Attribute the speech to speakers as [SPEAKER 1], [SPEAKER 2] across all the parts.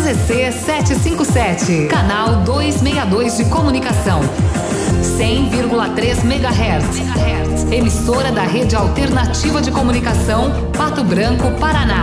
[SPEAKER 1] CZC 757, canal 262 de comunicação. 100,3 MHz. Emissora da Rede Alternativa de Comunicação, Pato Branco, Paraná.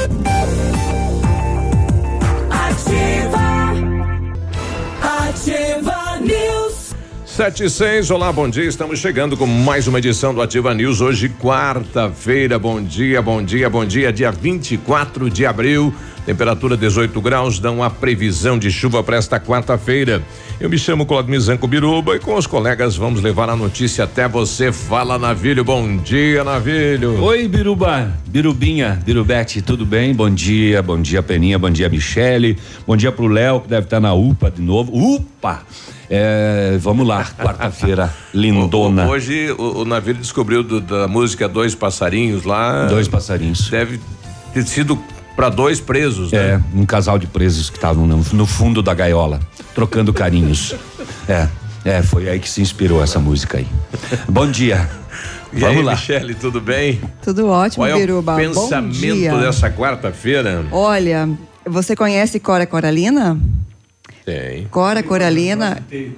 [SPEAKER 2] Ativa News.
[SPEAKER 3] 7:06, olá, bom dia. Estamos chegando com mais uma edição do Ativa News. Hoje, quarta-feira. Bom dia, dia 24 de abril. Temperatura 18 graus, dão a previsão de chuva para esta quarta-feira. Eu me chamo Claudemir Zanco Biruba e com os colegas vamos levar a notícia até você. Fala, Navilho. Bom dia, Navilho.
[SPEAKER 4] Oi, Biruba, Birubinha, Birubete, tudo bem? Bom dia, Peninha, bom dia, Michele. Bom dia pro Léo, que deve estar na UPA de novo. UPA! Vamos lá, quarta-feira, lindona.
[SPEAKER 3] Hoje o Navilho descobriu da música Dois Passarinhos lá.
[SPEAKER 4] Dois passarinhos.
[SPEAKER 3] Deve ter sido para dois presos, né?
[SPEAKER 4] Um casal de presos que estavam no fundo da gaiola, trocando carinhos. Foi aí que se inspirou essa música aí. Bom dia.
[SPEAKER 3] Vamos lá. Michele, tudo bem?
[SPEAKER 5] Tudo ótimo,
[SPEAKER 3] Qual
[SPEAKER 5] Biruba.
[SPEAKER 3] é o pensamento dessa quarta-feira?
[SPEAKER 5] Olha, você conhece Cora Coralina?
[SPEAKER 3] Tem.
[SPEAKER 5] Cora Coralina.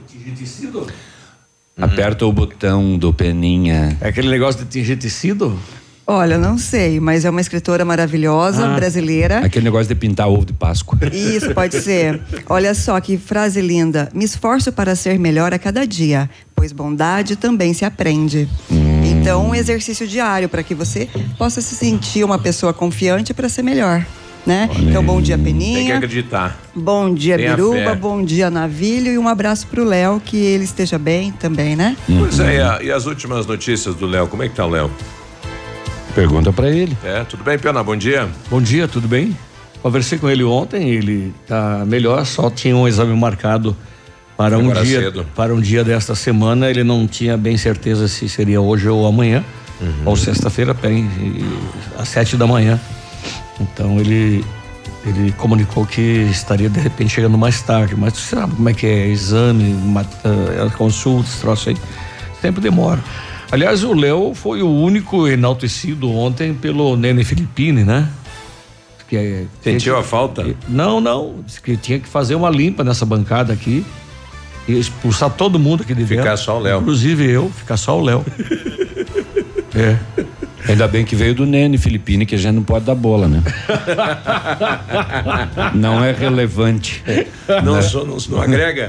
[SPEAKER 4] Aperta o botão do Peninha.
[SPEAKER 6] É aquele negócio de tingir tecido?
[SPEAKER 5] Olha, não sei, mas é uma escritora maravilhosa, brasileira.
[SPEAKER 4] Aquele negócio de pintar ovo de Páscoa.
[SPEAKER 5] Isso, pode ser. Olha só que frase linda. Me esforço para ser melhor a cada dia, pois bondade também se aprende. Então, um exercício diário para que você possa se sentir uma pessoa confiante para ser melhor, né? Então, bom dia, Peninha.
[SPEAKER 3] Tem que acreditar.
[SPEAKER 5] Bom dia,
[SPEAKER 3] Tenha
[SPEAKER 5] Biruba.
[SPEAKER 3] fé.
[SPEAKER 5] Bom dia, Navilho. E um abraço pro Léo, que ele esteja bem também, né?
[SPEAKER 3] Pois é, e as últimas notícias do Léo? Como é que tá o Léo?
[SPEAKER 4] Pergunta pra ele.
[SPEAKER 3] Tudo bem, Pena? Bom dia.
[SPEAKER 6] Bom dia, tudo bem? Conversei com ele ontem, ele tá melhor, só tinha um exame marcado para um dia,
[SPEAKER 3] cedo.
[SPEAKER 6] para um dia desta semana. Ele não tinha bem certeza se seria hoje ou amanhã, ou sexta-feira, às 7 da manhã. Então ele comunicou que estaria de repente chegando mais tarde, mas você sabe como é que é exame, consulta, esse troço aí, sempre demora. Aliás, o Léo foi o único enaltecido ontem pelo Nene Filippini, né?
[SPEAKER 3] Sentiu a falta?
[SPEAKER 6] Não, disse que tinha que fazer uma limpa nessa bancada aqui e expulsar todo mundo aqui de dentro.
[SPEAKER 3] Ficar só o Léo.
[SPEAKER 6] Inclusive eu, ficar só o Léo.
[SPEAKER 4] Ainda bem que veio do Nene Filippini, que a gente não pode dar bola, né? Não é relevante.
[SPEAKER 3] Não agrega?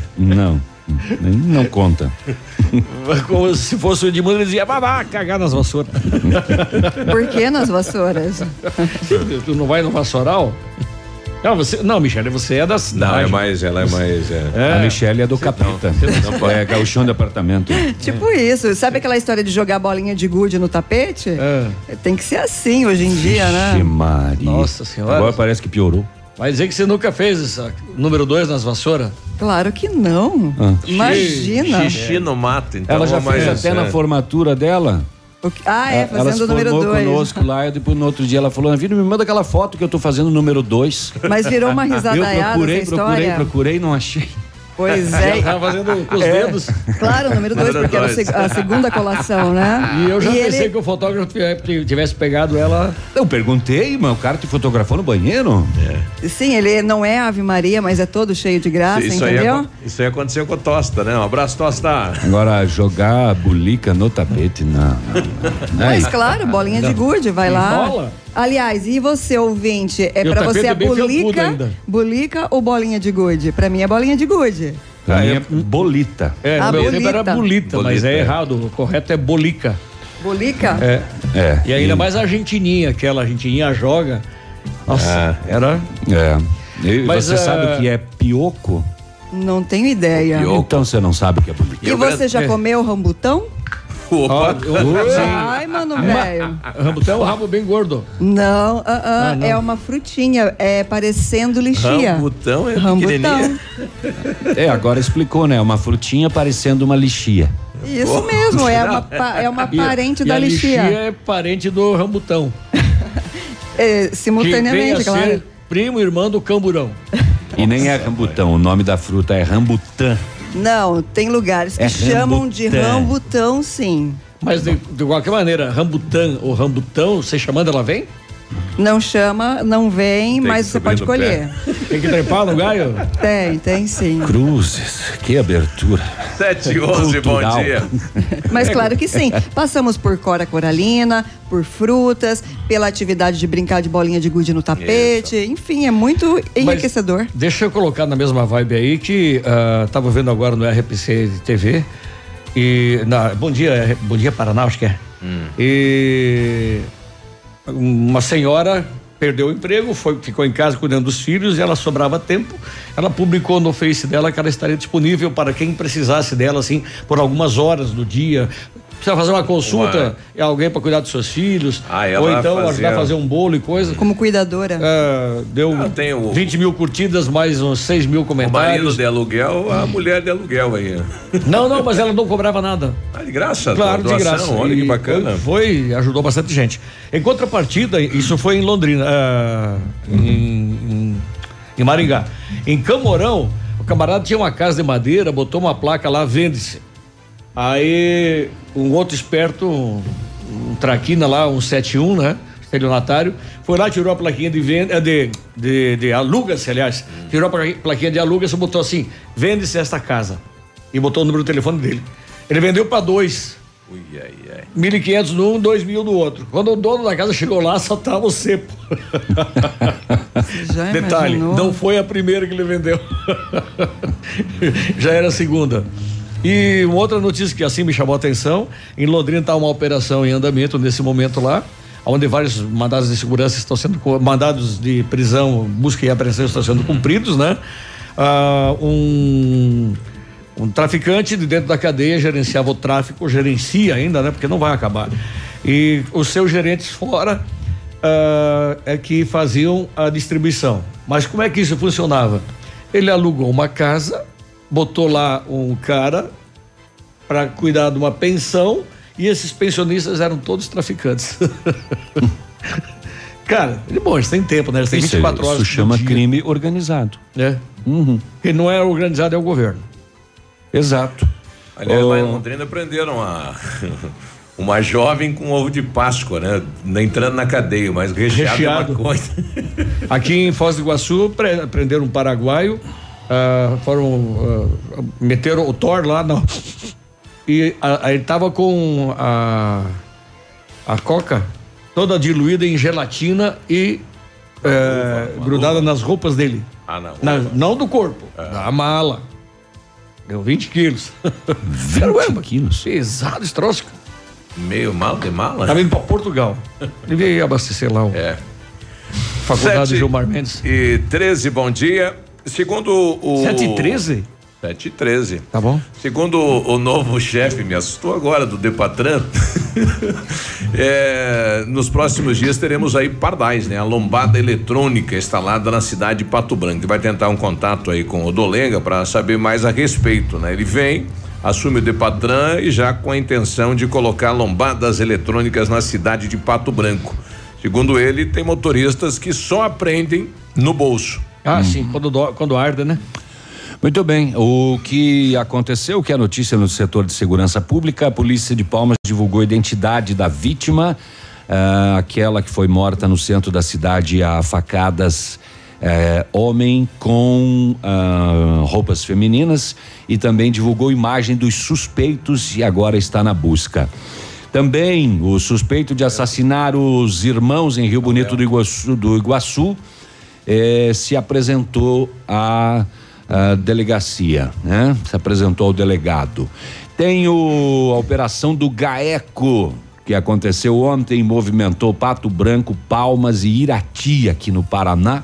[SPEAKER 4] Não conta.
[SPEAKER 6] Como se fosse o Edmundo, ele dizia, vai cagar nas vassouras.
[SPEAKER 5] Por que nas vassouras?
[SPEAKER 6] Tu não vai no vassoural? Não, Michele, você é da cidade.
[SPEAKER 3] Ela é mais.
[SPEAKER 4] A Michele é do capeta. É gauchão de apartamento.
[SPEAKER 5] Tipo isso. Sabe aquela história de jogar bolinha de gude no tapete? Tem que ser assim hoje em dia, né?
[SPEAKER 4] Maria.
[SPEAKER 6] Nossa senhora.
[SPEAKER 4] Agora parece que piorou.
[SPEAKER 6] Vai dizer que você nunca fez essa número 2 nas vassouras?
[SPEAKER 5] Claro que não. Imagina.
[SPEAKER 3] Xixi no mato, então.
[SPEAKER 4] Ela já fez até na formatura dela.
[SPEAKER 5] Fazendo
[SPEAKER 4] ela se
[SPEAKER 5] o número 2.
[SPEAKER 4] formou conosco lá e depois no outro dia ela falou, Navilho, me manda aquela foto que eu tô fazendo o número 2.
[SPEAKER 5] Mas virou uma risadaiada essa história.
[SPEAKER 4] Procurei, não achei.
[SPEAKER 5] Pois é.
[SPEAKER 6] Tava fazendo com os dedos.
[SPEAKER 5] Claro, o número 2, porque era a segunda colação, né?
[SPEAKER 6] E eu já pensei que o fotógrafo tivesse pegado ela.
[SPEAKER 4] Eu perguntei, mas o cara te fotografou no banheiro?
[SPEAKER 5] Sim, ele não é Ave Maria, mas é todo cheio de graça, entendeu?
[SPEAKER 3] Isso aí aconteceu com o Tosta, né? Um abraço, Tosta.
[SPEAKER 4] Agora, jogar bulica no tapete, não.
[SPEAKER 5] Mas claro, bolinha de gude, vai lá.
[SPEAKER 6] Bola?
[SPEAKER 5] Aliás, e você, ouvinte, pra você a bulica ou bolinha de gude? Pra mim é bolinha de gude.
[SPEAKER 4] Pra mim é bolita.
[SPEAKER 6] No meu tempo era
[SPEAKER 5] bolita.
[SPEAKER 6] bolita, mas é errado. O correto é bolica.
[SPEAKER 5] Bolica?
[SPEAKER 6] E ainda mais a argentininha, aquela argentininha joga. Nossa, era.
[SPEAKER 4] E
[SPEAKER 6] Mas,
[SPEAKER 4] você sabe o que é pioco?
[SPEAKER 5] Não tenho ideia.
[SPEAKER 4] Então você não sabe o que é bolita.
[SPEAKER 5] E você já comeu rambutão? Ai, mano, velho.
[SPEAKER 6] Rambutão é um rabo bem gordo.
[SPEAKER 5] Não, é uma frutinha, parecendo lixia.
[SPEAKER 3] Rambutão é
[SPEAKER 5] Rambutão.
[SPEAKER 4] Agora explicou, né? Uma frutinha parecendo uma lixia.
[SPEAKER 5] Isso mesmo, é uma parente da
[SPEAKER 6] a
[SPEAKER 5] lixia.
[SPEAKER 6] lixia é parente do rambutão.
[SPEAKER 5] Simultaneamente,
[SPEAKER 6] que vem a
[SPEAKER 5] claro.
[SPEAKER 6] ser primo irmão do camburão.
[SPEAKER 4] E nem é rambutão, o nome da fruta é rambutã.
[SPEAKER 5] Não, tem lugares que chamam de rambutão, sim.
[SPEAKER 6] Mas de qualquer maneira, rambutã ou rambutão, você chamando ela vem?
[SPEAKER 5] Não chama, não vem, mas você pode colher.
[SPEAKER 6] Tem que trepar no galho?
[SPEAKER 5] Tem sim.
[SPEAKER 4] Cruzes, que abertura.
[SPEAKER 3] 7h11, bom dia.
[SPEAKER 5] Mas claro que sim. Passamos por cora coralina, por frutas, pela atividade de brincar de bolinha de gude no tapete. Isso. Enfim, é muito enriquecedor.
[SPEAKER 6] Mas deixa eu colocar na mesma vibe aí que tava vendo agora no RPC TV e Bom Dia Paraná, acho que é. E uma senhora perdeu o emprego, ficou em casa cuidando dos filhos e ela sobrava tempo. Ela publicou no Face dela que ela estaria disponível para quem precisasse dela, assim, por algumas horas do dia. Precisa fazer uma consulta, é alguém para cuidar dos seus filhos, ou então ajudar a fazer um bolo e coisa.
[SPEAKER 5] Como cuidadora.
[SPEAKER 6] Deu 20 mil curtidas, mais uns 6 mil comentários.
[SPEAKER 3] O marido de aluguel, a mulher de aluguel aí.
[SPEAKER 6] Não, mas ela não cobrava nada.
[SPEAKER 3] De graça?
[SPEAKER 6] Claro, doação, de graça.
[SPEAKER 3] Olha que bacana.
[SPEAKER 6] Ajudou bastante gente. Em contrapartida, isso foi em Londrina, em Maringá. Em Camorão, o camarada tinha uma casa de madeira, botou uma placa lá, vende-se. Aí um outro esperto, um traquina lá, um 71, né? Estelionatário, foi lá, tirou a plaquinha de venda, de aluga-se, aliás, tirou a plaquinha de aluga-se e botou assim, vende-se esta casa. E botou o número do telefone dele. Ele vendeu para 2. 1.500 num, 2.000 do outro. Quando o dono da casa chegou lá, só tava o cepo. Detalhe, não foi a primeira que ele vendeu. Já era a segunda. E uma outra notícia que assim me chamou a atenção, em Londrina está uma operação em andamento nesse momento lá, onde vários mandados de segurança estão sendo, mandados de prisão, busca e apreensão estão sendo cumpridos, né? Um traficante de dentro da cadeia gerenciava o tráfico, gerencia ainda, né? Porque não vai acabar. E os seus gerentes fora é que faziam a distribuição. Mas como é que isso funcionava? Ele alugou uma casa, botou lá um cara para cuidar de uma pensão e esses pensionistas eram todos traficantes. Cara, eles têm tempo, né? Eles têm 24 horas.
[SPEAKER 4] Isso chama crime organizado.
[SPEAKER 6] Quem não é organizado é o governo.
[SPEAKER 4] Exato.
[SPEAKER 3] Aliás, lá em Londrina prenderam uma jovem com ovo de Páscoa, né? Entrando na cadeia, mas recheado. De maconha.
[SPEAKER 6] Aqui em Foz do Iguaçu prenderam um paraguaio. Meteram o Thor lá e ele tava com a coca toda diluída em gelatina e grudada nas roupas dele. Não do corpo, da mala. Deu 20 quilos.
[SPEAKER 4] 20 quilos?
[SPEAKER 6] Pesado esse troço.
[SPEAKER 3] Meio mal de mala?
[SPEAKER 6] Tava indo pra Portugal. Ele veio abastecer lá Faculdade Gilmar Mendes.
[SPEAKER 3] 7h13, bom dia. Segundo o...
[SPEAKER 6] 7h13?
[SPEAKER 3] 7h13.
[SPEAKER 6] Tá bom.
[SPEAKER 3] Segundo o novo chefe, me assustou agora, do Depatran, nos próximos dias teremos aí pardais, né? A lombada eletrônica instalada na cidade de Pato Branco. Ele vai tentar um contato aí com o Dolenga para saber mais a respeito, né? Ele vem, assume o Depatran e já com a intenção de colocar lombadas eletrônicas na cidade de Pato Branco. Segundo ele, tem motoristas que só aprendem no bolso.
[SPEAKER 6] Sim, quando arde, né?
[SPEAKER 4] Muito bem, o que aconteceu, que é a notícia no setor de segurança pública, a polícia de Palmas divulgou a identidade da vítima, aquela que foi morta no centro da cidade a facadas, homem com roupas femininas, e também divulgou imagem dos suspeitos e agora está na busca. Também o suspeito de assassinar os irmãos em Rio Bonito do Iguaçu se apresentou à delegacia, né? Se apresentou ao delegado. Tem a operação do GAECO, que aconteceu ontem, movimentou Pato Branco, Palmas e Irati, aqui no Paraná.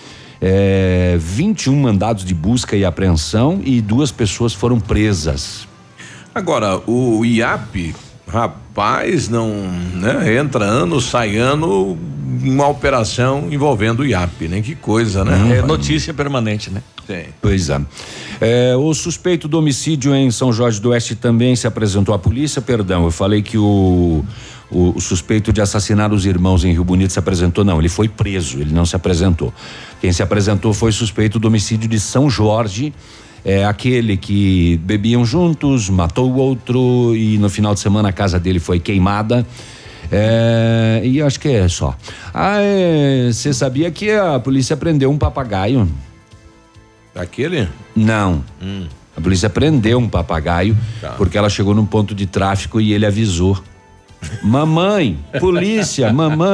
[SPEAKER 4] 21 mandados de busca e apreensão e 2 pessoas foram presas.
[SPEAKER 3] Agora, o IAP, rapaz, não, né? Entra ano, sai ano, uma operação envolvendo o IAP, né? Que coisa, né?
[SPEAKER 6] É notícia permanente, né?
[SPEAKER 3] Tem.
[SPEAKER 4] Pois é. O suspeito do homicídio em São Jorge do Oeste também se apresentou à polícia, eu falei que o suspeito de assassinar os irmãos em Rio Bonito se apresentou, não, ele foi preso, ele não se apresentou. Quem se apresentou foi o suspeito do homicídio de São Jorge, aquele que bebiam juntos, matou o outro e no final de semana a casa dele foi queimada. E acho que é só. Você sabia que a polícia prendeu um papagaio?
[SPEAKER 3] Aquele?
[SPEAKER 4] Não. A polícia prendeu um papagaio porque ela chegou num ponto de tráfico e ele avisou. Mamãe, polícia.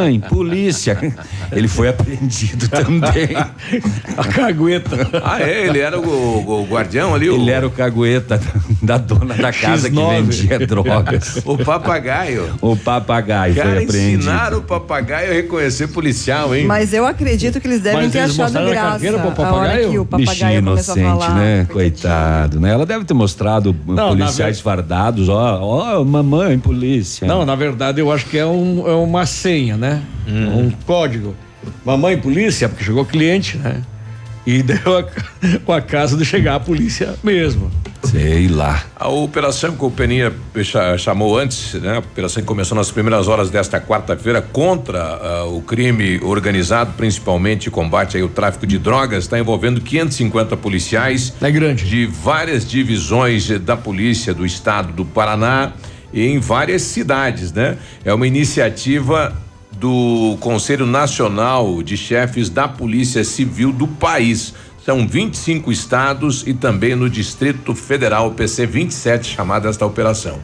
[SPEAKER 4] Ele foi apreendido também.
[SPEAKER 6] A cagueta.
[SPEAKER 3] Ele era o guardião ali?
[SPEAKER 4] Ele era o cagueta da dona da casa
[SPEAKER 6] X9.
[SPEAKER 4] que vendia drogas.
[SPEAKER 3] O papagaio.
[SPEAKER 4] O papagaio foi apreendido.
[SPEAKER 3] Ensinaram o papagaio a reconhecer policial, hein?
[SPEAKER 5] Mas eu acredito que eles devem
[SPEAKER 6] Mas
[SPEAKER 5] ter
[SPEAKER 6] eles
[SPEAKER 5] achado
[SPEAKER 6] mostraram a
[SPEAKER 5] graça
[SPEAKER 6] carteira pro
[SPEAKER 5] a hora
[SPEAKER 6] papagaio?
[SPEAKER 5] que o papagaio
[SPEAKER 4] Bichinho
[SPEAKER 5] começou a
[SPEAKER 4] inocente,
[SPEAKER 5] falar.
[SPEAKER 4] né? Coitado, né? Ela deve ter mostrado policiais fardados, ó, mamãe, polícia.
[SPEAKER 6] Não, na verdade eu acho que é uma senha, né? Um código. Mamãe, polícia, porque chegou cliente, né? E deu com a casa de chegar a polícia mesmo.
[SPEAKER 4] Sei lá.
[SPEAKER 3] A operação que o Peninha chamou antes, né? A operação que começou nas primeiras horas desta quarta-feira contra o crime organizado, principalmente combate aí o tráfico de drogas, está envolvendo 550 policiais.
[SPEAKER 6] É grande.
[SPEAKER 3] De várias divisões da polícia do estado do Paraná e em várias cidades, né? É uma iniciativa do Conselho Nacional de Chefes da Polícia Civil do país. São 25 estados e também no Distrito Federal, PC 27, chamada esta operação.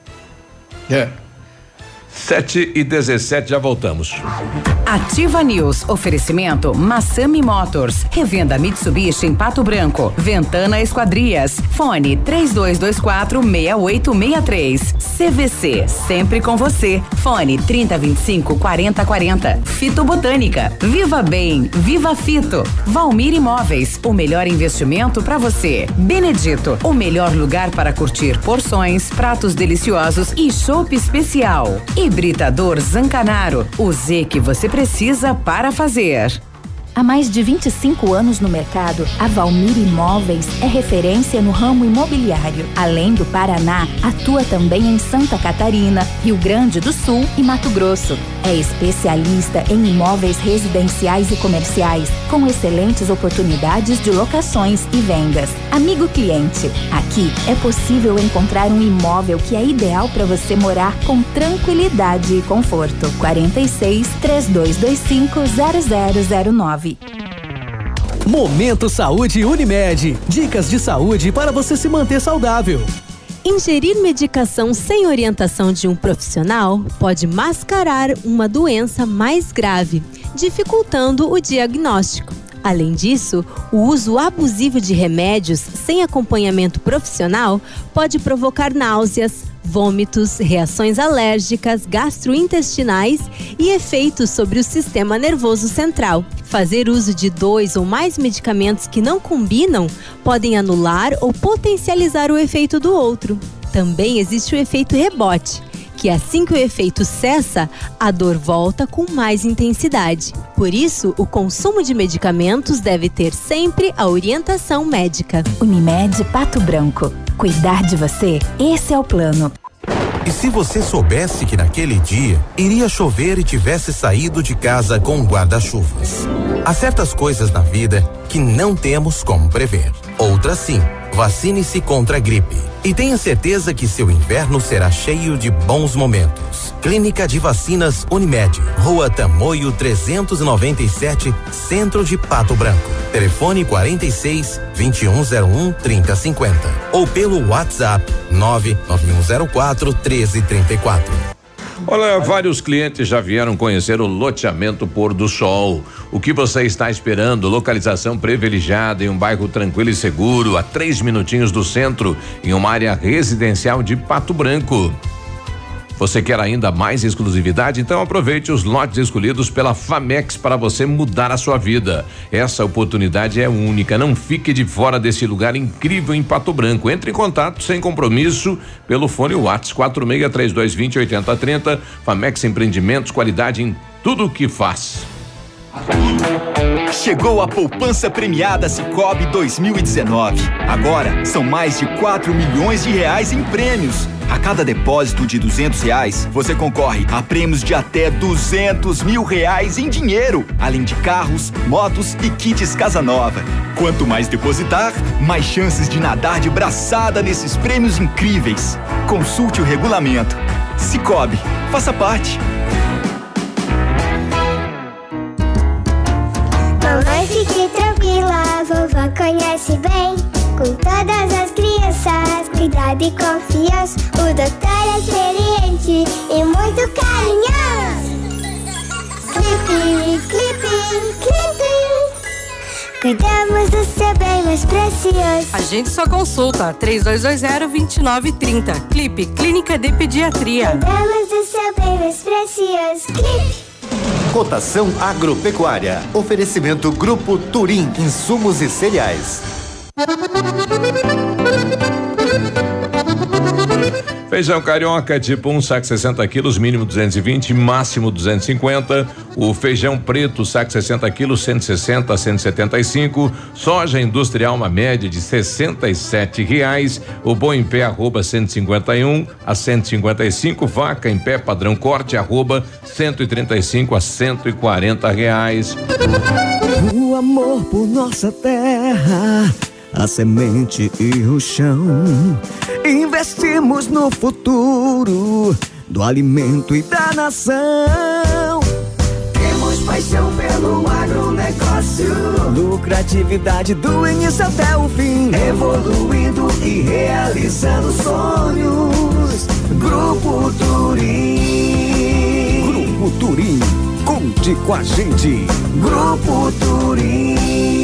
[SPEAKER 3] 7h17, já voltamos.
[SPEAKER 1] Ativa News, oferecimento Massami Motors, revenda Mitsubishi em Pato Branco, Ventana Esquadrias, fone 3224-6863, CVC, sempre com você, fone 3025-4040, Fito Botânica, Viva Bem, Viva Fito, Valmir Imóveis, o melhor investimento para você, Benedito, o melhor lugar para curtir porções, pratos deliciosos e chopp especial, Hibridador Zancanaro, o Z que você precisa para fazer.
[SPEAKER 2] Há mais de 25 anos no mercado, a Valmir Imóveis é referência no ramo imobiliário. Além do Paraná, atua também em Santa Catarina, Rio Grande do Sul e Mato Grosso. É especialista em imóveis residenciais e comerciais, com excelentes oportunidades de locações e vendas. Amigo cliente, aqui é possível encontrar um imóvel que é ideal para você morar com tranquilidade e conforto. 46-3225-0009.
[SPEAKER 7] Momento Saúde Unimed. Dicas de saúde para você se manter saudável.
[SPEAKER 8] Ingerir medicação sem orientação de um profissional pode mascarar uma doença mais grave, dificultando o diagnóstico. Além disso, o uso abusivo de remédios sem acompanhamento profissional pode provocar náuseas, vômitos, reações alérgicas, gastrointestinais e efeitos sobre o sistema nervoso central. Fazer uso de 2 ou mais medicamentos que não combinam podem anular ou potencializar o efeito do outro. Também existe o efeito rebote, que assim que o efeito cessa, a dor volta com mais intensidade. Por isso, o consumo de medicamentos deve ter sempre a orientação médica.
[SPEAKER 2] Unimed Pato Branco. Cuidar de você, esse é o plano.
[SPEAKER 9] E se você soubesse que naquele dia iria chover e tivesse saído de casa com guarda-chuvas? Há certas coisas na vida que não temos como prever. Outras sim. Vacine-se contra a gripe e tenha certeza que seu inverno será cheio de bons momentos. Clínica de Vacinas Unimed, Rua Tamoio 397, Centro de Pato Branco. Telefone 46-2101-3050 ou pelo WhatsApp 99104-1334.
[SPEAKER 3] Olha, vários clientes já vieram conhecer o loteamento Pôr do Sol. O que você está esperando? Localização privilegiada em um bairro tranquilo e seguro, a 3 minutinhos do centro, em uma área residencial de Pato Branco. Você quer ainda mais exclusividade? Então aproveite os lotes escolhidos pela Famex para você mudar a sua vida. Essa oportunidade é única, não fique de fora desse lugar incrível em Pato Branco. Entre em contato sem compromisso pelo fone WhatsApp 4632208030. Famex Empreendimentos, qualidade em tudo o que faz.
[SPEAKER 10] Chegou a poupança premiada Sicoob 2019. Agora são mais de 4 milhões de reais em prêmios. A cada depósito de R$200, você concorre a prêmios de até R$200 mil em dinheiro, além de carros, motos e kits Casa Nova. Quanto mais depositar, mais chances de nadar de braçada nesses prêmios incríveis. Consulte o regulamento. Sicoob, Faça parte.
[SPEAKER 11] Mamãe, fique tranquila, vovó conhece bem. Com todas as crianças, cuidado e confiança. O doutor é experiente e muito carinhoso. Clipe, clipe, clipe. Cuidamos do seu bem mais precioso.
[SPEAKER 12] Agende sua consulta, 3220-2930. Clipe, Clínica de Pediatria.
[SPEAKER 11] Cuidamos do seu bem mais precioso. Clipe.
[SPEAKER 13] Cotação agropecuária. Oferecimento Grupo Turim, insumos e cereais.
[SPEAKER 3] Feijão carioca, tipo 1 saco 60 quilos, mínimo 220, máximo 250. O feijão preto, saco 60 quilos, 160 a 175. Soja industrial, uma média de R$67. O boi em pé, arroba 151 a 155. Vaca em pé, padrão corte, arroba 135 a 140 reais.
[SPEAKER 14] O amor por nossa terra, a semente e o chão. Investimos no futuro do alimento e da nação. Temos paixão pelo agronegócio, lucratividade do início até o fim, evoluindo e realizando sonhos. Grupo Turim. Grupo Turim, conte com a gente. Grupo Turim.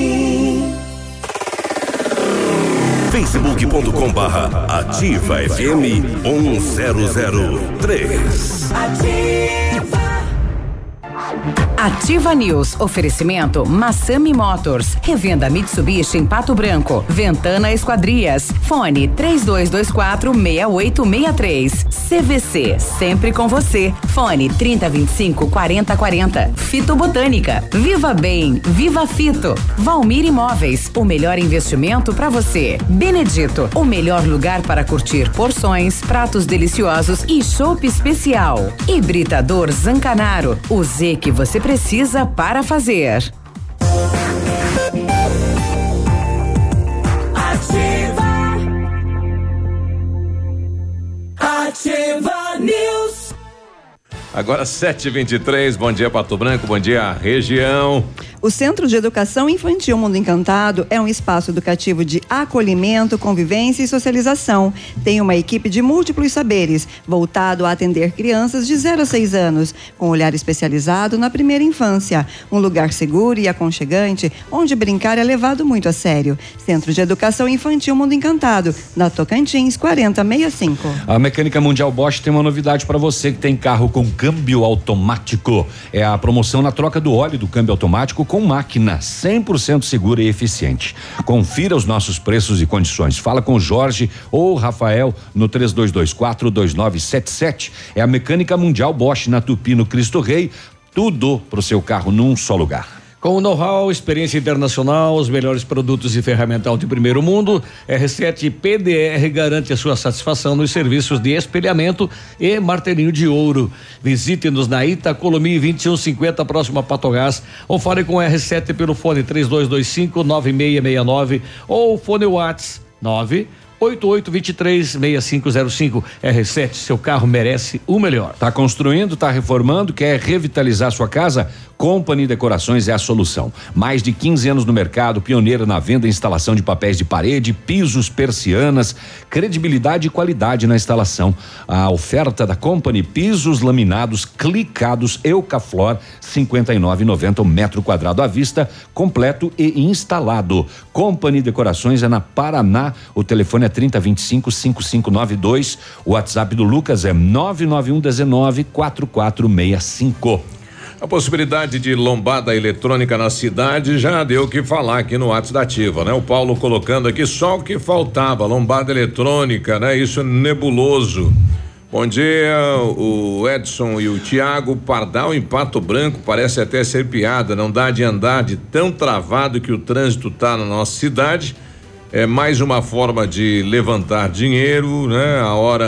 [SPEAKER 15] Facebook.com/Ativa FM 1003.
[SPEAKER 1] Ativa News. Oferecimento Massami Motors. Revenda Mitsubishi em Pato Branco. Ventana Esquadrias. Fone 3224-6863. CVC. Sempre com você. Fone 3025-4040. Fito Botânica. Viva Bem. Viva Fito. Valmir Imóveis. O melhor investimento para você. Benedito. O melhor lugar para curtir porções, pratos deliciosos e chopp especial. Hibridador Zancanaro. O Z que você precisa para fazer.
[SPEAKER 16] Ativa News.
[SPEAKER 3] Agora 7h23, bom dia Pato Branco, bom dia região.
[SPEAKER 5] O Centro de Educação Infantil Mundo Encantado é um espaço educativo de acolhimento, convivência e socialização. Tem uma equipe de múltiplos saberes, voltado a atender crianças de 0 a 6 anos, com olhar especializado na primeira infância. Um lugar seguro e aconchegante, onde brincar é levado muito a sério. Centro de Educação Infantil Mundo Encantado, na Tocantins 4065.
[SPEAKER 4] A Mecânica Mundial Bosch tem uma novidade para você que tem carro com câmbio automático. É a promoção na troca do óleo do câmbio automático com máquina 100% segura e eficiente. Confira os nossos preços e condições. Fala com o Jorge ou Rafael no 3224-2977. É a Mecânica Mundial Bosch na Tupi, no Cristo Rei. Tudo pro seu carro num só lugar.
[SPEAKER 6] Com know-how, experiência internacional, os melhores produtos e ferramental de primeiro mundo, R7 PDR garante a sua satisfação nos serviços de espelhamento e martelinho de ouro. Visite-nos na Itacolomi 2150, próximo a Patogás, ou fale com R7 pelo fone 3225-9669 ou fone WhatsApp 988236505. R7, seu carro merece o melhor.
[SPEAKER 4] Tá construindo, tá reformando, quer revitalizar sua casa? Company Decorações é a solução. Mais de 15 anos no mercado, pioneira na venda e instalação de papéis de parede, pisos, persianas, credibilidade e qualidade na instalação. A oferta da Company: pisos laminados, clicados, Eucaflor, R$59,90 o metro quadrado à vista, completo e instalado. Company Decorações é na Paraná. O telefone é 3025-5592. O WhatsApp do Lucas é 991194465.
[SPEAKER 3] A possibilidade de lombada eletrônica na cidade já deu o que falar aqui no WhatsApp da Ativa, né? O Paulo colocando aqui só o que faltava, lombada eletrônica, né? Isso é nebuloso. Bom dia, o Edson e o Tiago. Pardal em Pato Branco parece até ser piada, não dá de andar de tão travado que o trânsito tá na nossa cidade. É mais uma forma de levantar dinheiro, né? A hora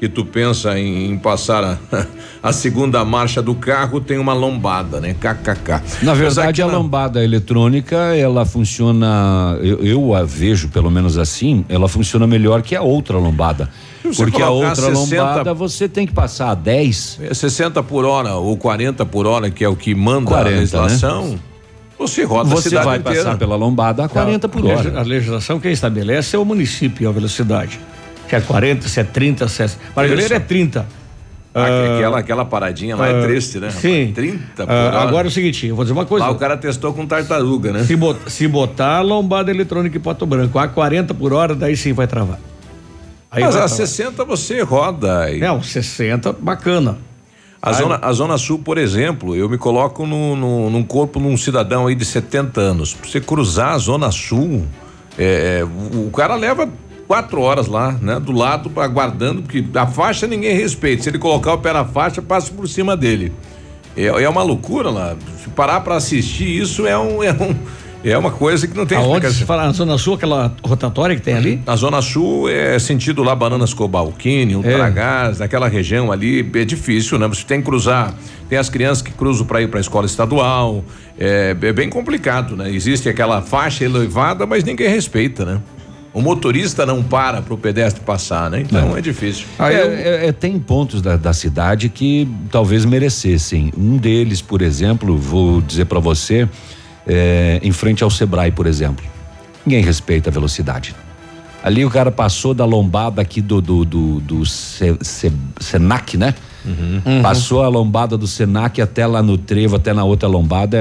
[SPEAKER 3] que tu pensa em passar a segunda marcha do carro, tem uma lombada, né? KKK.
[SPEAKER 4] Na verdade, a lombada eletrônica, ela funciona, eu a vejo pelo menos assim, ela funciona melhor que a outra lombada. Porque a outra 60, lombada você tem que passar a 10.
[SPEAKER 3] 60 por hora ou 40 por hora, que é o que manda 40, a legislação. Né? Você roda a cidade
[SPEAKER 4] vai
[SPEAKER 3] inteira.
[SPEAKER 4] Passar pela lombada a 40 por hora.
[SPEAKER 6] A legislação quem estabelece é o município, a velocidade. Se é 40, se é 30, se é... Brasileiro é 30.
[SPEAKER 3] Aquela paradinha lá é triste, né?
[SPEAKER 6] Sim.
[SPEAKER 3] 30 por hora.
[SPEAKER 6] Agora é o seguinte, eu vou dizer uma coisa.
[SPEAKER 3] Lá o cara testou com tartaruga, né?
[SPEAKER 6] Se botar a lombada eletrônica em Pato Branco a 40 por hora, daí sim vai travar.
[SPEAKER 3] Aí mas a 60 você roda.
[SPEAKER 6] Não, 60, bacana.
[SPEAKER 3] A Zona Sul, por exemplo, eu me coloco num corpo num cidadão aí de 70 anos. Pra você cruzar a Zona Sul, o cara leva 4 horas lá, né? Do lado, aguardando, porque a faixa ninguém respeita. Se ele colocar o pé na faixa, passa por cima dele. É uma loucura lá. Se parar pra assistir isso, é uma coisa que não tem
[SPEAKER 6] explicação. Aonde você fala, na Zona Sul, aquela rotatória que tem ali?
[SPEAKER 3] A Zona Sul é sentido lá Bananas Cobalquini, Ultragás, naquela região ali, é difícil, né? Você tem que cruzar, tem as crianças que cruzam para ir para a escola estadual, é bem complicado, né? Existe aquela faixa elevada, mas ninguém respeita, né? O motorista não para pro pedestre passar, né? Então é difícil.
[SPEAKER 4] Tem pontos da cidade que talvez merecessem. Um deles, por exemplo, vou dizer para você, em frente ao Sebrae, por exemplo. Ninguém respeita a velocidade. Ali o cara passou da lombada aqui do Senac, né? Uhum. Passou a lombada do Senac até lá no trevo, até na outra lombada,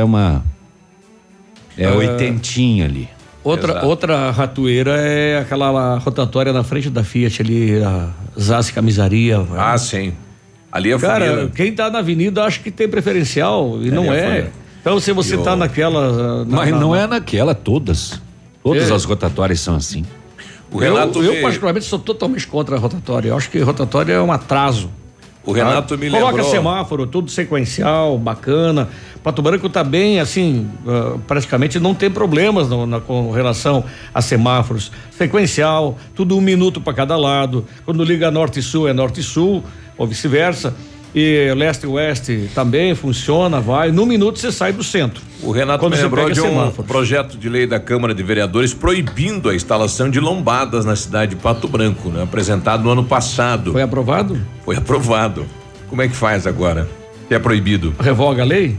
[SPEAKER 4] é oitentinha ali.
[SPEAKER 6] Outra ratoeira é aquela rotatória na frente da Fiat ali, a Zassi Camisaria.
[SPEAKER 3] Ah, sim. Ali é
[SPEAKER 6] cara, quem tá na avenida acha que tem preferencial e não é. Então se você tá naquela...
[SPEAKER 4] Mas não é naquela, todas as rotatórias são assim.
[SPEAKER 6] Eu particularmente sou totalmente contra a rotatória. Eu acho que rotatória é um atraso.
[SPEAKER 3] O Renato me lembrou.
[SPEAKER 6] Coloca semáforo, tudo sequencial, bacana. Pato Branco tá bem, assim, praticamente não tem problemas com relação a semáforos. Sequencial, tudo 1 minuto para cada lado. Quando liga norte e sul, é norte e sul, ou vice-versa. E leste e oeste também funciona, vai. No minuto você sai do centro.
[SPEAKER 3] O Renato me lembrou de um projeto de lei da Câmara de Vereadores proibindo a instalação de lombadas na cidade de Pato Branco, né? Apresentado no ano passado.
[SPEAKER 6] Foi aprovado?
[SPEAKER 3] Foi aprovado. Como é que faz agora? Que é proibido?
[SPEAKER 6] Revoga a lei?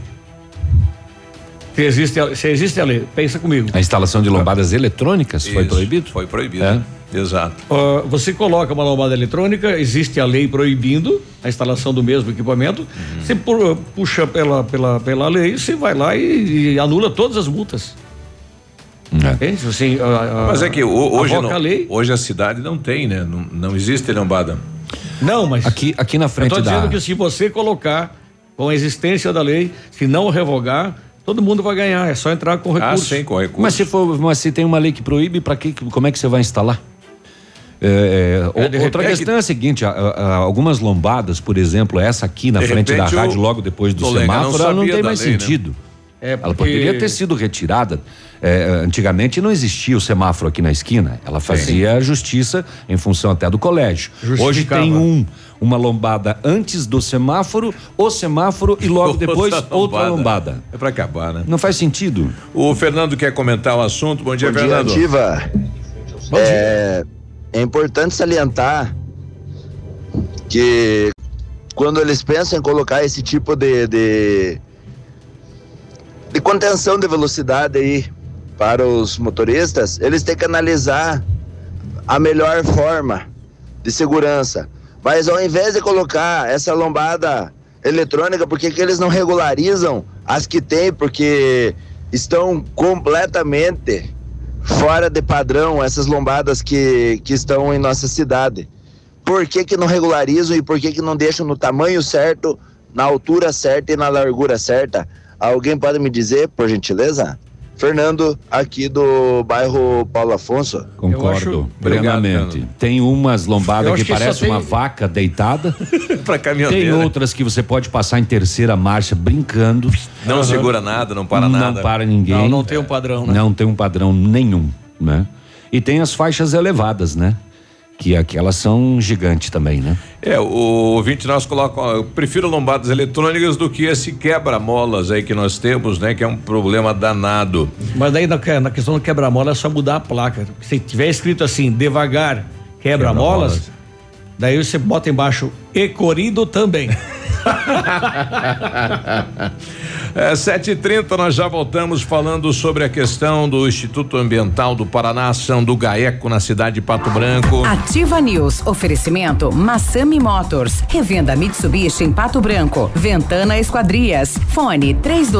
[SPEAKER 6] Se existe a lei, pensa comigo.
[SPEAKER 4] A instalação de lombadas eletrônicas foi proibido?
[SPEAKER 3] Foi proibido. Exato.
[SPEAKER 6] Você coloca uma lombada eletrônica, existe a lei proibindo a instalação do mesmo equipamento. Você puxa pela lei, você vai lá e anula todas as multas. Assim,
[SPEAKER 3] mas é que hoje a cidade não tem, né? Não existe lombada.
[SPEAKER 6] Não, mas
[SPEAKER 4] aqui na frente
[SPEAKER 6] eu tô dizendo que se você colocar com a existência da lei, se não revogar, todo mundo vai ganhar, é só entrar com recurso.
[SPEAKER 3] Sim, com recurso.
[SPEAKER 4] Mas se tem uma lei que proíbe, como é que você vai instalar? Outra questão é a seguinte, algumas lombadas, por exemplo, essa aqui na frente da rádio, logo depois do semáforo, ela não tem mais sentido. Né? Ela poderia ter sido retirada. Antigamente não existia o semáforo aqui na esquina. Ela fazia justiça em função até do colégio. Hoje tem uma lombada antes do semáforo, o semáforo e logo depois outra lombada.
[SPEAKER 3] É pra acabar, né?
[SPEAKER 4] Não faz sentido.
[SPEAKER 3] O Fernando quer comentar o assunto. Bom dia, Fernando.
[SPEAKER 17] Bom dia, Ativa. Bom dia. É importante salientar que quando eles pensam em colocar esse tipo de contenção de velocidade aí para os motoristas, eles têm que analisar a melhor forma de segurança. Mas ao invés de colocar essa lombada eletrônica, por que eles não regularizam as que tem? Porque estão completamente fora de padrão essas lombadas que estão em nossa cidade. Por que não regularizam e por que não deixam no tamanho certo, na altura certa e na largura certa? Alguém pode me dizer, por gentileza? Fernando, aqui do bairro Paulo Afonso.
[SPEAKER 4] Concordo plenamente. Tem umas lombadas que parece uma vaca deitada.
[SPEAKER 3] Pra caminhoneiro.
[SPEAKER 4] Tem outras que você pode passar em terceira marcha brincando.
[SPEAKER 3] Não segura nada, não para nada.
[SPEAKER 4] Não para ninguém.
[SPEAKER 6] Não tem um padrão, né?
[SPEAKER 4] Não tem um padrão nenhum, né? E tem as faixas elevadas, né? que aquelas são gigantes também, né?
[SPEAKER 3] O ouvinte nós coloca, eu prefiro lombadas eletrônicas do que esse quebra-molas aí que nós temos, né? Que é um problema danado.
[SPEAKER 6] Mas daí na questão do quebra-mola é só mudar a placa. Se tiver escrito assim, devagar, quebra-molas, daí você bota embaixo e corrido também.
[SPEAKER 3] 7h30, nós já voltamos falando sobre a questão do Instituto Ambiental do Paraná, ação do GAECO na cidade de Pato Branco.
[SPEAKER 1] Ativa News, oferecimento Massami Motors, revenda Mitsubishi em Pato Branco, Ventana Esquadrias, fone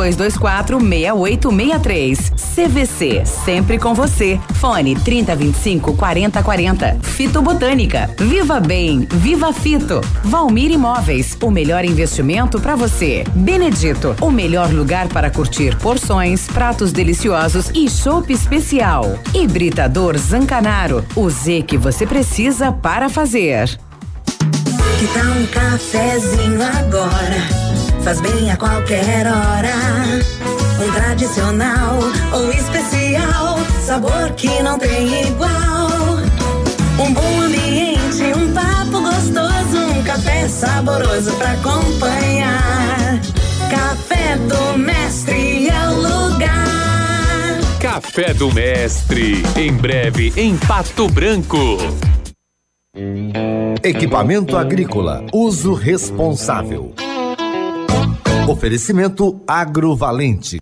[SPEAKER 1] 3224-6863, CVC, sempre com você, fone 3025-4040, Fito Botânica, Viva Bem, Viva Fito, Valmir Imóveis, o melhor investimento para você, Benedito, o melhor lugar para curtir porções, pratos deliciosos e chopp especial. Hibridador Zancanaro, o Z que você precisa para fazer.
[SPEAKER 18] Que tal um cafezinho agora? Faz bem a qualquer hora. Um tradicional ou especial, sabor que não tem igual. Um bom ambiente, um papo gostoso, um café saboroso pra acompanhar. Café do Mestre é o lugar.
[SPEAKER 19] Café do Mestre, em breve em Pato Branco.
[SPEAKER 13] Equipamento agrícola, uso responsável. Oferecimento Agrovalente.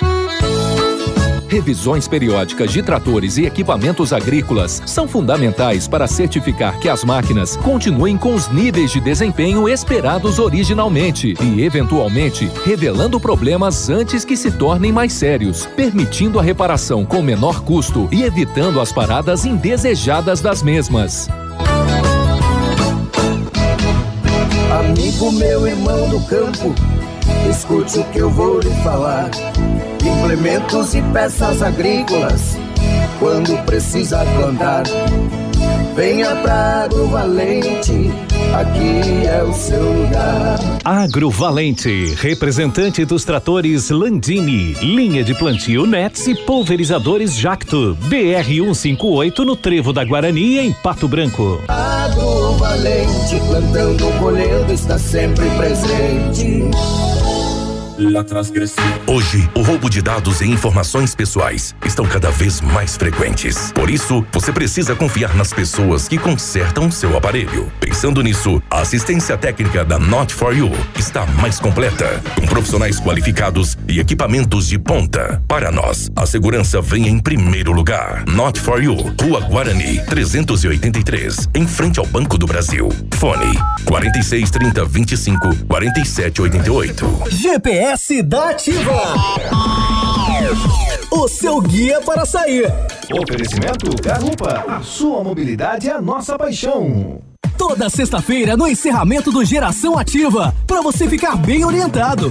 [SPEAKER 19] Revisões periódicas de tratores e equipamentos agrícolas são fundamentais para certificar que as máquinas continuem com os níveis de desempenho esperados originalmente e, eventualmente, revelando problemas antes que se tornem mais sérios, permitindo a reparação com menor custo e evitando as paradas indesejadas das mesmas.
[SPEAKER 20] Amigo meu, irmão do campo, escute o que eu vou lhe falar. Implementos e peças agrícolas, quando precisa plantar, venha pra Agrovalente, aqui é o seu lugar.
[SPEAKER 21] Agrovalente, representante dos tratores Landini, linha de plantio Nets e pulverizadores Jacto, BR-158 no Trevo da Guarani, em Pato Branco.
[SPEAKER 20] Agrovalente, plantando, colhendo, está sempre presente.
[SPEAKER 15] Hoje, o roubo de dados e informações pessoais estão cada vez mais frequentes. Por isso, você precisa confiar nas pessoas que consertam seu aparelho. Pensando nisso, a assistência técnica da Not4U está mais completa, com profissionais qualificados e equipamentos de ponta. Para nós, a segurança vem em primeiro lugar. Not4U, Rua Guarani, 383, em frente ao Banco do Brasil. Fone 4630254788.
[SPEAKER 7] GPS da Ativa. O seu guia para sair.
[SPEAKER 14] Oferecimento Garupa, a sua mobilidade é a nossa paixão.
[SPEAKER 7] Toda sexta-feira no encerramento do Geração Ativa, para você ficar bem orientado.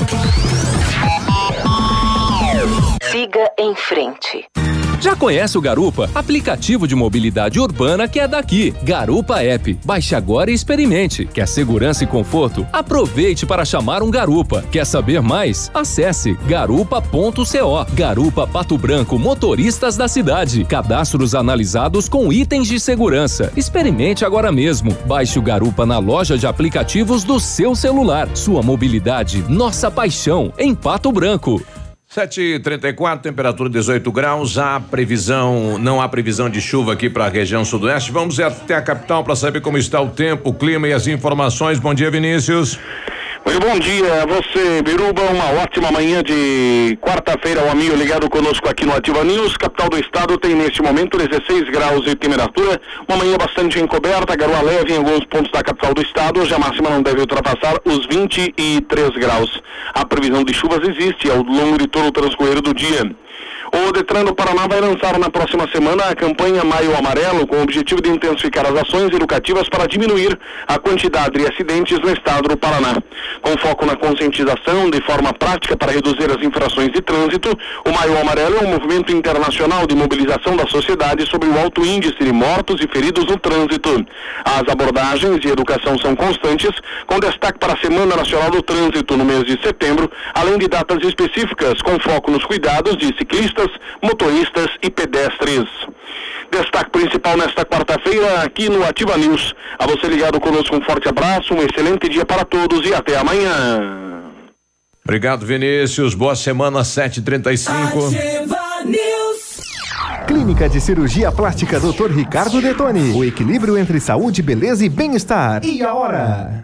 [SPEAKER 22] Siga em frente.
[SPEAKER 19] Já conhece o Garupa? Aplicativo de mobilidade urbana que é daqui. Garupa App. Baixe agora e experimente. Quer segurança e conforto? Aproveite para chamar um Garupa. Quer saber mais? Acesse garupa.co. Garupa Pato Branco, motoristas da cidade. Cadastros analisados com itens de segurança. Experimente agora mesmo. Baixe o Garupa na loja de aplicativos do seu celular. Sua mobilidade, nossa paixão, em Pato Branco.
[SPEAKER 3] 7h34, temperatura 18 graus. Não há previsão de chuva aqui para a região sudoeste. Vamos até a capital para saber como está o tempo, o clima e as informações. Bom dia, Vinícius.
[SPEAKER 23] Muito bom dia a você, Biruba, uma ótima manhã de quarta-feira, o amigo ligado conosco aqui no Ativa News. Capital do estado tem neste momento 16 graus de temperatura, uma manhã bastante encoberta, garoa leve em alguns pontos da capital do estado, hoje a máxima não deve ultrapassar os 23 graus. A previsão de chuvas existe ao longo de todo o transcorrer do dia. O Detran do Paraná vai lançar na próxima semana a campanha Maio Amarelo, com o objetivo de intensificar as ações educativas para diminuir a quantidade de acidentes no estado do Paraná. Com foco na conscientização de forma prática para reduzir as infrações de trânsito, o Maio Amarelo é um movimento internacional de mobilização da sociedade sobre o alto índice de mortos e feridos no trânsito. As abordagens de educação são constantes, com destaque para a Semana Nacional do Trânsito no mês de setembro, além de datas específicas com foco nos cuidados de ciclistas, motoristas e pedestres. Destaque principal nesta quarta-feira aqui no Ativa News. A você ligado conosco, um forte abraço, um excelente dia para todos e até amanhã.
[SPEAKER 3] Obrigado, Vinícius. Boa semana, 7h35.
[SPEAKER 16] Ativa News.
[SPEAKER 13] Clínica de Cirurgia Plástica Dr. Ricardo Detoni. O equilíbrio entre saúde, beleza e bem-estar. E a hora?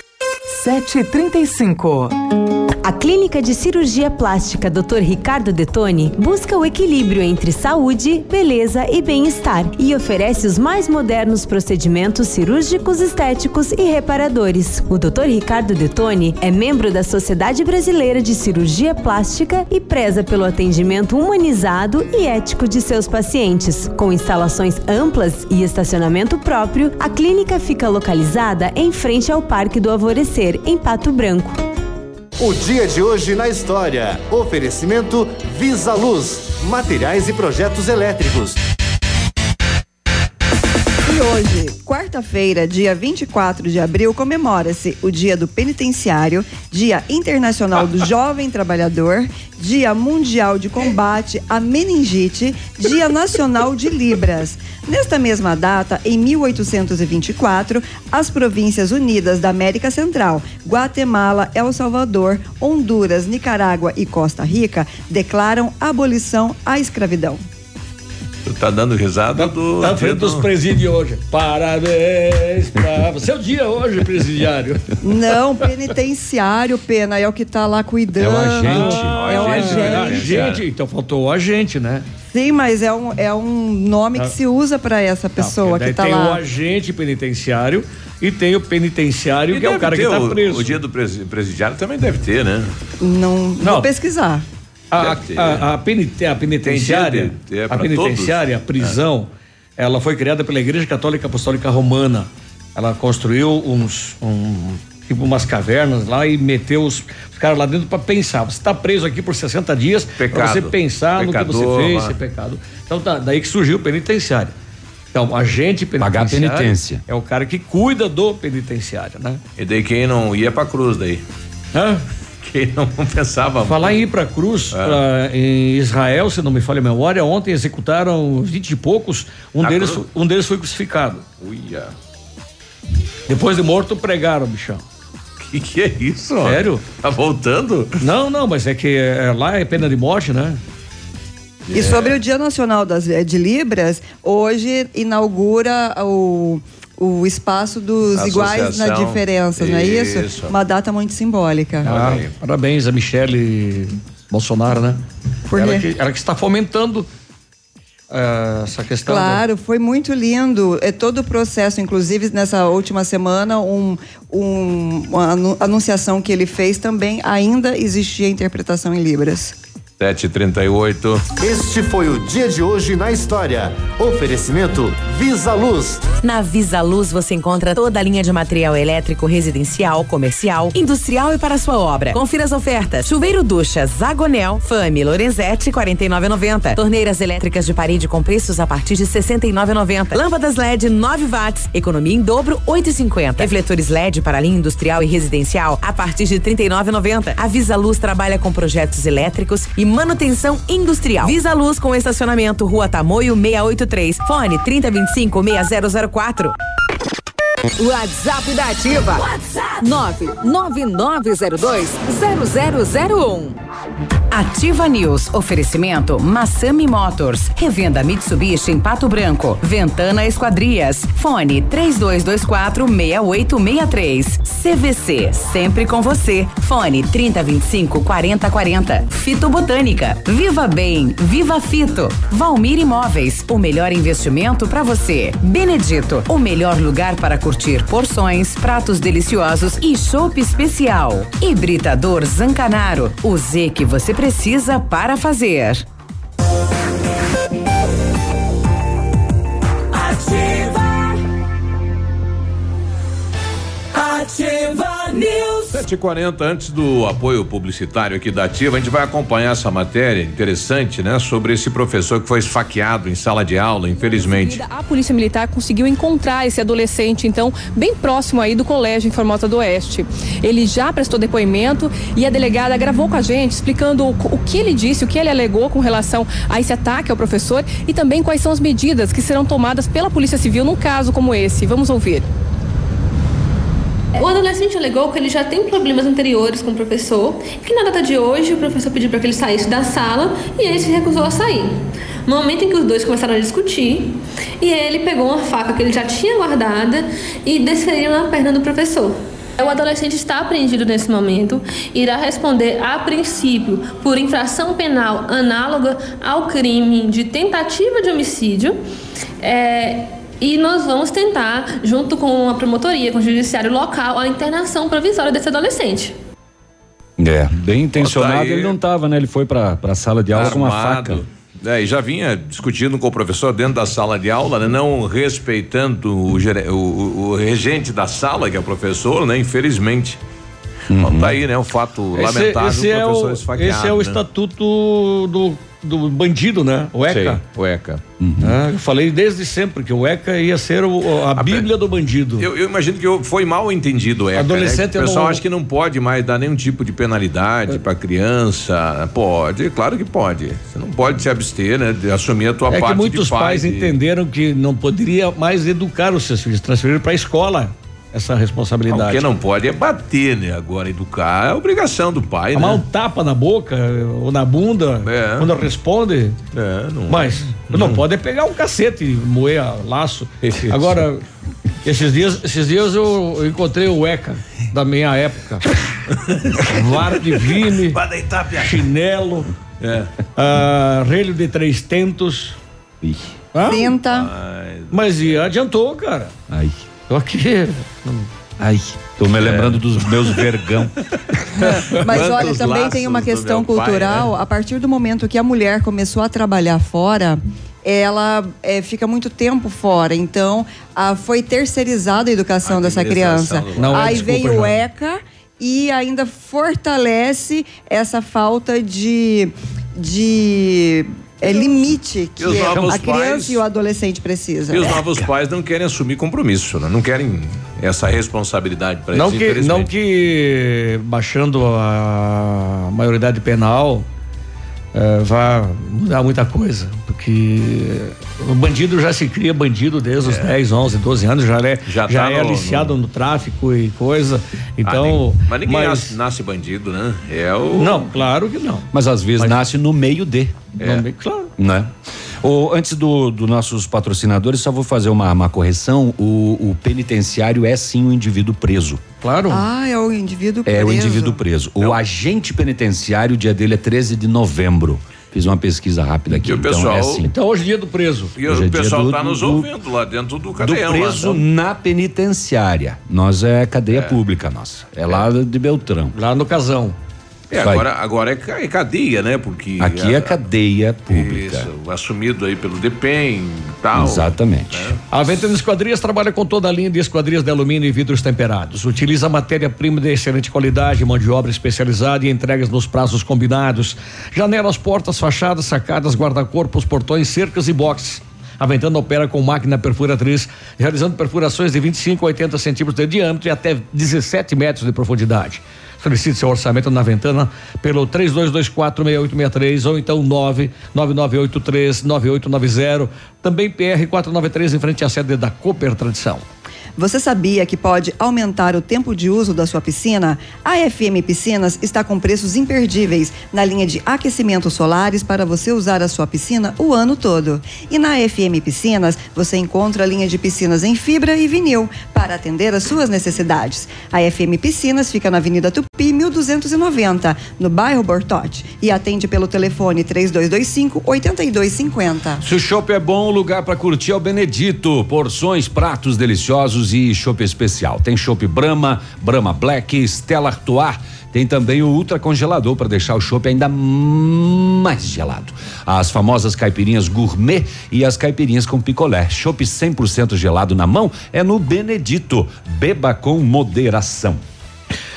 [SPEAKER 2] 7h35.
[SPEAKER 8] A Clínica de Cirurgia Plástica Dr. Ricardo Detoni busca o equilíbrio entre saúde, beleza e bem-estar e oferece os mais modernos procedimentos cirúrgicos, estéticos e reparadores. O Dr. Ricardo Detoni é membro da Sociedade Brasileira de Cirurgia Plástica e preza pelo atendimento humanizado e ético de seus pacientes. Com instalações amplas e estacionamento próprio, a clínica fica localizada em frente ao Parque do Alvorecer, em Pato Branco.
[SPEAKER 13] O dia de hoje na história. Oferecimento Visa Luz, materiais e projetos elétricos.
[SPEAKER 5] E hoje, quarta-feira, dia 24 de abril, comemora-se o Dia do Penitenciário, Dia Internacional do Jovem Trabalhador, Dia Mundial de Combate à Meningite, Dia Nacional de Libras. Nesta mesma data, em 1824, as Províncias Unidas da América Central, Guatemala, El Salvador, Honduras, Nicarágua e Costa Rica declaram abolição à escravidão.
[SPEAKER 3] Tu tá dando risada do...
[SPEAKER 6] Tá frente dos presídios hoje. Parabéns pra você. É o dia hoje, presidiário.
[SPEAKER 5] Não, penitenciário, Pena, é o que tá lá cuidando.
[SPEAKER 4] É o agente.
[SPEAKER 5] É o agente.
[SPEAKER 6] Então faltou o agente, né?
[SPEAKER 5] Sim, mas é um nome que se usa para essa pessoa que tá lá.
[SPEAKER 6] Tem o agente penitenciário e tem o penitenciário, que é o cara que tá preso.
[SPEAKER 3] O dia do presidiário também deve ter, né?
[SPEAKER 5] Não. Vou pesquisar.
[SPEAKER 6] A penitenciária, a prisão, ela foi criada pela Igreja Católica Apostólica Romana. Ela construiu tipo umas cavernas lá e meteu os caras lá dentro para pensar. Você está preso aqui por 60 dias para você pensar no que você fez, é pecado. Então daí que surgiu o penitenciário. Então, agente penitenciário.
[SPEAKER 4] Pagar a penitência.
[SPEAKER 6] É o cara que cuida do penitenciário, né?
[SPEAKER 3] E daí quem não ia pra cruz daí?
[SPEAKER 6] Hã?
[SPEAKER 3] Quem não pensava.
[SPEAKER 6] Falar em ir pra cruz, em Israel, se não me falha a memória, ontem executaram 20 e poucos, um deles foi crucificado.
[SPEAKER 3] Uia.
[SPEAKER 6] Depois de morto, pregaram, bichão.
[SPEAKER 3] Que é isso?
[SPEAKER 6] Sério?
[SPEAKER 3] Tá voltando?
[SPEAKER 6] Não, mas é que lá é pena de morte, né?
[SPEAKER 5] E sobre o Dia Nacional de Libras, hoje inaugura o espaço dos iguais na diferença, não é isso? Uma data muito simbólica.
[SPEAKER 6] Parabéns a Michele Bolsonaro, né?
[SPEAKER 5] Por quê?
[SPEAKER 6] Ela que está fomentando essa questão.
[SPEAKER 5] Claro, foi muito lindo. É todo o processo, inclusive nessa última semana, uma anunciação que ele fez também ainda existia interpretação em Libras.
[SPEAKER 3] 7h38.
[SPEAKER 13] Este foi o dia de hoje na história. Oferecimento Visa Luz.
[SPEAKER 1] Na Visa Luz você encontra toda a linha de material elétrico residencial, comercial, industrial e para sua obra. Confira as ofertas. Chuveiro ducha Zagonel, Fame, Lorenzetti, 49,90. Torneiras elétricas de parede com preços a partir de 69,90. Lâmpadas LED 9 watts, economia em dobro 8,50. Refletores LED para linha industrial e residencial a partir de 39,90. A Visa Luz trabalha com projetos elétricos e manutenção industrial. Visa Luz com estacionamento, Rua Tamoio 683. Fone 3025-6004.
[SPEAKER 2] WhatsApp da Ativa. WhatsApp 999020001.
[SPEAKER 1] Ativa News. Oferecimento Massami Motors. Revenda Mitsubishi em Pato Branco. Ventana Esquadrias. Fone 3224-6863. CVC. Sempre com você. Fone 3025-4040. Fito Botânica. Viva Bem. Viva Fito. Valmir Imóveis. O melhor investimento para você. Benedito. O melhor lugar para curtir porções, pratos deliciosos e chopp especial. Hibridador Zancanaro. O Z que você precisa para fazer.
[SPEAKER 16] Ativa News.
[SPEAKER 3] 7h40, antes do apoio publicitário aqui da Ativa, a gente vai acompanhar essa matéria interessante, né? Sobre esse professor que foi esfaqueado em sala de aula, infelizmente.
[SPEAKER 9] A Polícia Militar conseguiu encontrar esse adolescente, então, bem próximo aí do colégio em Formosa do Oeste. Ele já prestou depoimento e a delegada gravou com a gente, explicando o que ele disse, o que ele alegou com relação a esse ataque ao professor e também quais são as medidas que serão tomadas pela Polícia Civil num caso como esse. Vamos ouvir.
[SPEAKER 10] O adolescente alegou que ele já tem problemas anteriores com o professor, que na data de hoje o professor pediu para que ele saísse da sala e ele se recusou a sair. No momento em que os dois começaram a discutir, e ele pegou uma faca que ele já tinha guardada e desferiu na perna do professor. O adolescente está apreendido nesse momento e irá responder, a princípio, por infração penal análoga ao crime de tentativa de homicídio. E nós vamos tentar, junto com a promotoria, com o judiciário local, a internação provisória desse adolescente.
[SPEAKER 4] Bem intencionado ele não estava, né? Ele foi para a sala de aula com uma faca.
[SPEAKER 3] E já vinha discutindo com o professor dentro da sala de aula, né? Não respeitando o regente da sala, que é o professor, né? Infelizmente. Então, tá aí, né? Um fato lamentável, o professor esfaqueado.
[SPEAKER 6] Esse é o estatuto do bandido, né? O ECA.
[SPEAKER 3] Sim, o ECA.
[SPEAKER 6] Eu falei desde sempre que o ECA ia ser a bíblia do bandido.
[SPEAKER 3] Eu imagino que foi mal entendido o ECA.
[SPEAKER 6] Adolescente,
[SPEAKER 3] né? O pessoal acha que não pode mais dar nenhum tipo de penalidade para criança. Pode, claro que pode. Você não pode se abster, né? De assumir a tua parte de pai.
[SPEAKER 6] É que muitos pais entenderam que não poderia mais educar os seus filhos, transferir para a escola essa responsabilidade.
[SPEAKER 3] O que não pode é bater, né? Agora, educar é obrigação do pai,
[SPEAKER 6] tomar
[SPEAKER 3] né?
[SPEAKER 6] um tapa na boca ou na bunda quando responde. Mas não pode é pegar um cacete e moer laço. Agora, esses dias eu encontrei o ECA da minha época. Vara de vime, chinelo, relho de 3 tentos.
[SPEAKER 5] Tenta.
[SPEAKER 6] Mas adiantou, cara. Tô aqui.
[SPEAKER 4] Tô me lembrando dos meus vergão.
[SPEAKER 5] Mas olha, também tem uma questão cultural. A partir do momento que a mulher começou a trabalhar fora, ela fica muito tempo fora. Então, foi terceirizada a educação dessa criança. Aí veio o ECA e ainda fortalece essa falta de limite que a criança e o adolescente precisam.
[SPEAKER 3] E os novos pais não querem assumir compromisso, né? Não querem essa responsabilidade para eles.
[SPEAKER 6] Não que baixando a maioridade penal vá mudar muita coisa, porque o bandido já se cria bandido desde os 10, 11, 12 anos, já é aliciado no tráfico e coisa. Então,
[SPEAKER 3] mas ninguém nasce bandido, né?
[SPEAKER 6] Não, claro que não.
[SPEAKER 4] Mas às vezes nasce no meio de.
[SPEAKER 6] Claro.
[SPEAKER 4] Né? Antes do nossos patrocinadores, só vou fazer uma correção. O penitenciário é sim um indivíduo preso.
[SPEAKER 6] Claro.
[SPEAKER 5] É o indivíduo preso.
[SPEAKER 4] É o indivíduo preso. O agente penitenciário, o dia dele é 13 de novembro. Fiz uma pesquisa rápida aqui.
[SPEAKER 3] E o pessoal,
[SPEAKER 4] então é assim.
[SPEAKER 6] Então hoje é dia do preso.
[SPEAKER 3] E o pessoal tá nos ouvindo lá dentro do cadeião.
[SPEAKER 4] Do preso na penitenciária. Nós é cadeia pública nossa. É lá de Beltrão.
[SPEAKER 6] Lá no Casão.
[SPEAKER 3] Agora é cadeia, né? Porque
[SPEAKER 4] aqui é cadeia pública.
[SPEAKER 3] Isso, assumido aí pelo DEPEN e tal.
[SPEAKER 4] Exatamente.
[SPEAKER 6] A Ventana Esquadrias trabalha com toda a linha de esquadrias de alumínio e vidros temperados. Utiliza matéria-prima de excelente qualidade, mão de obra especializada e entregas nos prazos combinados. Janelas, portas, fachadas, sacadas, guarda-corpos, portões, cercas e boxes. A Ventana opera com máquina perfuratriz, realizando perfurações de 25 a 80 centímetros de diâmetro e até 17 metros de profundidade. Solicite seu orçamento na Ventana pelo 32246863 ou então 999839890. Também PR 493 em frente à sede da Cooper Tradição.
[SPEAKER 5] Você sabia que pode aumentar o tempo de uso da sua piscina? A FM Piscinas está com preços imperdíveis na linha de aquecimentos solares para você usar a sua piscina o ano todo. E na FM Piscinas você encontra a linha de piscinas em fibra e vinil para atender às suas necessidades. A FM Piscinas fica na Avenida Tupi, 1290, no bairro Bortote, e atende pelo telefone 3225-8250.
[SPEAKER 4] Se o chopp é bom, o lugar para curtir é o Benedito. Porções, pratos deliciosos e chopp especial. Tem chopp Brahma, Brahma Black, Stella Artois. Tem também o ultra congelador para deixar o chopp ainda mais gelado. As famosas caipirinhas gourmet e as caipirinhas com picolé. Chopp 100% gelado na mão é no Benedito. Beba com moderação.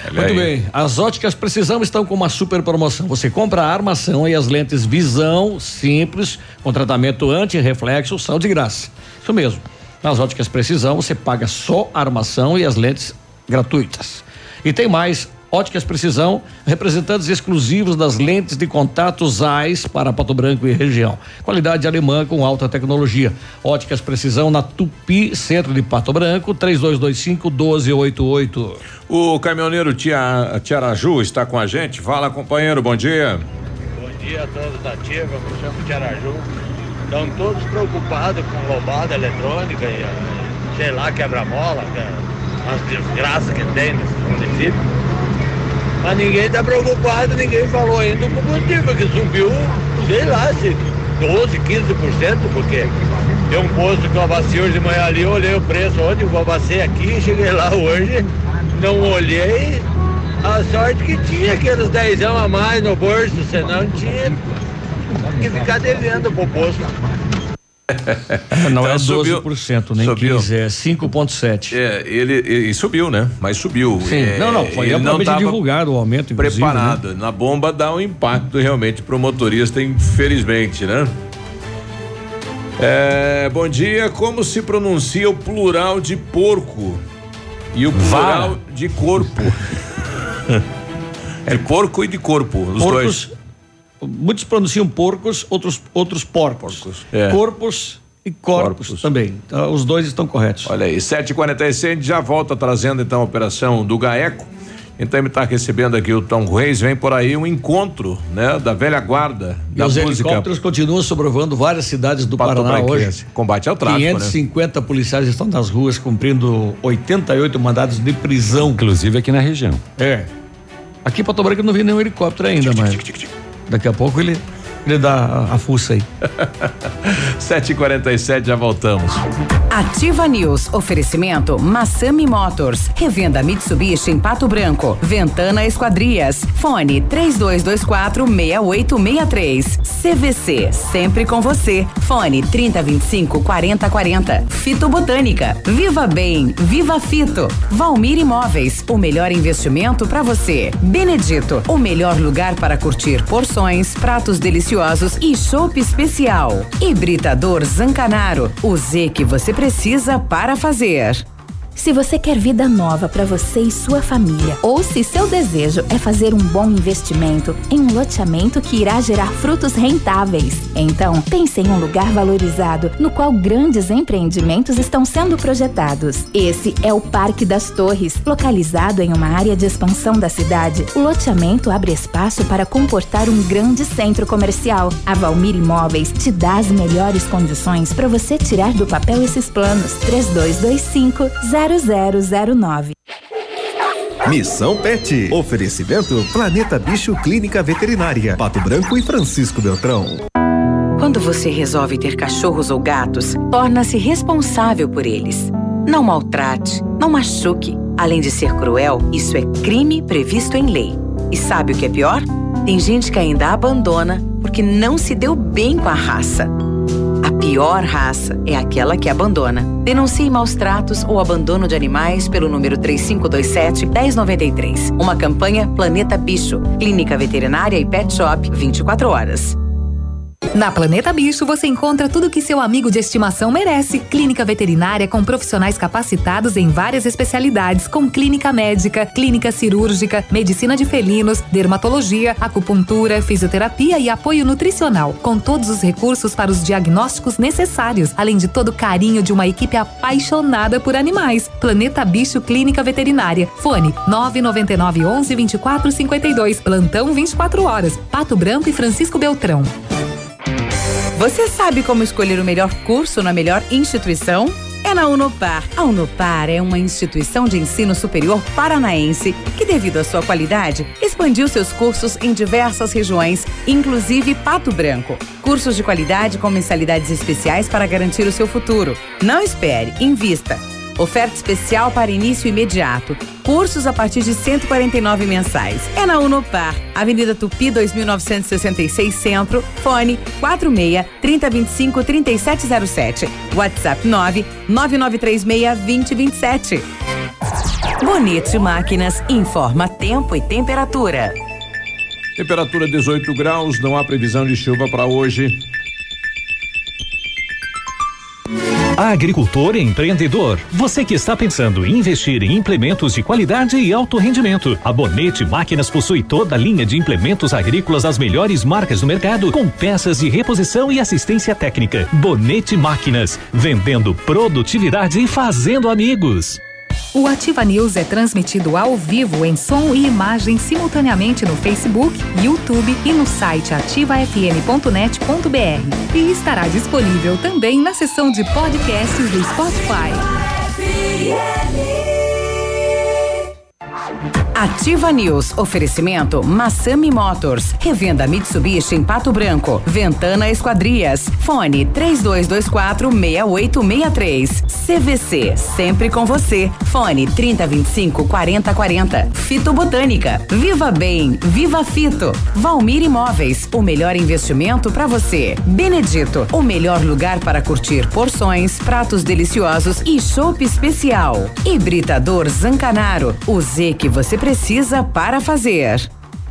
[SPEAKER 6] Muito bem, as óticas Precisão estão com uma super promoção. Você compra a armação e as lentes Visão simples, com tratamento anti-reflexo, são de graça. Isso mesmo. Nas óticas Precisão você paga só a armação e as lentes gratuitas. E tem mais. Óticas Precisão, representantes exclusivos das lentes de contato ZEISS para Pato Branco e região. Qualidade alemã com alta tecnologia. Óticas Precisão na Tupi, centro de Pato Branco, 3225-1288.
[SPEAKER 3] O caminhoneiro Tiaraju está com a gente. Fala, companheiro, bom dia.
[SPEAKER 11] Bom dia a todos da Ativa, me chamo Tiaraju. Estão todos preocupados com roubada eletrônica e, sei lá, quebra-mola, as desgraças que tem nesse município. Mas ninguém está preocupado, ninguém falou ainda o combustível que subiu, sei lá, se 12, 15%, porque tem um posto que eu abastei hoje de manhã ali, eu olhei o preço ontem, eu abastei aqui, cheguei lá hoje, não olhei, a sorte que tinha aqueles 10 a mais no bolso, senão tinha que ficar devendo pro posto.
[SPEAKER 6] Não é 12%, nem subiu. 15%, é 5,7%.
[SPEAKER 3] Ele subiu, né? Mas subiu.
[SPEAKER 6] Sim, foi amplamente divulgado o aumento, inclusive.
[SPEAKER 3] Preparado.
[SPEAKER 6] Né?
[SPEAKER 3] Na bomba dá um impacto realmente pro motorista, infelizmente, né? Bom dia, como se pronuncia o plural de porco e o plural de corpo? De porco e de corpo, os
[SPEAKER 6] porcos,
[SPEAKER 3] dois.
[SPEAKER 6] Muitos pronunciam porcos, outros porcos. Corpos e corpos também. Então, os dois estão corretos.
[SPEAKER 3] Olha aí, 7h46, já volta trazendo então a operação do GAECO. Então ele está recebendo aqui o Tom Reis, vem por aí um encontro, né, da velha guarda da
[SPEAKER 6] música.
[SPEAKER 3] Os
[SPEAKER 6] helicópteros continuam sobrevoando várias cidades do Paraná hoje.
[SPEAKER 3] Combate ao tráfico,
[SPEAKER 6] 550 policiais estão nas ruas cumprindo 88 mandados de prisão.
[SPEAKER 4] Inclusive aqui na região.
[SPEAKER 6] Aqui em Pato Branco não vi nenhum helicóptero ainda, mas daqui a pouco ele dá a fuça aí.
[SPEAKER 3] 7h47, já voltamos.
[SPEAKER 1] Ativa News, oferecimento Massami Motors, revenda Mitsubishi em Pato Branco, Ventana Esquadrias, fone 3224-6863, CVC, sempre com você, fone 3025-4040, Fito Botânica, Viva Bem, Viva Fito, Valmir Imóveis, o melhor investimento para você, Benedito, o melhor lugar para curtir porções, pratos deliciosos e chopp especial, Hibridador Zancanaro, o Z que você precisa para fazer.
[SPEAKER 12] Se você quer vida nova para você e sua família, ou se seu desejo é fazer um bom investimento em um loteamento que irá gerar frutos rentáveis, então pense em um lugar valorizado no qual grandes empreendimentos estão sendo projetados. Esse é o Parque das Torres, localizado em uma área de expansão da cidade. O loteamento abre espaço para comportar um grande centro comercial. A Valmir Imóveis te dá as melhores condições para você tirar do papel esses planos. 3225-0009.
[SPEAKER 17] Missão Pet. Oferecimento Planeta Bicho Clínica Veterinária, Pato Branco e Francisco Beltrão.
[SPEAKER 1] Quando você resolve ter cachorros ou gatos, torna-se responsável por eles. Não maltrate, não machuque. Além de ser cruel, isso é crime previsto em lei. E sabe o que é pior? Tem gente que ainda abandona porque não se deu bem com a raça. A pior raça é aquela que abandona. Denuncie maus tratos ou abandono de animais pelo número 3527-1093. Uma campanha Planeta Bicho, Clínica Veterinária e Pet Shop, 24 horas.
[SPEAKER 2] Na Planeta Bicho você encontra tudo que seu amigo de estimação merece. Clínica veterinária com profissionais capacitados em várias especialidades, com clínica médica, clínica cirúrgica, medicina de felinos, dermatologia, acupuntura, fisioterapia e apoio nutricional, com todos os recursos para os diagnósticos necessários, além de todo o carinho de uma equipe apaixonada por animais. Planeta Bicho Clínica Veterinária. Fone 999 11 2452. Plantão 24 horas. Pato Branco e Francisco Beltrão.
[SPEAKER 1] Você sabe como escolher o melhor curso na melhor instituição? É na Unopar. A Unopar é uma instituição de ensino superior paranaense que, devido à sua qualidade, expandiu seus cursos em diversas regiões, inclusive Pato Branco. Cursos de qualidade com mensalidades especiais para garantir o seu futuro. Não espere, invista. Oferta especial para início imediato. Cursos a partir de 149 mensais. É na Unopar, Avenida Tupi 2966 Centro, fone 46-3025-3707. WhatsApp 99936-2027. Bonete Máquinas informa tempo e temperatura.
[SPEAKER 3] Temperatura 18 graus, não há previsão de chuva para hoje.
[SPEAKER 18] Agricultor e empreendedor, você que está pensando em investir em implementos de qualidade e alto rendimento, a Bonete Máquinas possui toda a linha de implementos agrícolas das melhores marcas do mercado, com peças de reposição e assistência técnica. Bonete Máquinas, vendendo produtividade e fazendo amigos.
[SPEAKER 2] O Ativa News é transmitido ao vivo em som e imagem simultaneamente no Facebook, YouTube e no site ativafm.net.br. E estará disponível também na seção de podcasts do Spotify.
[SPEAKER 1] Ativa News, oferecimento Massami Motors, revenda Mitsubishi em Pato Branco, Ventana Esquadrias, fone 3224-6863, CVC, sempre com você, fone 3025-4040, Fito Botânica, Viva Bem, Viva Fito, Valmir Imóveis, o melhor investimento para você, Benedito, o melhor lugar para curtir porções, pratos deliciosos e chopp especial, Hibridador Zancanaro, o Z que você precisa para fazer.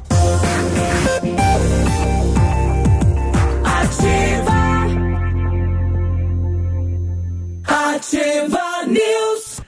[SPEAKER 16] Ativa News.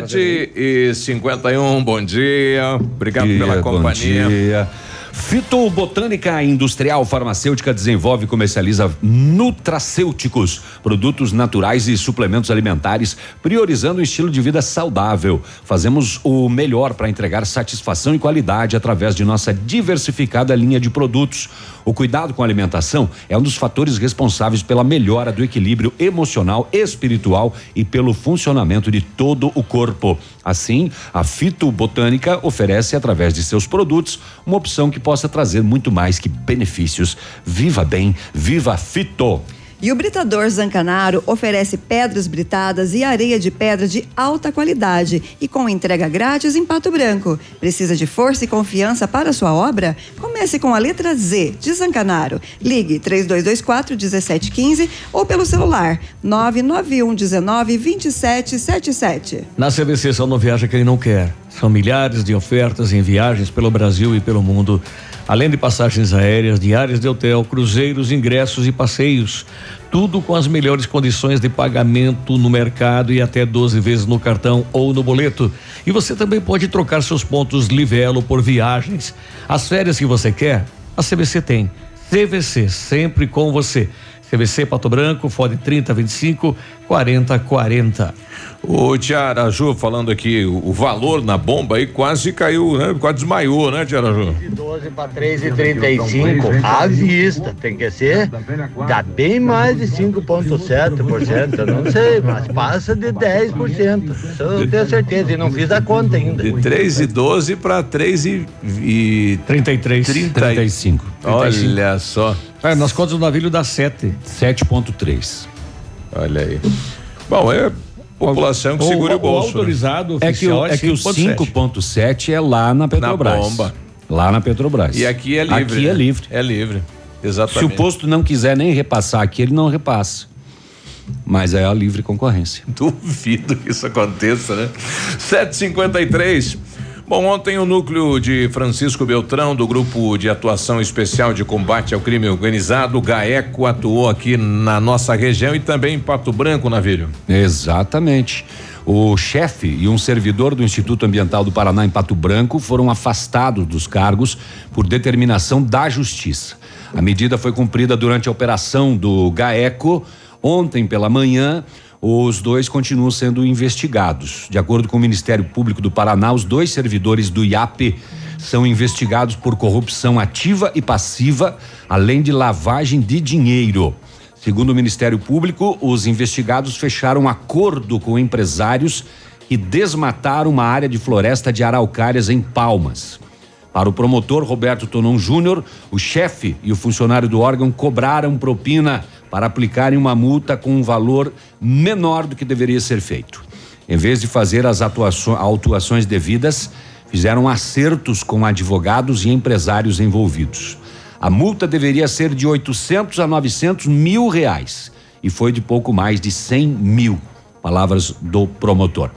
[SPEAKER 3] 7h51, bom dia. Obrigado pela companhia.
[SPEAKER 4] Bom dia. Fitobotânica Industrial Farmacêutica desenvolve e comercializa nutracêuticos, produtos naturais e suplementos alimentares, priorizando o estilo de vida saudável. Fazemos o melhor para entregar satisfação e qualidade através de nossa diversificada linha de produtos. O cuidado com a alimentação é um dos fatores responsáveis pela melhora do equilíbrio emocional, espiritual e pelo funcionamento de todo o corpo. Assim, a Fitobotânica oferece, através de seus produtos, uma opção que possa trazer muito mais que benefícios. Viva bem, viva Fito!
[SPEAKER 5] E o Britador Zancanaro oferece pedras britadas e areia de pedra de alta qualidade e com entrega grátis em Pato Branco. Precisa de força e confiança para a sua obra? Comece com a letra Z de Zancanaro. Ligue 3224-1715 ou pelo celular 99119-2777.
[SPEAKER 6] Na CVC só não viaja quem não quer. São milhares de ofertas em viagens pelo Brasil e pelo mundo. Além de passagens aéreas, diárias de hotel, cruzeiros, ingressos e passeios. Tudo com as melhores condições de pagamento no mercado e até 12 vezes no cartão ou no boleto. E você também pode trocar seus pontos Livelo por viagens. As férias que você quer, a CVC tem. CVC, sempre com você. CVC Pato Branco, fone 3025-4040.
[SPEAKER 3] O Tiaraju falando aqui, o valor na bomba aí quase caiu, né? Quase desmaiou, né, Tiaraju?
[SPEAKER 11] De 12 para 3,35 à vista, tem que ser, dá bem mais de 5,7%, eu não sei, mas passa de 10%, isso eu tenho certeza, e não fiz a conta ainda.
[SPEAKER 3] De 3,12 para
[SPEAKER 6] 3,35.
[SPEAKER 3] Olha só.
[SPEAKER 6] Nas contas do navio dá
[SPEAKER 4] 7,3.
[SPEAKER 3] Olha aí. Bom, população que segure o bolso.
[SPEAKER 6] Autorizado
[SPEAKER 4] é que o 5,7 é lá na Petrobras.
[SPEAKER 3] Na bomba.
[SPEAKER 4] Lá na Petrobras.
[SPEAKER 3] E aqui é livre.
[SPEAKER 4] Aqui é livre.
[SPEAKER 3] É livre. Exatamente.
[SPEAKER 4] Se o posto não quiser nem repassar aqui, ele não repassa. Mas é a livre concorrência.
[SPEAKER 3] Duvido que isso aconteça, né? 7h53. Bom, ontem o núcleo de Francisco Beltrão, do Grupo de Atuação Especial de Combate ao Crime Organizado, GAECO, atuou aqui na nossa região e também em Pato Branco, Navírio.
[SPEAKER 4] Exatamente. O chefe e um servidor do Instituto Ambiental do Paraná em Pato Branco foram afastados dos cargos por determinação da Justiça. A medida foi cumprida durante a operação do GAECO ontem pela manhã. Os dois continuam sendo investigados. De acordo com o Ministério Público do Paraná, os dois servidores do IAP são investigados por corrupção ativa e passiva, além de lavagem de dinheiro. Segundo o Ministério Público, os investigados fecharam um acordo com empresários que desmataram uma área de floresta de araucárias em Palmas. Para o promotor Roberto Tonon Júnior, o chefe e o funcionário do órgão cobraram propina para aplicarem uma multa com um valor menor do que deveria ser feito. Em vez de fazer as autuações devidas, fizeram acertos com advogados e empresários envolvidos. A multa deveria ser de 800 a 900 mil reais e foi de pouco mais de 100 mil, palavras do promotor.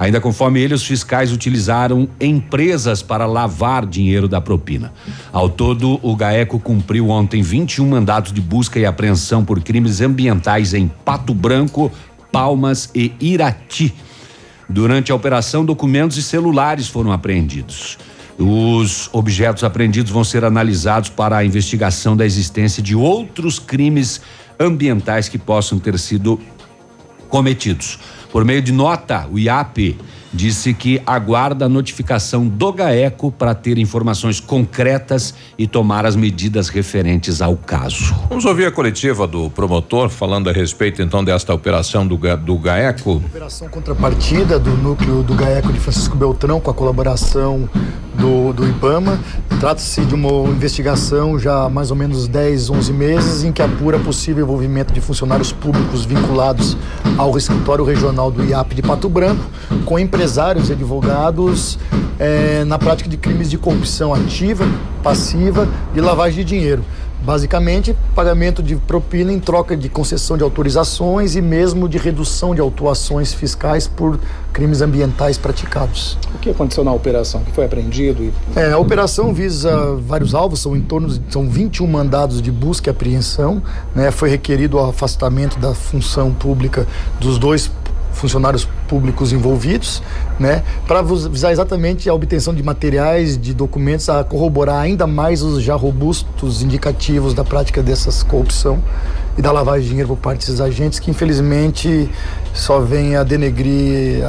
[SPEAKER 4] Ainda conforme ele, os fiscais utilizaram empresas para lavar dinheiro da propina. Ao todo, o GAECO cumpriu ontem 21 mandados de busca e apreensão por crimes ambientais em Pato Branco, Palmas e Irati. Durante a operação, documentos e celulares foram apreendidos. Os objetos apreendidos vão ser analisados para a investigação da existência de outros crimes ambientais que possam ter sido cometidos. Por meio de nota, o IAP disse que aguarda a notificação do GAECO para ter informações concretas e tomar as medidas referentes ao caso.
[SPEAKER 3] Vamos ouvir a coletiva do promotor falando a respeito então desta operação do GAECO.
[SPEAKER 15] Operação contrapartida do núcleo do GAECO de Francisco Beltrão com a colaboração do IBAMA. Trata-se de uma investigação já há mais ou menos 10, 11 meses em que apura possível envolvimento de funcionários públicos vinculados ao escritório regional do IAP de Pato Branco com empresários e advogados na prática de crimes de corrupção ativa, passiva e lavagem de dinheiro. Basicamente, pagamento de propina em troca de concessão de autorizações e mesmo de redução de autuações fiscais por crimes ambientais praticados.
[SPEAKER 20] O que aconteceu na operação? O que foi apreendido?
[SPEAKER 15] A operação visa vários alvos, são 21 mandados de busca e apreensão, né? Foi requerido o afastamento da função pública dos 2 funcionários públicos envolvidos, né, para visar exatamente a obtenção de materiais, de documentos a corroborar ainda mais os já robustos indicativos da prática dessas corrupção e da lavagem de dinheiro por parte desses agentes que infelizmente só vem a denegrir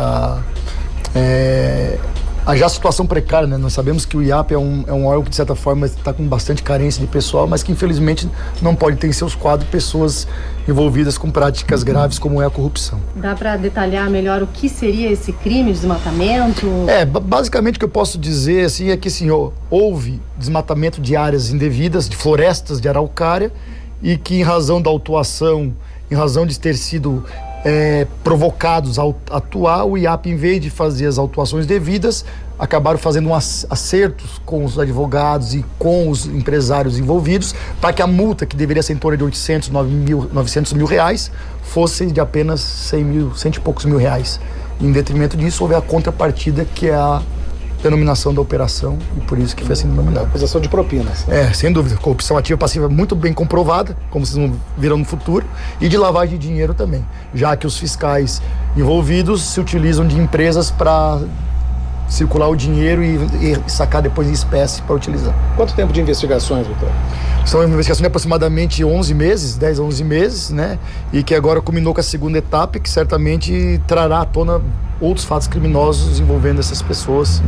[SPEAKER 15] a já situação precária, né? Nós sabemos que o IAP é um órgão que de certa forma está com bastante carência de pessoal, mas que infelizmente não pode ter em seus quadros pessoas envolvidas com práticas graves como é a corrupção.
[SPEAKER 21] Dá para detalhar melhor o que seria esse crime, desmatamento?
[SPEAKER 15] Basicamente o que eu posso dizer assim, é que assim, houve desmatamento de áreas indevidas, de florestas de araucária, e que em razão da autuação, em razão de ter sido provocados ao atuar, o IAP, em vez de fazer as autuações devidas, acabaram fazendo acertos com os advogados e com os empresários envolvidos para que a multa, que deveria ser em torno de 900 mil reais, fosse de apenas 100 e poucos mil reais. Em detrimento disso, houve a contrapartida, que é a denominação da operação, e por isso que foi assim denominada.
[SPEAKER 20] Acusação de propinas.
[SPEAKER 15] Sem dúvida. Corrupção ativa e passiva muito bem comprovada, como vocês viram no futuro, e de lavagem de dinheiro também, já que os fiscais envolvidos se utilizam de empresas para circular o dinheiro e sacar depois em espécie para utilizar.
[SPEAKER 20] Quanto tempo de investigações, doutor?
[SPEAKER 15] São uma investigação de aproximadamente 11 meses, 10 a 11 meses, né? E que agora culminou com a segunda etapa, que certamente trará à tona outros fatos criminosos envolvendo essas pessoas.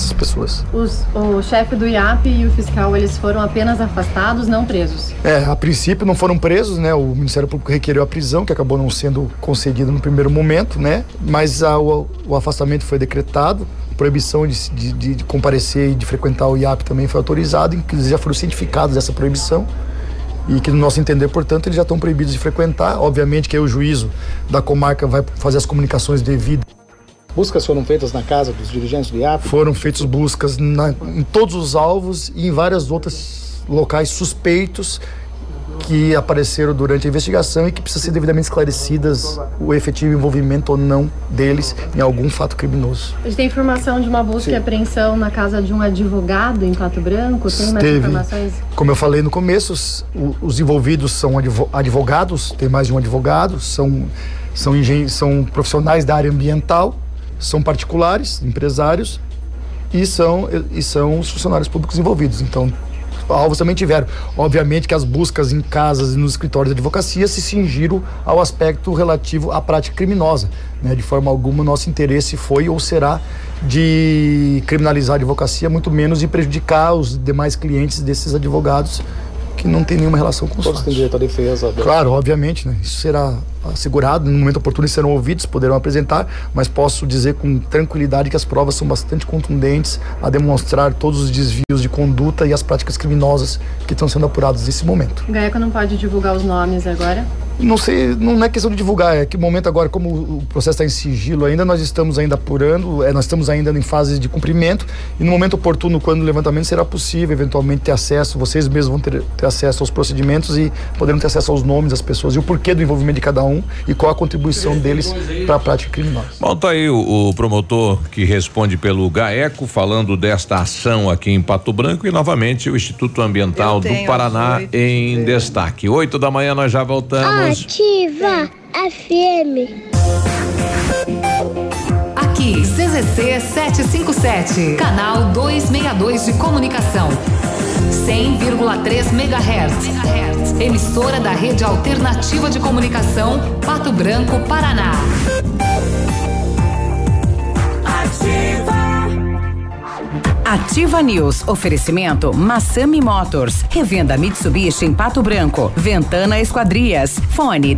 [SPEAKER 21] O chefe do IAP e o fiscal, eles foram apenas afastados, não presos?
[SPEAKER 15] A princípio não foram presos, né? O Ministério Público requeriu a prisão, que acabou não sendo concedida no primeiro momento, né? Mas o afastamento foi decretado. Proibição de comparecer e de frequentar o IAP também foi autorizado, inclusive já foram cientificados dessa proibição e que, no nosso entender, portanto, eles já estão proibidos de frequentar. Obviamente que aí o juízo da comarca vai fazer as comunicações devidas.
[SPEAKER 20] Buscas foram feitas na casa dos dirigentes do IAP?
[SPEAKER 15] Foram feitas buscas em todos os alvos e em vários outros locais suspeitos que apareceram durante a investigação e que precisam ser devidamente esclarecidas o efetivo envolvimento ou não deles em algum fato criminoso.
[SPEAKER 21] A gente tem informação de uma busca e apreensão na casa de um advogado em Pato Branco? Tem mais informações?
[SPEAKER 15] Como eu falei no começo, os envolvidos são advogados, tem mais de um advogado, são profissionais da área ambiental, são particulares, empresários e são os funcionários públicos envolvidos. Então, alvos também tiveram. Obviamente que as buscas em casas e nos escritórios de advocacia se cingiram ao aspecto relativo à prática criminosa, né? De forma alguma, nosso interesse foi ou será de criminalizar a advocacia, muito menos de prejudicar os demais clientes desses advogados que não tem nenhuma relação com os
[SPEAKER 20] fatos. Todos têm direito à defesa.
[SPEAKER 15] Claro, obviamente, né? Isso será assegurado, no momento oportuno serão ouvidos, poderão apresentar, mas posso dizer com tranquilidade que as provas são bastante contundentes a demonstrar todos os desvios de conduta e as práticas criminosas que estão sendo apuradas nesse momento.
[SPEAKER 21] O GAECO não pode divulgar os nomes agora?
[SPEAKER 15] Não sei, não é questão de divulgar, é que o momento agora, como o processo está em sigilo ainda, nós estamos ainda apurando, nós estamos ainda em fase de cumprimento, e no momento oportuno, quando o levantamento será possível, eventualmente ter acesso, vocês mesmos vão ter acesso aos procedimentos e poderão ter acesso aos nomes das pessoas e o porquê do envolvimento de cada um e qual a contribuição deles para a prática criminosa.
[SPEAKER 3] Bom, tá aí o promotor que responde pelo GAECO, falando desta ação aqui em Pato Branco, e novamente o Instituto Ambiental do Paraná em destaque. 8 da manhã nós já voltamos.
[SPEAKER 7] Ativa FM.
[SPEAKER 2] Aqui, CZC 757, canal 262 de comunicação. 100,3 MHz. Emissora da Rede Alternativa de Comunicação, Pato Branco, Paraná.
[SPEAKER 1] Ativa News. Oferecimento Massami Motors. Revenda Mitsubishi em Pato Branco. Ventana Esquadrias. Fone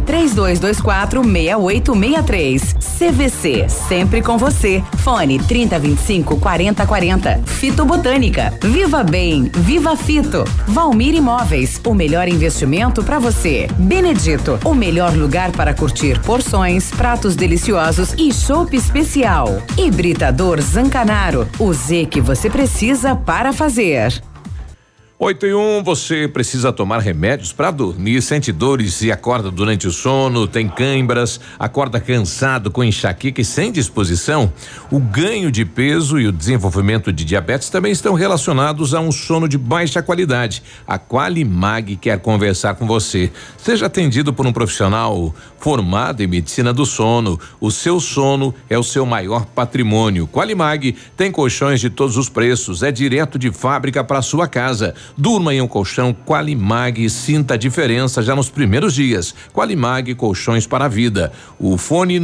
[SPEAKER 1] 3224-6863. CVC. Sempre com você. Fone 3025-4040. Fito Botânica. Viva Bem. Viva Fito. Valmir Imóveis. O melhor investimento para você. Benedito. O melhor lugar para curtir porções, pratos deliciosos e chopp especial. Hibridador Zancanaro. O Z que você precisa para fazer.
[SPEAKER 3] 8:01, você precisa tomar remédios para dormir, sente dores e acorda durante o sono, tem câimbras, acorda cansado com enxaqueca e sem disposição? O ganho de peso e o desenvolvimento de diabetes também estão relacionados a um sono de baixa qualidade. A Qualimag quer conversar com você. Seja atendido por um profissional formado em medicina do sono. O seu sono é o seu maior patrimônio. Qualimag tem colchões de todos os preços, é direto de fábrica para sua casa. Durma em um colchão Qualimag e sinta a diferença já nos primeiros dias. Qualimag, colchões para a vida. O fone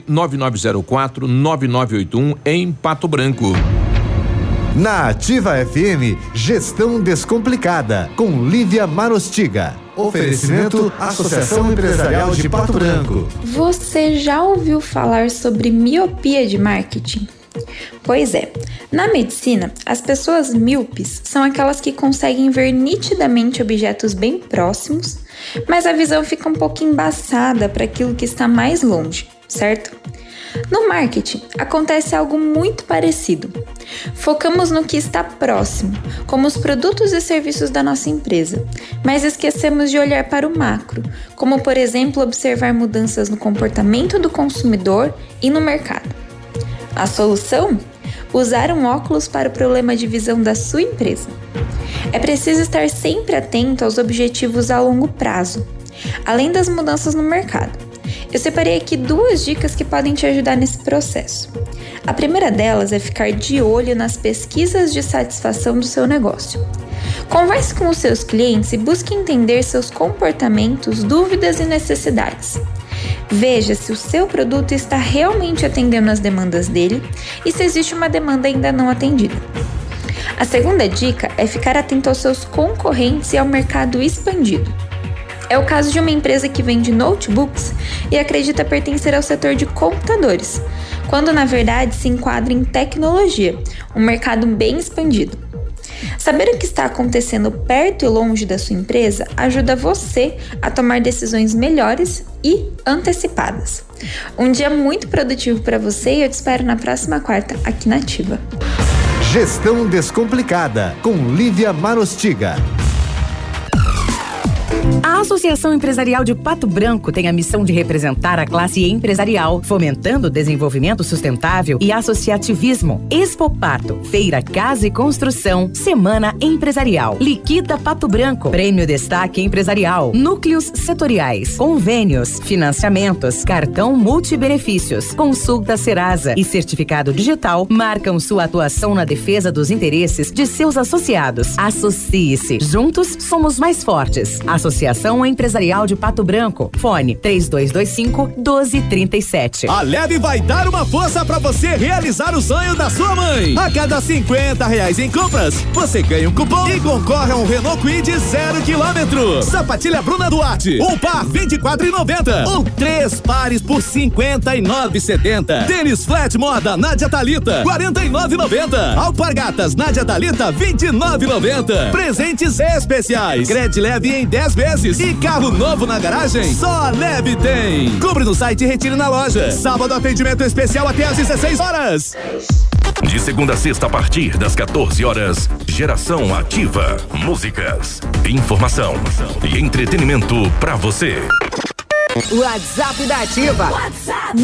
[SPEAKER 3] 99904-9981 em Pato Branco.
[SPEAKER 13] Na Ativa FM, Gestão Descomplicada, com Lívia Marostiga. Oferecimento Associação Empresarial de Pato Branco.
[SPEAKER 14] Você já ouviu falar sobre miopia de marketing? Pois é, na medicina, as pessoas míopes são aquelas que conseguem ver nitidamente objetos bem próximos, mas a visão fica um pouco embaçada para aquilo que está mais longe, certo? No marketing, acontece algo muito parecido. Focamos no que está próximo, como os produtos e serviços da nossa empresa, mas esquecemos de olhar para o macro, como, por exemplo, observar mudanças no comportamento do consumidor e no mercado. A solução? Usar um óculos para o problema de visão da sua empresa. É preciso estar sempre atento aos objetivos a longo prazo, além das mudanças no mercado. Eu separei aqui 2 dicas que podem te ajudar nesse processo. A primeira delas é ficar de olho nas pesquisas de satisfação do seu negócio. Converse com os seus clientes e busque entender seus comportamentos, dúvidas e necessidades. Veja se o seu produto está realmente atendendo às demandas dele e se existe uma demanda ainda não atendida. A segunda dica é ficar atento aos seus concorrentes e ao mercado expandido. É o caso de uma empresa que vende notebooks e acredita pertencer ao setor de computadores, quando na verdade se enquadra em tecnologia, um mercado bem expandido. Saber o que está acontecendo perto e longe da sua empresa ajuda você a tomar decisões melhores e antecipadas. Um dia muito produtivo para você e eu te espero na próxima quarta aqui na Ativa.
[SPEAKER 13] Gestão Descomplicada, com Lívia Marostiga.
[SPEAKER 1] A Associação Empresarial de Pato Branco tem a missão de representar a classe empresarial, fomentando o desenvolvimento sustentável e associativismo. Expo Pato, Feira Casa e Construção, Semana Empresarial. Liquida Pato Branco, Prêmio Destaque Empresarial, Núcleos Setoriais, Convênios, Financiamentos, Cartão Multibenefícios, Consulta Serasa e Certificado Digital marcam sua atuação na defesa dos interesses de seus associados. Associe-se. Juntos somos mais fortes. Associação Empresarial de Pato Branco. Fone 3225-1237.
[SPEAKER 22] A Leve vai dar uma força para você realizar o sonho da sua mãe. A cada R$50 em compras, você ganha um cupom e concorre a um Renault Kwid 0 km. Sapatilha Bruna Duarte, um par R$24,90 ou 3 pares por R$59,70. Tênis Flat Moda Nádia Thalita, R$49,90. Alpargatas Nádia Thalita, R$29,90. Presentes especiais. Crédito leve em 10 vezes. vezes. E carro novo na garagem? Só a Leve tem. Compre no site e retire na loja. Sábado, atendimento especial até às 16 horas.
[SPEAKER 8] De segunda a sexta, a partir das 14 horas, Geração Ativa. Músicas, informação e entretenimento pra você.
[SPEAKER 1] WhatsApp da Ativa. WhatsApp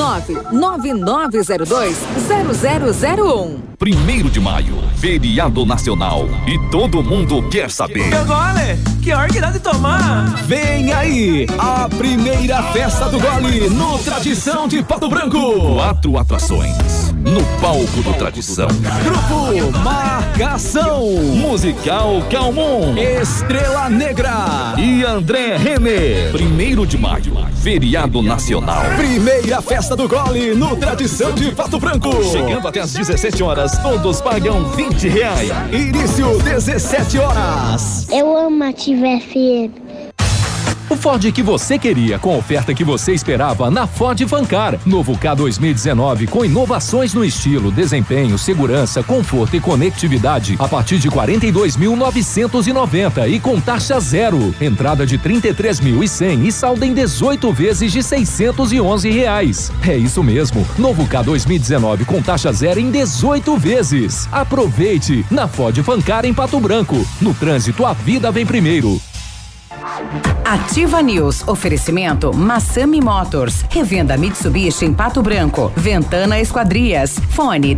[SPEAKER 1] 999020001.
[SPEAKER 19] 1º de maio, feriado nacional. E todo mundo quer saber.
[SPEAKER 16] Meu gole, que hora que dá de tomar?
[SPEAKER 19] Vem aí, a primeira festa do gole no Tradição de Pato Branco. 4 atrações no palco do Tradição. Grupo Marcação, Musical Calmon, Estrela Negra e André Renner. 1º de maio, feriado nacional. Primeira festa do gole no Tradição de Pato Branco. Chegando até às 17 horas, todos pagam R$20. Início 17 horas.
[SPEAKER 7] Eu amo a Ativa FM.
[SPEAKER 18] O Ford que você queria, com a oferta que você esperava na Ford Fancar. Novo K 2019 com inovações no estilo, desempenho, segurança, conforto e conectividade a partir de 42.990 e com taxa zero. Entrada de 33.100 e saldo em 18 vezes de R$611. É isso mesmo. Novo K 2019 com taxa zero em 18 vezes. Aproveite na Ford Fancar em Pato Branco. No trânsito, a vida vem primeiro.
[SPEAKER 1] Ativa News. Oferecimento Massami Motors. Revenda Mitsubishi em Pato Branco. Ventana Esquadrias. Fone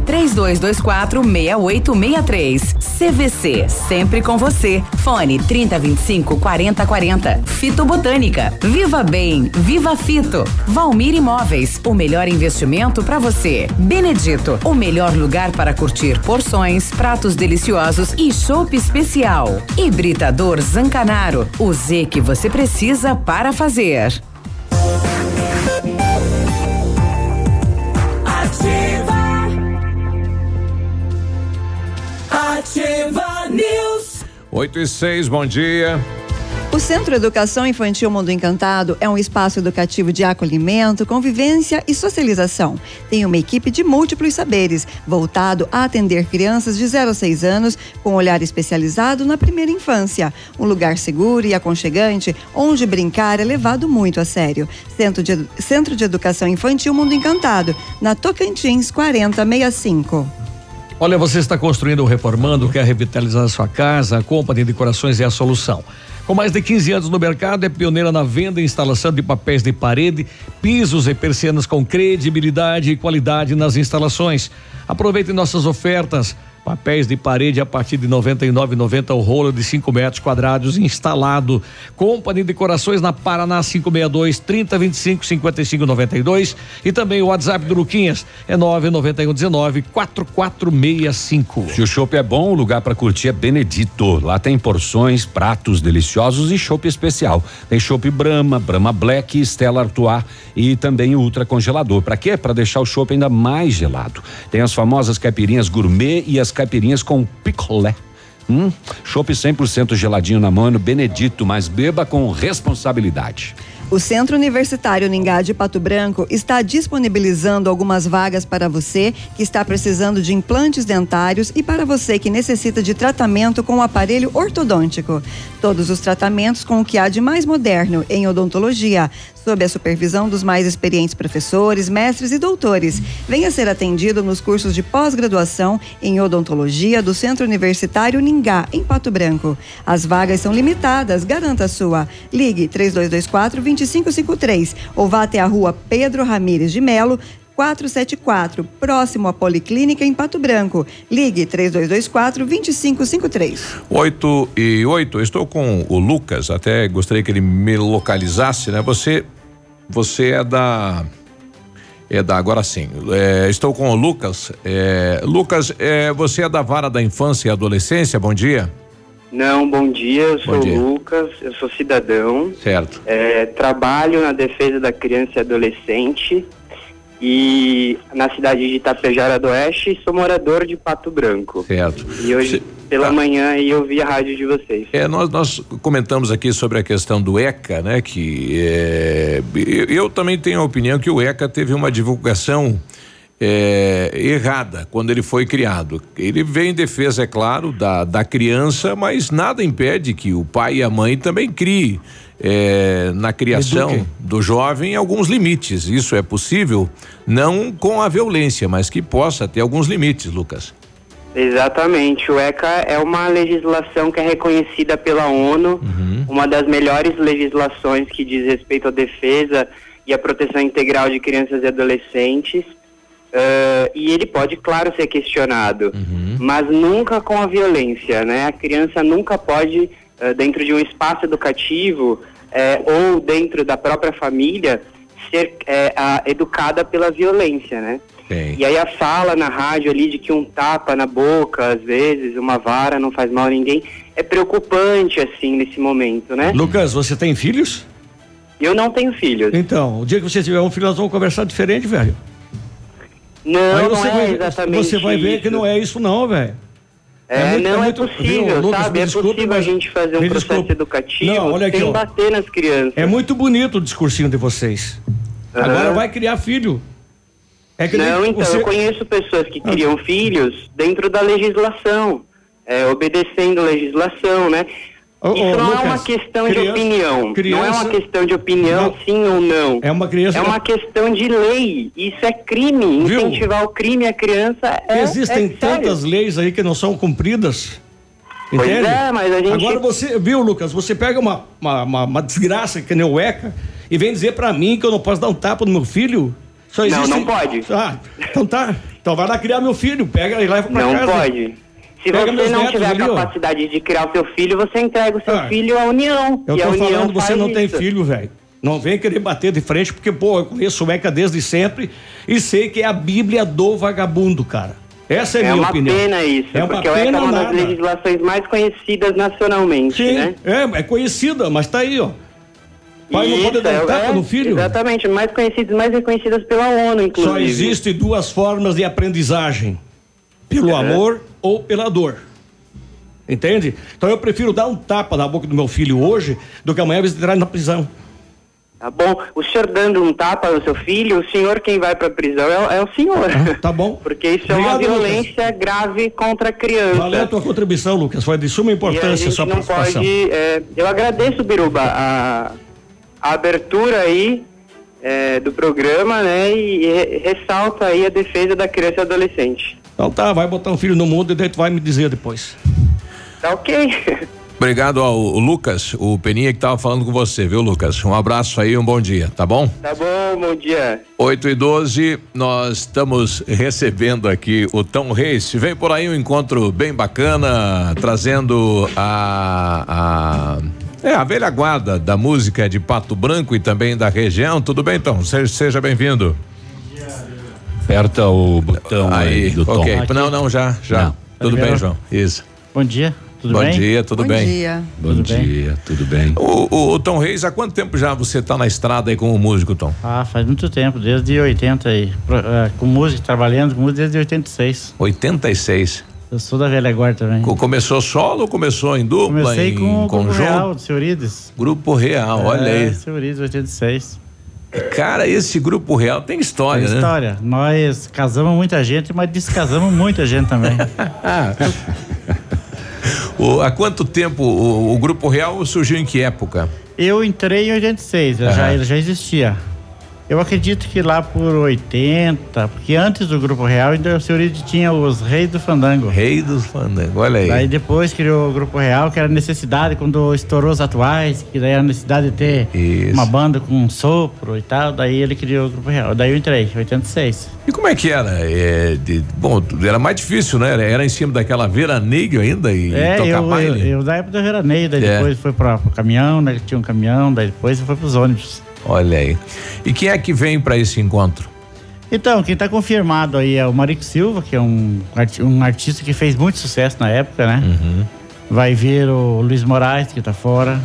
[SPEAKER 1] 3224-6863. CVC. Sempre com você. Fone 3025-4040. Fito Botânica. Viva Bem. Viva Fito. Valmir Imóveis. O melhor investimento para você. Benedito. O melhor lugar para curtir porções, pratos deliciosos e chopp especial. Hibridador Zancanaro. O Z que você precisa para fazer.
[SPEAKER 16] Ativa News.
[SPEAKER 3] 8:06, bom dia.
[SPEAKER 5] O Centro Educação Infantil Mundo Encantado é um espaço educativo de acolhimento, convivência e socialização. Tem uma equipe de múltiplos saberes, voltado a atender crianças de 0 a 6 anos, com olhar especializado na primeira infância. Um lugar seguro e aconchegante, onde brincar é levado muito a sério. Centro de Educação Infantil Mundo Encantado, na Tocantins 4065.
[SPEAKER 6] Olha, você está construindo ou reformando, quer revitalizar a sua casa? A Company Decorações é a solução. Com mais de 15 anos no mercado, é pioneira na venda e instalação de papéis de parede, pisos e persianas com credibilidade e qualidade nas instalações. Aproveite nossas ofertas. Papéis de parede a partir de R$ 99,90 o rolo de 5 metros quadrados instalado. Company Decorações na Paraná 562-3025-5592 e também o WhatsApp do Luquinhas é 99119-4465.
[SPEAKER 4] Se o chopp é bom, o lugar para curtir é Benedito. Lá tem porções, pratos deliciosos e chopp especial. Tem chopp Brahma, Brahma Black, Stella Artois e também o ultra congelador. Para quê? Para deixar o chopp ainda mais gelado. Tem as famosas caipirinhas gourmet e as caipirinhas com picolé. Chopp 100% geladinho na mão no Benedito, mas beba com responsabilidade.
[SPEAKER 5] O Centro Universitário Ningá de Pato Branco está disponibilizando algumas vagas para você que está precisando de implantes dentários e para você que necessita de tratamento com o aparelho ortodôntico. Todos os tratamentos com o que há de mais moderno em odontologia, sob a supervisão dos mais experientes professores, mestres e doutores. Venha ser atendido nos cursos de pós-graduação em odontologia do Centro Universitário Ningá, em Pato Branco. As vagas são limitadas, garanta a sua. Ligue 3224-2553 ou vá até a rua Pedro Ramires de Melo, 474, próximo à Policlínica em Pato Branco. Ligue 3224-2553.
[SPEAKER 3] 8:08, estou com o Lucas, até gostaria que ele me localizasse, né? Você é da agora sim. Estou com o Lucas. Lucas, você é da Vara da Infância e Adolescência? Bom dia.
[SPEAKER 23] Não, bom dia, eu sou o Lucas, eu sou cidadão.
[SPEAKER 3] Certo.
[SPEAKER 23] Trabalho na defesa da criança e adolescente e na cidade de Itapejara do Oeste e sou morador de Pato Branco.
[SPEAKER 3] Certo.
[SPEAKER 23] E hoje, pela manhã, eu vi a rádio de vocês.
[SPEAKER 3] Nós comentamos aqui sobre a questão do ECA, né? Que eu também tenho a opinião que o ECA teve uma divulgação errada quando ele foi criado. Ele vem em defesa, é claro, da criança, mas nada impede que o pai e a mãe também criem na criação do jovem alguns limites. Isso é possível, não com a violência, mas que possa ter alguns limites, Lucas.
[SPEAKER 23] Exatamente, o ECA é uma legislação que é reconhecida pela ONU, uma das melhores legislações que diz respeito à defesa e à proteção integral de crianças e adolescentes, e ele pode, claro, ser questionado, mas nunca com a violência, né? A criança nunca pode, dentro de um espaço educativo ou dentro da própria família, ser educada pela violência, né?
[SPEAKER 3] Sim.
[SPEAKER 23] E aí a fala na rádio ali de que um tapa na boca, às vezes, uma vara não faz mal a ninguém, é preocupante, assim, nesse momento, né?
[SPEAKER 6] Lucas, você tem filhos?
[SPEAKER 23] Eu não tenho filhos.
[SPEAKER 6] Então, o dia que você tiver um filho, nós vamos conversar diferente, velho.
[SPEAKER 23] Não, não é exatamente
[SPEAKER 6] Você vai ver que não é isso não, velho.
[SPEAKER 23] Não é possível,
[SPEAKER 6] Lucas,
[SPEAKER 23] sabe? É possível a gente fazer um processo educativo sem bater nas crianças.
[SPEAKER 6] É muito bonito o discursinho de vocês. Agora vai criar filho.
[SPEAKER 23] Eu conheço pessoas que criam filhos dentro da legislação, obedecendo a legislação, né? Isso não Lucas, é uma questão de opinião. Não é uma questão de opinião, sim ou não.
[SPEAKER 6] É uma criança.
[SPEAKER 23] É uma questão de lei. Isso é crime. Incentivar o crime à criança
[SPEAKER 6] Existem tantas leis aí que não são cumpridas.
[SPEAKER 23] Pois
[SPEAKER 6] entende?
[SPEAKER 23] Mas a gente...
[SPEAKER 6] Agora você, viu, Lucas, você pega uma desgraça que nem o ECA e vem dizer pra mim que eu não posso dar um tapa no meu filho?
[SPEAKER 23] Não pode.
[SPEAKER 6] Então tá. Então vai lá criar meu filho, pega e leva pra casa.
[SPEAKER 23] Não pode. Se você não tiver a capacidade de criar o seu filho, você entrega o seu filho à União.
[SPEAKER 6] Eu tô falando, você não tem filho, velho. Não vem querer bater de frente, porque, eu conheço o ECA desde sempre e sei que é a Bíblia do vagabundo, cara. Essa é a minha opinião.
[SPEAKER 23] É uma pena isso, porque o ECA é uma das legislações mais conhecidas nacionalmente, né?
[SPEAKER 6] É conhecida, mas tá aí, ó. Pai não pode dar um tapa no filho?
[SPEAKER 23] Exatamente, mais reconhecidas pela ONU, inclusive.
[SPEAKER 6] Só existem duas formas de aprendizagem: pelo amor ou pela dor. Entende? Então eu prefiro dar um tapa na boca do meu filho hoje do que amanhã visitar ele na prisão.
[SPEAKER 23] Tá bom. O senhor dando um tapa no seu filho, o senhor quem vai pra prisão é o senhor.
[SPEAKER 6] Tá bom.
[SPEAKER 23] Porque isso é uma violência grave contra a criança.
[SPEAKER 6] Valeu a tua contribuição, Lucas. Foi de suma importância a sua participação.
[SPEAKER 23] Eu agradeço, Biruba, a abertura aí do programa, né? E ressalta aí a defesa da criança e adolescente.
[SPEAKER 6] Então tá, vai botar um filho no mundo e daí tu vai me dizer depois.
[SPEAKER 23] Tá ok.
[SPEAKER 3] Obrigado ao Lucas, o Peninha que tava falando com você, viu, Lucas? Um abraço aí, um bom dia, tá bom?
[SPEAKER 23] Tá bom, bom dia.
[SPEAKER 3] 8:12, nós estamos recebendo aqui o Tom Reis. Vem por aí um encontro bem bacana, trazendo a velha guarda da música de Pato Branco e também da região. Tudo bem, Tom? Seja bem-vindo.
[SPEAKER 4] Aperta o botão aí do Tom.
[SPEAKER 3] Ok, não, já. Não. Tudo bem, João? Isso.
[SPEAKER 9] Bom dia, tudo bem?
[SPEAKER 3] Bom dia, tudo bem?
[SPEAKER 4] Bom dia, tudo bem?
[SPEAKER 3] O Tom Reis, há quanto tempo já você tá na estrada aí como músico, Tom?
[SPEAKER 9] Faz muito tempo, desde 80 aí, com música, trabalhando com música desde 86.
[SPEAKER 3] 86?
[SPEAKER 9] Eu sou da velha guarda também.
[SPEAKER 3] Começou solo ou começou em dupla?
[SPEAKER 9] Comecei com o Grupo Real, do Senhorides.
[SPEAKER 3] Grupo Real, olha aí.
[SPEAKER 9] Senhorides, 86.
[SPEAKER 3] Cara, esse Grupo Real tem história, né?
[SPEAKER 9] Tem história. Nós casamos muita gente, mas descasamos muita gente também.
[SPEAKER 3] Há quanto tempo o Grupo Real surgiu, em que época?
[SPEAKER 9] Eu entrei em 86, ele já existia. Eu acredito que lá por 80, porque antes do Grupo Real ainda o Senhorides tinha os Reis do Fandango.
[SPEAKER 3] Rei dos Fandango, olha aí.
[SPEAKER 9] Daí depois criou o Grupo Real, que era necessidade, quando estourou os atuais, que daí era necessidade de ter uma banda com um sopro e tal, daí ele criou o Grupo Real. Daí eu entrei, em 86.
[SPEAKER 3] E como é que era? Era mais difícil, né? Era em cima daquela veraneio ainda e tocar baile?
[SPEAKER 9] Eu da época da veraneio, daí depois foi pro caminhão, né? Tinha um caminhão, daí depois foi pros ônibus.
[SPEAKER 3] Olha aí. E quem é que vem para esse encontro?
[SPEAKER 9] Então, quem está confirmado aí é o Marico Silva, que é um artista que fez muito sucesso na época, né? Vai vir o Luiz Moraes, que está fora.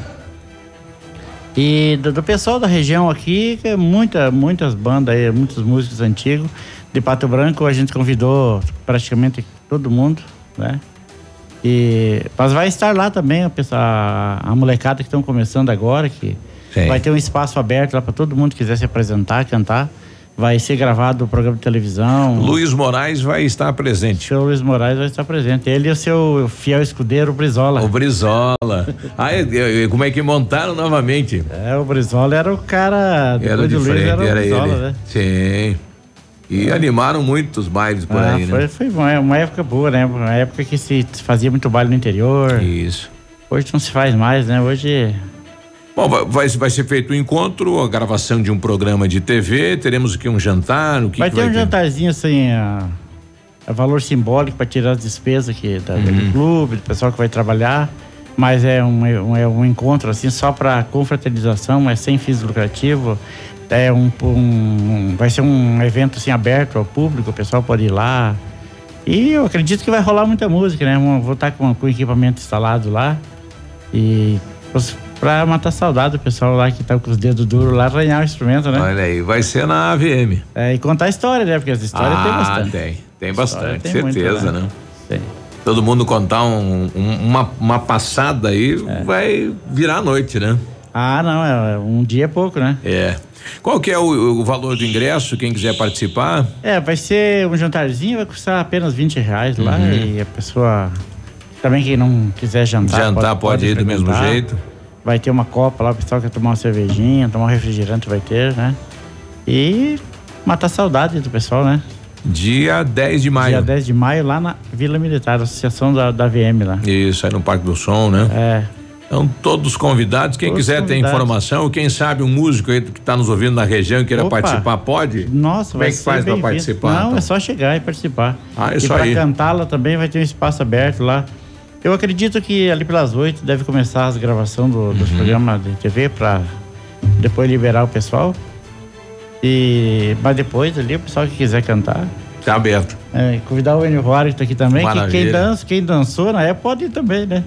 [SPEAKER 9] E do pessoal da região aqui, que é muitas bandas aí, muitos músicos antigos. De Pato Branco, a gente convidou praticamente todo mundo, né? Mas vai estar lá também a molecada que estão começando agora, que vai ter um espaço aberto lá para todo mundo que quiser se apresentar, cantar. Vai ser gravado o programa de televisão.
[SPEAKER 3] Luiz Moraes vai estar presente.
[SPEAKER 9] O seu Luiz Moraes vai estar presente. Ele e o seu fiel escudeiro, o Brizola.
[SPEAKER 3] O Brizola. Como é que montaram novamente?
[SPEAKER 9] O Brizola era o cara.
[SPEAKER 3] Era de frente,
[SPEAKER 9] era o Brizola,
[SPEAKER 3] ele.
[SPEAKER 9] né?
[SPEAKER 3] Sim. E animaram muitos bailes por aí, né?
[SPEAKER 9] Foi uma época boa, né? Uma época que se fazia muito baile no interior.
[SPEAKER 3] Isso.
[SPEAKER 9] Hoje não se faz mais, né? Hoje...
[SPEAKER 3] Bom, vai ser feito um encontro, a gravação de um programa de TV, teremos aqui um jantar, o que
[SPEAKER 9] vai
[SPEAKER 3] que
[SPEAKER 9] ter
[SPEAKER 3] vai
[SPEAKER 9] um
[SPEAKER 3] ter?
[SPEAKER 9] jantarzinho assim, a valor simbólico para tirar as despesas aqui do clube, do pessoal que vai trabalhar, mas é um encontro assim só para confraternização, mas sem fins lucrativos. Vai ser um evento assim aberto ao público, o pessoal pode ir lá. E eu acredito que vai rolar muita música, né? Vou estar com o equipamento instalado lá e pra matar saudade do pessoal lá que tá com os dedos duros lá, arranhar o instrumento, né?
[SPEAKER 3] Olha aí, vai ser na AVM.
[SPEAKER 9] E contar a história, né? Porque as histórias tem bastante.
[SPEAKER 3] Tem bastante,
[SPEAKER 9] tem
[SPEAKER 3] certeza,
[SPEAKER 9] muito,
[SPEAKER 3] né?
[SPEAKER 9] Tem.
[SPEAKER 3] Todo mundo contar uma passada aí, vai virar a noite, né?
[SPEAKER 9] Não, um dia é pouco, né?
[SPEAKER 3] Qual que é o valor do ingresso, quem quiser participar?
[SPEAKER 9] Vai ser um jantarzinho, vai custar apenas R$20 lá e a pessoa, também quem não quiser jantar
[SPEAKER 3] pode ir do mesmo jeito.
[SPEAKER 9] Vai ter uma copa lá, o pessoal quer tomar uma cervejinha, tomar um refrigerante vai ter, né? E matar saudade do pessoal, né?
[SPEAKER 3] Dia 10 de maio.
[SPEAKER 9] Dia 10 de maio lá na Vila Militar, Associação da VM lá.
[SPEAKER 3] Isso, aí no Parque do Som, né? Então, todos convidados, quem quiser ter informação, quem sabe um músico aí que está nos ouvindo na região e queira participar, pode?
[SPEAKER 9] Nossa,
[SPEAKER 3] como é que faz para participar?
[SPEAKER 9] Não, então? É só chegar e participar.
[SPEAKER 3] Isso
[SPEAKER 9] e para
[SPEAKER 3] aí.
[SPEAKER 9] cantá-la também vai ter um espaço aberto lá. Eu acredito que ali pelas 8 deve começar as gravações dos programas de TV para depois liberar o pessoal. Mas depois ali, o pessoal que quiser cantar.
[SPEAKER 3] Tá aberto.
[SPEAKER 9] Convidar o Enio Roário que tá aqui também,
[SPEAKER 3] Maravilha.
[SPEAKER 9] que quem dançou na época pode ir também, né?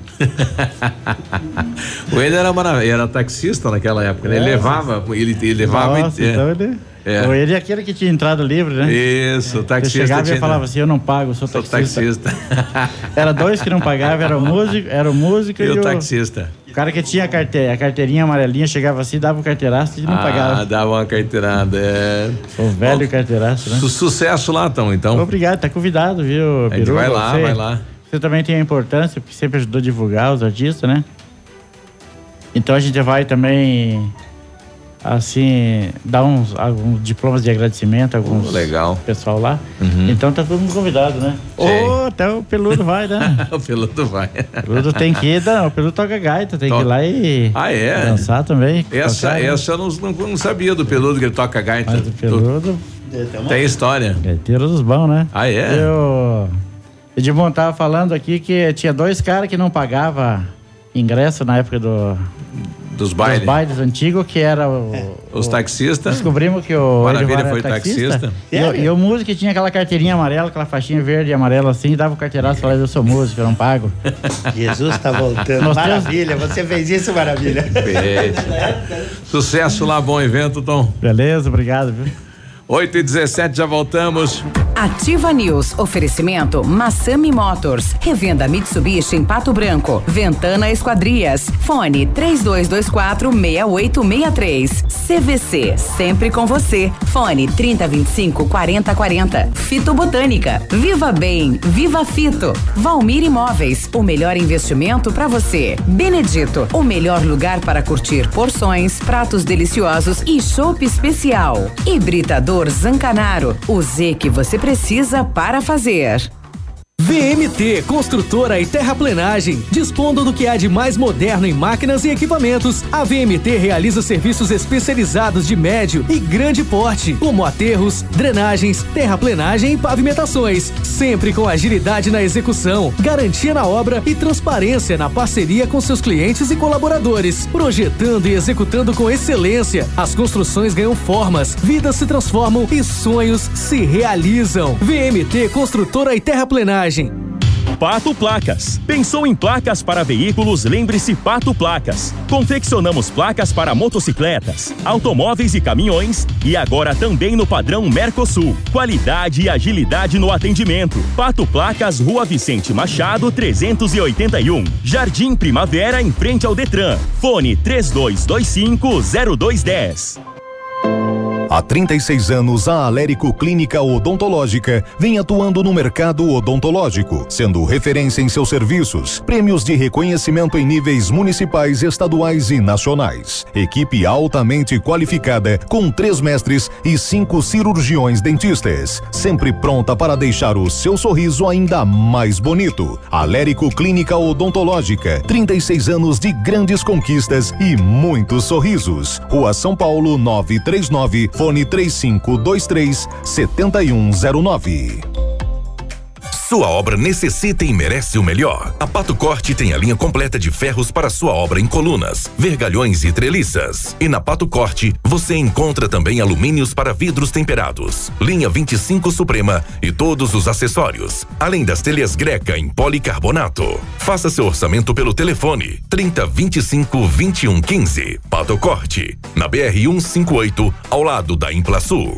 [SPEAKER 3] O Enio era taxista naquela época, né? Ele levava.
[SPEAKER 9] Nossa, então ele... Ele é aquele que tinha entrada livre, né?
[SPEAKER 3] Isso, o taxista.
[SPEAKER 9] Você chegava e falava assim, eu não pago, sou taxista. Era dois que não pagavam, era o músico e o
[SPEAKER 3] taxista.
[SPEAKER 9] O cara que tinha a carteirinha amarelinha, chegava assim, dava um carteiraço e não pagava.
[SPEAKER 3] Dava uma carteirada,
[SPEAKER 9] O velho carteiraço, né?
[SPEAKER 3] Sucesso lá, então.
[SPEAKER 9] Obrigado, tá convidado, viu,
[SPEAKER 3] A gente vai lá.
[SPEAKER 9] Você também tem a importância, porque sempre ajudou a divulgar os artistas, né? Então a gente vai também... assim, dar alguns diplomas de agradecimento, alguns
[SPEAKER 3] legal.
[SPEAKER 9] Pessoal lá. Então tá todo mundo convidado, né? Até o Peludo vai, né?
[SPEAKER 3] O Peludo vai.
[SPEAKER 9] O Peludo tem que ir, o Peludo toca gaita, tem que ir lá e dançar também.
[SPEAKER 3] Essa eu não sabia do Peludo, que ele toca gaita.
[SPEAKER 9] Mas o Peludo
[SPEAKER 3] tem história.
[SPEAKER 9] Gaiteiro dos bons, né? O Edmond tava falando aqui que tinha 2 caras que não pagavam ingresso na época dos bailes antigos, que era
[SPEAKER 3] os taxistas.
[SPEAKER 9] Descobrimos que o
[SPEAKER 3] Maravilha foi taxista.
[SPEAKER 9] E o músico que tinha aquela carteirinha amarela, aquela faixinha verde e amarela assim, dava o carteiraço e falava, eu sou músico, eu não pago.
[SPEAKER 10] Jesus tá voltando. Maravilha, você fez isso, maravilha.
[SPEAKER 3] Sucesso lá, bom evento, Tom.
[SPEAKER 9] Beleza, obrigado, viu?
[SPEAKER 3] 8h17, já voltamos.
[SPEAKER 1] Ativa News. Oferecimento Massami Motors. Revenda Mitsubishi em Pato Branco. Ventana Esquadrias. Fone 3224-6863. CVC. Sempre com você. Fone 3025-4040. Fito Botânica. Viva Bem. Viva Fito. Valmir Imóveis. O melhor investimento para você. Benedito. O melhor lugar para curtir porções, pratos deliciosos e chopp especial. Hibridador Zancanaro, o Z que você precisa para fazer.
[SPEAKER 18] VMT Construtora e Terraplenagem. Dispondo do que há de mais moderno em máquinas e equipamentos, a VMT realiza serviços especializados de médio e grande porte, como aterros, drenagens, terraplenagem e pavimentações, sempre com agilidade na execução, garantia na obra e transparência na parceria com seus clientes e colaboradores, projetando e executando com excelência. As construções ganham formas, vidas se transformam e sonhos se realizam. VMT Construtora e Terraplenagem.
[SPEAKER 12] Pato Placas. Pensou em placas para veículos? Lembre-se Pato Placas. Confeccionamos placas para motocicletas, automóveis e caminhões e agora também no padrão Mercosul. Qualidade e agilidade no atendimento. Pato Placas, Rua Vicente Machado, 381. Jardim Primavera, em frente ao Detran. Fone 3225-0210.
[SPEAKER 11] Há 36 anos, a Alérico Clínica Odontológica vem atuando no mercado odontológico, sendo referência em seus serviços, prêmios de reconhecimento em níveis municipais, estaduais e nacionais. Equipe altamente qualificada, com 3 mestres e 5 cirurgiões dentistas, sempre pronta para deixar o seu sorriso ainda mais bonito. Alérico Clínica Odontológica, 36 anos de grandes conquistas e muitos sorrisos. Rua São Paulo 939, fone 3523-7109.
[SPEAKER 8] Sua obra necessita e merece o melhor. A Pato Corte tem a linha completa de ferros para sua obra em colunas, vergalhões e treliças. E na Pato Corte, você encontra também alumínios para vidros temperados, linha 25 Suprema e todos os acessórios, além das telhas Greca em policarbonato. Faça seu orçamento pelo telefone 3025-2115. Pato Corte, na BR 158, ao lado da Implasul.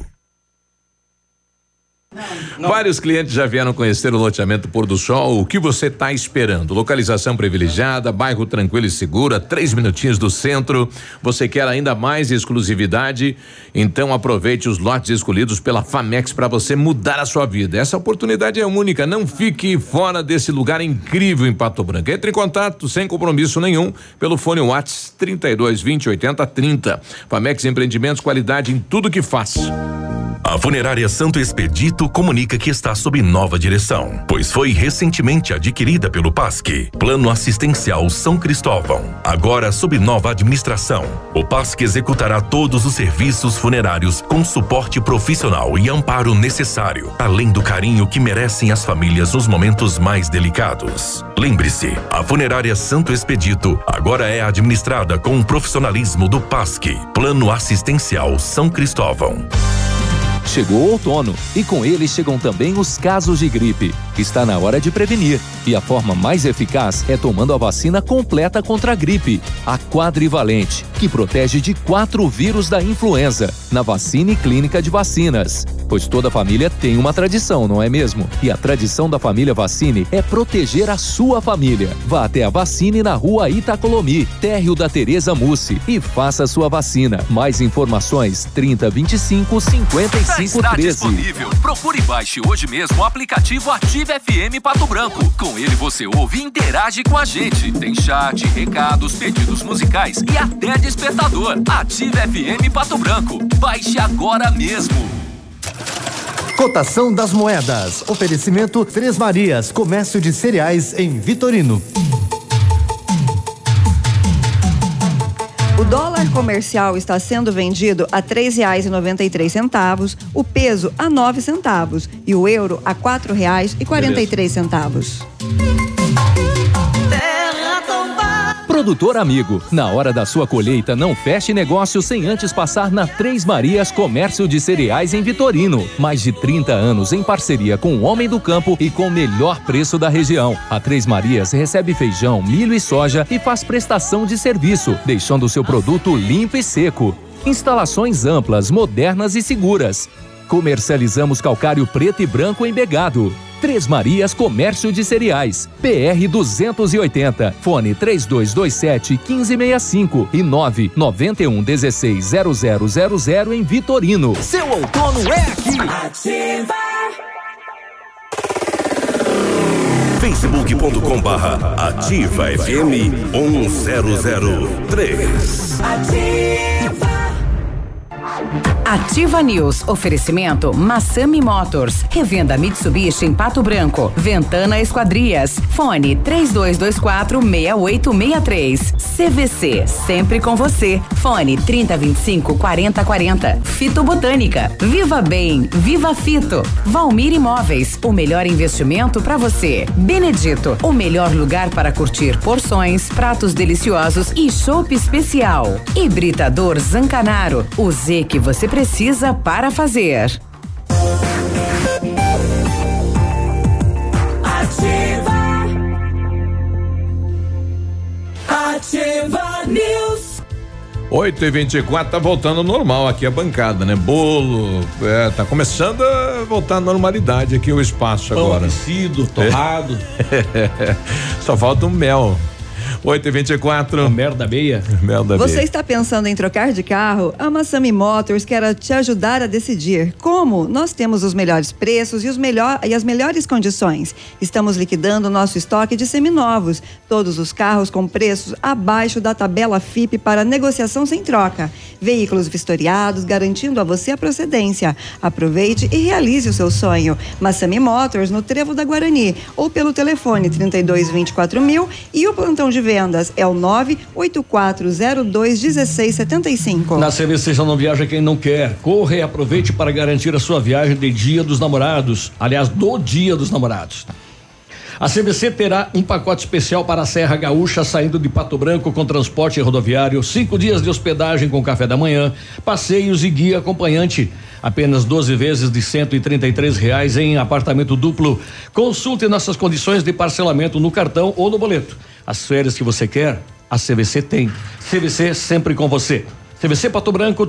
[SPEAKER 3] Vários clientes já vieram conhecer o loteamento Pôr do Sol. O que você está esperando? Localização privilegiada, bairro tranquilo e seguro, a 3 minutinhos do centro. Você quer ainda mais exclusividade? Então aproveite os lotes escolhidos pela Famex para você mudar a sua vida. Essa oportunidade é única. Não fique fora desse lugar incrível em Pato Branco. Entre em contato sem compromisso nenhum pelo fone WhatsApp 3220-8030. Famex Empreendimentos, qualidade em tudo que faz.
[SPEAKER 8] A Funerária Santo Expedito comunica que está sob nova direção, pois foi recentemente adquirida pelo PASC, Plano Assistencial São Cristóvão. Agora sob nova administração, o PASC executará todos os serviços funerários com suporte profissional e amparo necessário, além do carinho que merecem as famílias nos momentos mais delicados. Lembre-se, a Funerária Santo Expedito agora é administrada com o profissionalismo do PASC, Plano Assistencial São Cristóvão.
[SPEAKER 19] Chegou o outono e com ele chegam também os casos de gripe. Está na hora de prevenir e a forma mais eficaz é tomando a vacina completa contra a gripe, a quadrivalente, que protege de 4 vírus da influenza, na Vacine Clínica de Vacinas. Pois toda família tem uma tradição, não é mesmo? E a tradição da família Vacine é proteger a sua família. Vá até a Vacine na Rua Itacolomi, térreo da Tereza Mussi, e faça a sua vacina. Mais informações 3025-5513. Está disponível. Procure e baixe hoje mesmo o aplicativo Ative FM Pato Branco. Com ele você ouve e interage com a gente. Tem chat, recados, pedidos musicais e até despertador. Ative FM Pato Branco. Baixe agora mesmo.
[SPEAKER 13] Cotação das moedas. Oferecimento Três Marias, comércio de cereais em Vitorino.
[SPEAKER 5] O dólar comercial está sendo vendido a R$3,93, o peso a 9 centavos e o euro a R$4,43.
[SPEAKER 19] Produtor amigo, na hora da sua colheita não feche negócio sem antes passar na Três Marias Comércio de Cereais em Vitorino. Mais de 30 anos em parceria com o homem do campo e com o melhor preço da região. A Três Marias recebe feijão, milho e soja e faz prestação de serviço, deixando o seu produto limpo e seco. Instalações amplas, modernas e seguras. Comercializamos calcário preto e branco embegado. Três Marias Comércio de Cereais, PR 280, fone 3227-1565 e 991160000 em Vitorino. Seu outono é aqui.
[SPEAKER 16] Ativa.
[SPEAKER 8] Facebook.com/Ativa FM 1003.
[SPEAKER 16] Ativa.
[SPEAKER 1] Ativa News. Oferecimento Massami Motors. Revenda Mitsubishi em Pato Branco. Ventana Esquadrias. Fone 3224-6863. CVC. Sempre com você. Fone 3025-4040. Fito Botânica. Viva Bem. Viva Fito. Valmir Imóveis. O melhor investimento para você. Benedito. O melhor lugar para curtir porções, pratos deliciosos e chopp especial. Hibridador Zancanaro. O Z que você precisa para fazer.
[SPEAKER 16] Ativa. Ativa News.
[SPEAKER 3] 8h24, tá voltando ao normal aqui a bancada, né? Bolo, tá começando a voltar à normalidade aqui o espaço agora.
[SPEAKER 6] Pão torrado.
[SPEAKER 3] Só falta um mel. 8h24.
[SPEAKER 6] Merda meia.
[SPEAKER 5] Você está pensando em trocar de carro? A Massami Motors quer te ajudar a decidir. Como? Nós temos os melhores preços e as melhores condições. Estamos liquidando nosso estoque de seminovos. Todos os carros com preços abaixo da tabela FIPE para negociação sem troca. Veículos vistoriados, garantindo a você a procedência. Aproveite e realize o seu sonho. Massami Motors, no Trevo da Guarani, ou pelo telefone 3224.000 e o plantão de vendas é o 984021675.
[SPEAKER 6] Na CVC já não viaja quem não quer. Corra e aproveite para garantir a sua viagem de Dia dos Namorados. Aliás, do Dia dos Namorados. A CVC terá um pacote especial para a Serra Gaúcha, saindo de Pato Branco com transporte rodoviário, 5 dias de hospedagem com café da manhã, passeios e guia acompanhante. Apenas 12 vezes de R$133 em apartamento duplo. Consulte nossas condições de parcelamento no cartão ou no boleto. As férias que você quer, a CVC tem. CVC sempre com você. CVC Pato Branco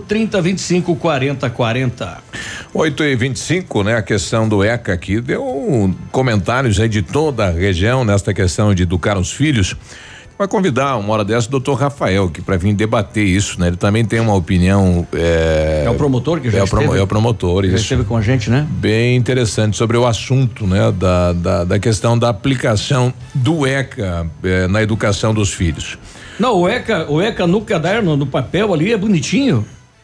[SPEAKER 6] 3025-4040.
[SPEAKER 3] 8h25, né? A questão do ECA aqui deu comentários aí de toda a região nesta questão de educar os filhos. Vai convidar uma hora dessa o doutor Rafael aqui para vir debater isso, né? Ele também tem uma opinião.
[SPEAKER 6] É o promotor que já esteve?
[SPEAKER 3] É o promotor,
[SPEAKER 6] já
[SPEAKER 3] isso.
[SPEAKER 6] esteve com a gente, né?
[SPEAKER 3] Bem interessante sobre o assunto, né? Da questão da aplicação do ECA na educação dos filhos.
[SPEAKER 6] Não, o ECA no caderno, no papel ali é bonitinho.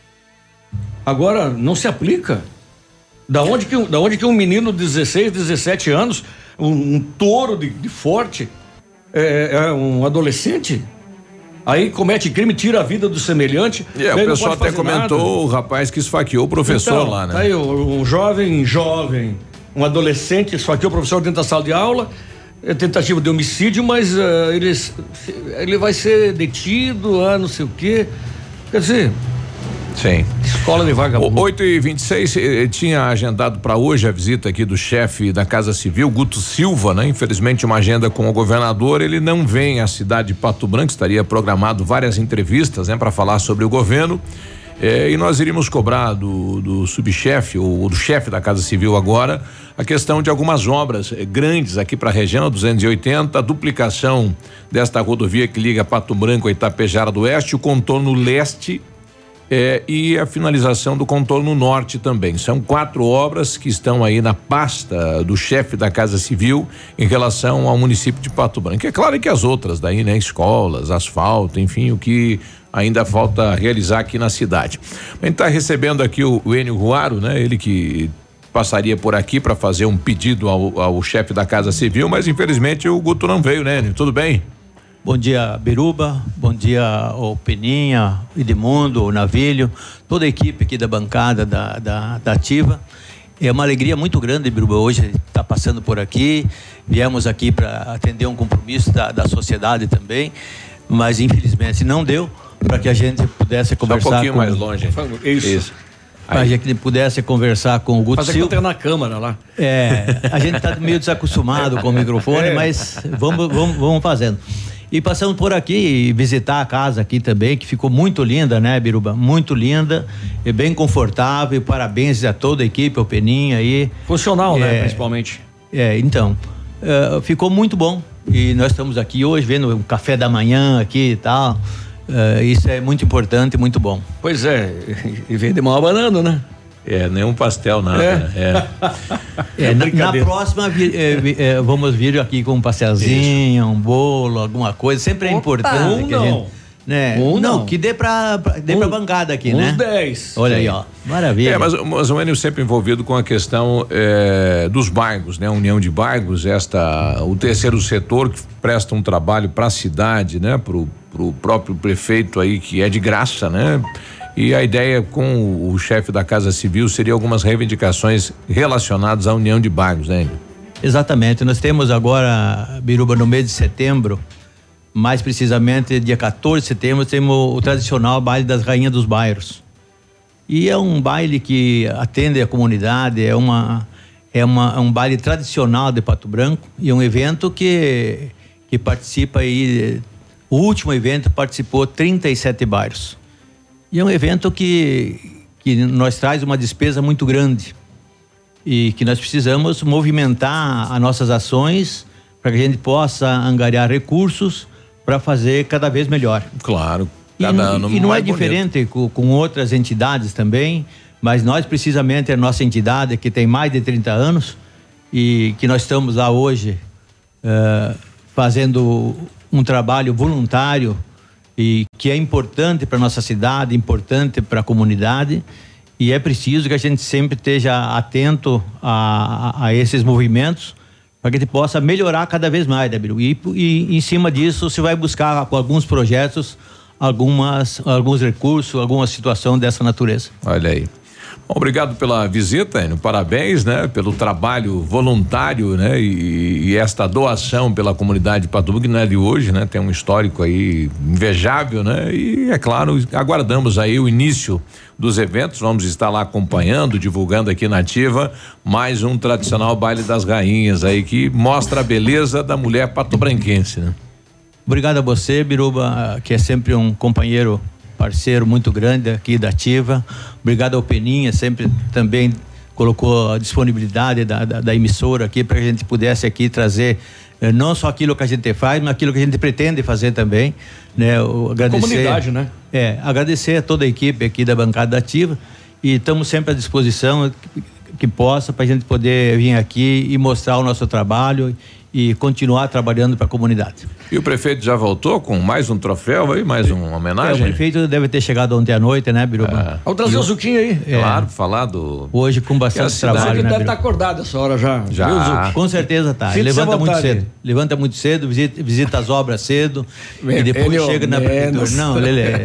[SPEAKER 6] Agora não se aplica. Da onde que um menino de 16, 17 anos, um touro de forte, é um adolescente, aí comete crime, tira a vida do semelhante.
[SPEAKER 3] O pessoal até comentou nada. O rapaz que esfaqueou o professor então, lá, né?
[SPEAKER 6] Aí um jovem, um adolescente esfaqueou o professor dentro da sala de aula. É tentativa de homicídio, mas ele vai ser detido, não sei o quê. Quer dizer.
[SPEAKER 3] Sim.
[SPEAKER 6] Escola de vagabundo.
[SPEAKER 3] 8h26, tinha agendado para hoje a visita aqui do chefe da Casa Civil, Guto Silva, né? Infelizmente, uma agenda com o governador. Ele não vem à cidade de Pato Branco, estaria programado várias entrevistas, né? Para falar sobre o governo. E nós iríamos cobrar do subchefe ou do chefe da Casa Civil agora a questão de algumas obras grandes aqui para a região, 280, a duplicação desta rodovia que liga Pato Branco a Itapejara do Oeste, o contorno leste e a finalização do contorno norte também. São 4 obras que estão aí na pasta do chefe da Casa Civil em relação ao município de Pato Branco. É claro que as outras daí, né? Escolas, asfalto, enfim, o que ainda falta realizar aqui na cidade. A gente está recebendo aqui o Enio Ruaro, né? Ele que passaria por aqui para fazer um pedido ao chefe da Casa Civil, mas infelizmente o Guto não veio, né, Enio? Tudo bem?
[SPEAKER 17] Bom dia, Biruba, bom dia ao Peninha, Edmundo, o Navilho, toda a equipe aqui da bancada da Ativa. É uma alegria muito grande, Biruba, hoje estar passando por aqui. Viemos aqui para atender um compromisso da sociedade também, mas infelizmente não deu para que a gente pudesse conversar.
[SPEAKER 3] Só um pouquinho mais longe.
[SPEAKER 6] Isso.
[SPEAKER 17] Para a gente pudesse conversar com o Guto Silva.
[SPEAKER 6] Fazer na câmara lá.
[SPEAKER 17] A gente está meio desacostumado com o microfone, mas vamos fazendo. E passando por aqui e visitar a casa aqui também, que ficou muito linda, né, Biruba? Muito linda e bem confortável. Parabéns a toda a equipe, ao Peninha aí.
[SPEAKER 6] Funcional, né, principalmente.
[SPEAKER 17] Então, ficou muito bom. E nós estamos aqui hoje vendo um café da manhã aqui e tal. Isso é muito importante e muito bom.
[SPEAKER 6] Pois é, e vende mal banana, né?
[SPEAKER 3] Nem pastel, nada.
[SPEAKER 17] Na próxima vamos vir aqui com um pastelzinho, um bolo, alguma coisa. Sempre é importante. Que dê pra bancada aqui, né?
[SPEAKER 6] Uns 10.
[SPEAKER 17] Olha aí, ó. Maravilha.
[SPEAKER 3] Mas o Enio sempre envolvido com a questão dos bairros, né? A união de bairros, o terceiro setor que presta um trabalho para a cidade, né? Pro próprio prefeito aí, que é de graça, né? E a ideia com o chefe da Casa Civil seria algumas reivindicações relacionadas à união de bairros, né?
[SPEAKER 17] Exatamente. Nós temos agora, Biruba, no mês de setembro, mais precisamente dia 14 de setembro, temos o tradicional baile das rainhas dos bairros. E é um baile que atende a comunidade, é um baile tradicional de Pato Branco e um evento que participa aí, o último evento participou 37 bairros. E é um evento que nós traz uma despesa muito grande e que nós precisamos movimentar as nossas ações para que a gente possa angariar recursos para fazer cada vez melhor.
[SPEAKER 3] Claro.
[SPEAKER 17] Cada ano e não é diferente com outras entidades também, mas nós precisamente, a nossa entidade que tem mais de 30 anos e que nós estamos lá hoje fazendo um trabalho voluntário e que é importante para nossa cidade, importante para a comunidade, e é preciso que a gente sempre esteja atento a esses movimentos para que a gente possa melhorar cada vez mais, né, Biru? E em cima disso você vai buscar com alguns projetos alguns recursos, alguma situação dessa natureza.
[SPEAKER 3] Olha aí. Bom, obrigado pela visita, Enio. Parabéns, né? Pelo trabalho voluntário, né? E esta doação pela comunidade de Pato Branco, que não é de hoje, né? Tem um histórico aí invejável, né? E é claro, aguardamos aí o início dos eventos, vamos estar lá acompanhando, divulgando aqui na Ativa mais um tradicional baile das rainhas aí que mostra a beleza da mulher patobranquense, né?
[SPEAKER 17] Obrigado a você, Biruba, que é sempre um companheiro, parceiro muito grande aqui da Ativa. Obrigado ao Peninha, sempre também colocou a disponibilidade da emissora aqui para que a gente pudesse aqui trazer não só aquilo que a gente faz, mas aquilo que a gente pretende fazer também, né? Agradecer, comunidade, né? Agradecer a toda a equipe aqui da bancada Ativa e estamos sempre à disposição que possa para a gente poder vir aqui e mostrar o nosso trabalho e continuar trabalhando para a comunidade.
[SPEAKER 3] E o prefeito já voltou com mais um troféu aí, mais uma homenagem?
[SPEAKER 17] O prefeito deve ter chegado ontem à noite, né, Biruba?
[SPEAKER 6] Vamos trazer o Zuquinho aí.
[SPEAKER 3] Claro, falar do...
[SPEAKER 17] Hoje com bastante trabalho, né,
[SPEAKER 6] deve estar acordado essa hora já.
[SPEAKER 3] Já.
[SPEAKER 17] Com certeza tá. Ele levanta muito cedo. Levanta muito cedo, visita as obras cedo e depois chega na prefeitura. Não,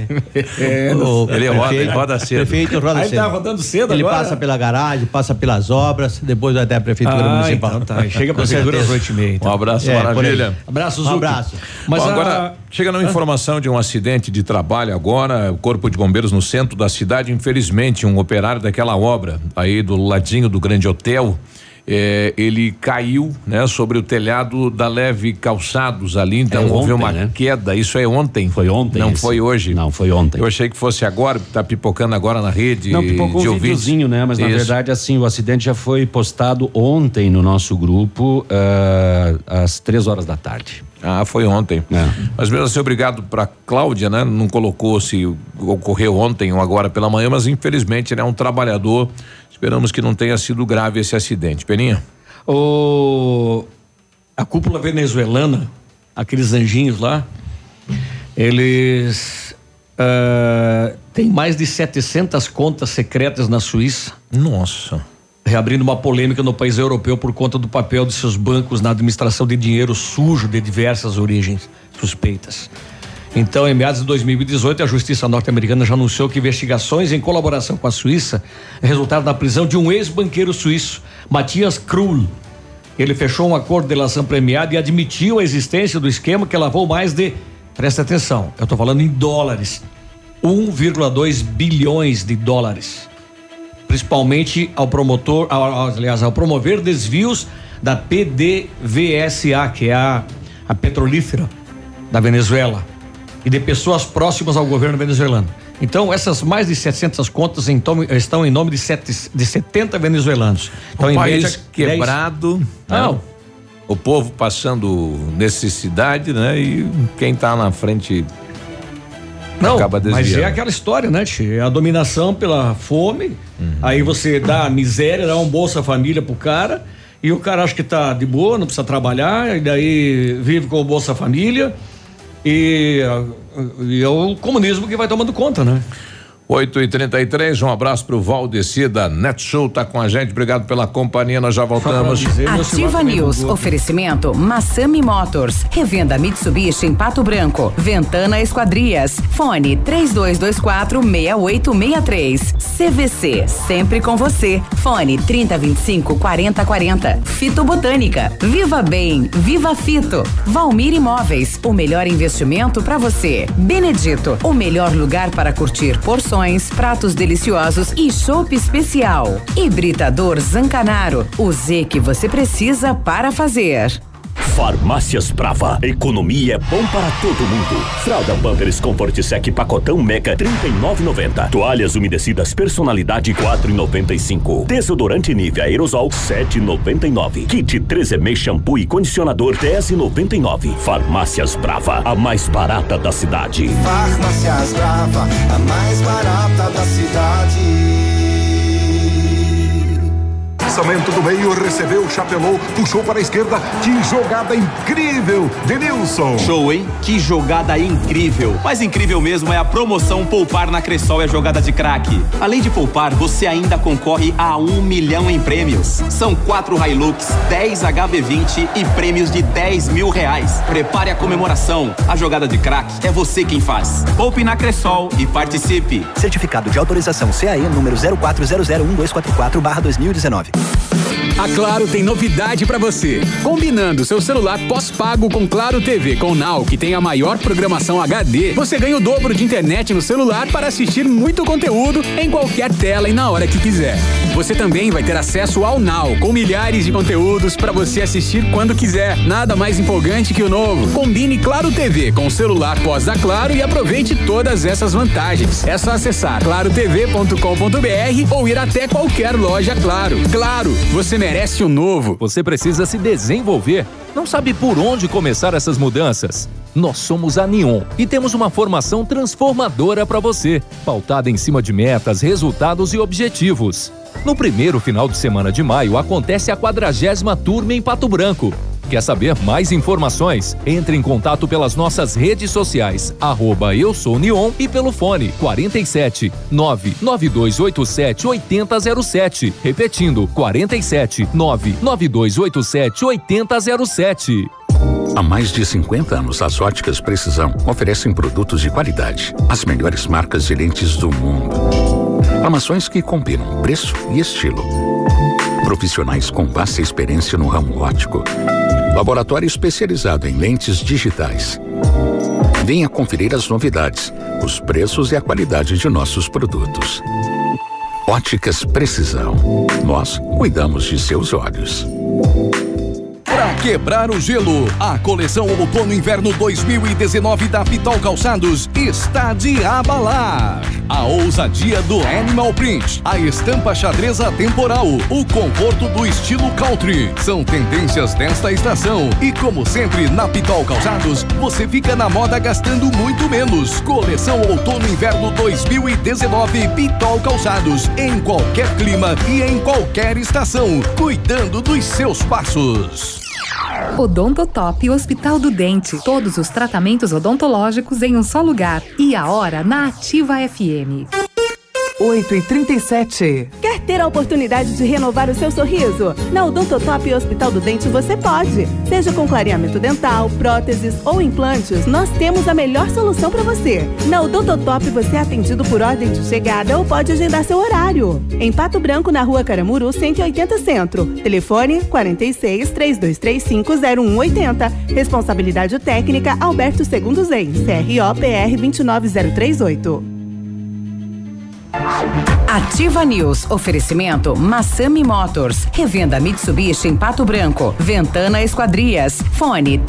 [SPEAKER 17] ele roda cedo. O prefeito roda cedo.
[SPEAKER 6] Ele tá rodando cedo
[SPEAKER 17] ele
[SPEAKER 6] agora?
[SPEAKER 17] Passa pela garagem, passa pelas obras, depois vai até a prefeitura municipal.
[SPEAKER 6] Então tá. Chega a prefeitura às 8h30.
[SPEAKER 3] Um abraço, maravilha.
[SPEAKER 6] Abraço, Zuc.
[SPEAKER 17] Um abraço.
[SPEAKER 3] Mas bom, agora, chegando a informação de um acidente de trabalho agora, o Corpo de Bombeiros no centro da cidade, infelizmente, um operário daquela obra aí do ladinho do Grande Hotel, ele caiu, né, sobre o telhado da Leve Calçados ali, então houve uma queda. Isso é ontem?
[SPEAKER 4] Foi ontem.
[SPEAKER 3] Não foi hoje?
[SPEAKER 4] Não, foi ontem.
[SPEAKER 3] Eu achei que fosse agora, tá pipocando agora na rede.
[SPEAKER 4] Não, pipocou um videozinho, né? Mas na verdade, assim, o acidente já foi postado ontem no nosso grupo, às 3 horas da tarde.
[SPEAKER 3] Ah, foi ontem. Mas mesmo assim, obrigado pra Cláudia, né? Não colocou se ocorreu ontem ou agora pela manhã, mas infelizmente ele é um trabalhador. Esperamos que não tenha sido grave esse acidente. Peninha?
[SPEAKER 6] A cúpula venezuelana, aqueles anjinhos lá, eles têm mais de 700 contas secretas na Suíça.
[SPEAKER 3] Nossa.
[SPEAKER 6] Reabrindo uma polêmica no país europeu por conta do papel de seus bancos na administração de dinheiro sujo de diversas origens suspeitas. Então, em meados de 2018, a Justiça norte-americana já anunciou que investigações em colaboração com a Suíça resultaram na prisão de um ex-banqueiro suíço, Matthias Krull. Ele fechou um acordo de delação premiada e admitiu a existência do esquema que lavou mais de, presta atenção, eu estou falando em dólares, 1,2 bilhões de dólares. Principalmente ao promover desvios da PDVSA, que é a petrolífera da Venezuela, e de pessoas próximas ao governo venezuelano. Então, essas mais de 700 contas estão em nome de 70 venezuelanos. Então,
[SPEAKER 3] um país quebrado, o povo passando necessidade, né? E quem está na frente acaba desviando.
[SPEAKER 6] Mas é aquela história, né, tchê? A dominação pela fome, aí você dá a miséria, dá um Bolsa Família pro cara, e o cara acha que tá de boa, não precisa trabalhar, e daí vive com o Bolsa Família, e é o comunismo que vai tomando conta, né?
[SPEAKER 3] 8h33, um abraço pro Valdeci da Netshow, tá com a gente, obrigado pela companhia, nós já voltamos.
[SPEAKER 1] Ativa News, oferecimento Massami Motors, revenda Mitsubishi em Pato Branco, Ventana Esquadrias, fone 3224-6863, CVC, sempre com você, fone 3025-4040, Fito Botânica, Viva Bem, Viva Fito, Valmir Imóveis, o melhor investimento para você, Benedito, o melhor lugar para curtir porções, pratos deliciosos e chopp especial. Hibridador Zancanaro, o Z que você precisa para fazer.
[SPEAKER 12] Farmácias Brava. Economia é bom para todo mundo. Fralda Pampers Comfort Sec pacotão Mega R$39,90. Toalhas umedecidas personalidade R$4,95. Desodorante Nivea Aerosol R$7,99. Kit 3M shampoo e condicionador R$10,99. Farmácias Brava, a mais barata da cidade.
[SPEAKER 15] Farmácias Brava, a mais barata da cidade.
[SPEAKER 20] Lançamento do meio, recebeu, chapelou, puxou para a esquerda. Que jogada incrível, Denilson.
[SPEAKER 21] Show, hein? Que jogada incrível. Mais incrível mesmo é a promoção Poupar na Cressol, é a jogada de craque. Além de poupar, você ainda concorre a 1 milhão em prêmios. São 4 Hilux, 10 HB20 e prêmios de R$10 mil. Prepare a comemoração. A jogada de craque é você quem faz. Poupe na Cressol e participe.
[SPEAKER 24] Certificado de autorização CAE número 04001244/2019.
[SPEAKER 25] A Claro tem novidade pra você. Combinando seu celular pós-pago com Claro TV com Now, que tem a maior programação HD, você ganha o dobro de internet no celular para assistir muito conteúdo em qualquer tela e na hora que quiser. Você também vai ter acesso ao Now, com milhares de conteúdos para você assistir quando quiser. Nada mais empolgante que o novo. Combine Claro TV com o celular pós da Claro e aproveite todas essas vantagens. É só acessar clarotv.com.br ou ir até qualquer loja Claro. Claro, você merece o novo.
[SPEAKER 26] Você precisa se desenvolver. Não sabe por onde começar essas mudanças? Nós somos a Neon e temos uma formação transformadora para você, pautada em cima de metas, resultados e objetivos. No primeiro final de semana de maio acontece a 40ª turma em Pato Branco. Quer saber mais informações? Entre em contato pelas nossas redes sociais, @EuSouNeon e pelo fone 47 99287 8007. Repetindo, 47 99287 8007.
[SPEAKER 27] Há mais de 50 anos, as Óticas Precisão oferecem produtos de qualidade, as melhores marcas de lentes do mundo. Armações que combinam preço e estilo. Profissionais com vasta experiência no ramo óptico. Laboratório especializado em lentes digitais. Venha conferir as novidades, os preços e a qualidade de nossos produtos. Óticas Precisão. Nós cuidamos de seus olhos.
[SPEAKER 19] Pra quebrar o gelo, a coleção Outono Inverno 2019 da Pitol Calçados está de abalar. A ousadia do Animal Print, a estampa xadreza temporal, o conforto do estilo country, são tendências desta estação. E como sempre, na Pitol Calçados, você fica na moda gastando muito menos. Coleção Outono Inverno 2019 Pitol Calçados, em qualquer clima e em qualquer estação, cuidando dos seus passos.
[SPEAKER 2] Odontotop Hospital do Dente. Todos os tratamentos odontológicos em um só lugar. E a hora na Ativa FM.
[SPEAKER 28] 8h37. Quer ter a oportunidade de renovar o seu sorriso? Na Odontotop Hospital do Dente você pode. Seja com clareamento dental, próteses ou implantes, nós temos a melhor solução para você. Na Odontotop você é atendido por ordem de chegada ou pode agendar seu horário. Em Pato Branco, na Rua Caramuru, 180 Centro. Telefone 46-3235-0180. Responsabilidade técnica Alberto Segundo Zen. CRO PR 29038.
[SPEAKER 1] Ativa News. Oferecimento Massami Motors. Revenda Mitsubishi em Pato Branco. Ventana Esquadrias. Fone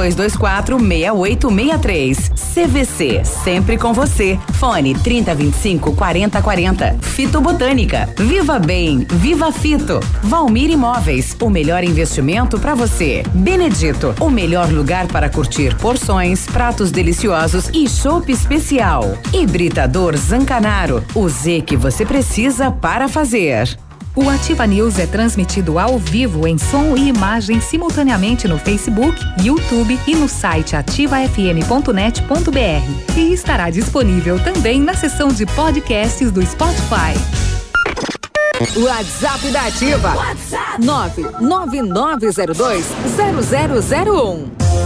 [SPEAKER 1] 3224-6863. CVC. Sempre com você. Fone 3025-4040. Fito Botânica. Viva Bem. Viva Fito. Valmir Imóveis. O melhor investimento para você. Benedito. O melhor lugar para curtir porções, pratos deliciosos e chopp especial. Hibridador Zancanaro. O Z que você precisa para fazer.
[SPEAKER 2] O Ativa News é transmitido ao vivo em som e imagem simultaneamente no Facebook, YouTube e no site ativafm.net.br. E estará disponível também na seção de podcasts do Spotify.
[SPEAKER 29] WhatsApp da Ativa. WhatsApp 999020001.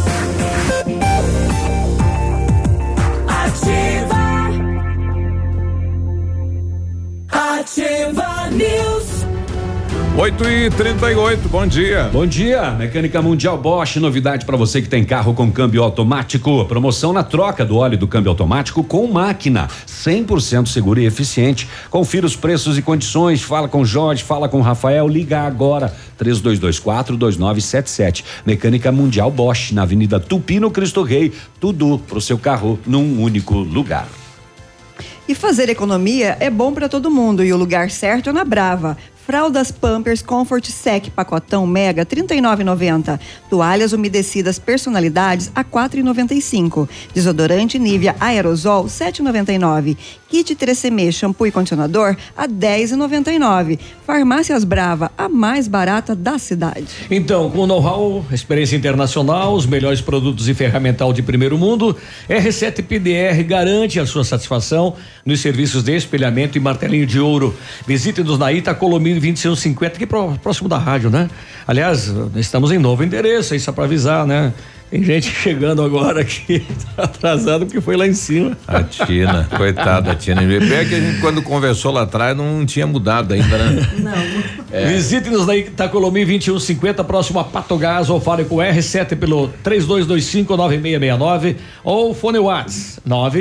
[SPEAKER 16] Ativa. Ativa News.
[SPEAKER 3] 8h38, bom dia.
[SPEAKER 4] Bom dia, Mecânica Mundial Bosch, novidade para você que tem carro com câmbio automático, promoção na troca do óleo do câmbio automático com máquina, 100% seguro e eficiente. Confira os preços e condições, fala com Jorge, fala com Rafael, liga agora, 3224-2977. Mecânica Mundial Bosch, na Avenida Tupi, no Cristo Rei, tudo pro seu carro num único lugar.
[SPEAKER 5] E fazer economia é bom para todo mundo e o lugar certo é na Brava. Fraldas Pampers Comfort Sec pacotão Mega R$ 39,90. Toalhas umedecidas personalidades a R$ 4,95. Desodorante Nivea Aerosol R$ 7,99. Kit 3CM shampoo e condicionador a R$ 10,99. Farmácias Brava, a mais barata da cidade.
[SPEAKER 6] Então, com know-how, experiência internacional, os melhores produtos e ferramental de primeiro mundo, R7 PDR garante a sua satisfação nos serviços de espelhamento e martelinho de ouro. Visite-nos na Itacolomiro 2150, aqui próximo da rádio, né? Aliás, estamos em novo endereço, aí só para avisar, né? Tem gente chegando agora aqui, tá atrasado porque foi lá em cima.
[SPEAKER 3] A Tina, coitada da Tina. É que a gente, quando conversou lá atrás, não tinha mudado ainda, né?
[SPEAKER 5] Não.
[SPEAKER 6] Visite-nos na Itacolomi 2150, próximo a Patogás, ou fale com R7 pelo 3225-9669 ou fone Whats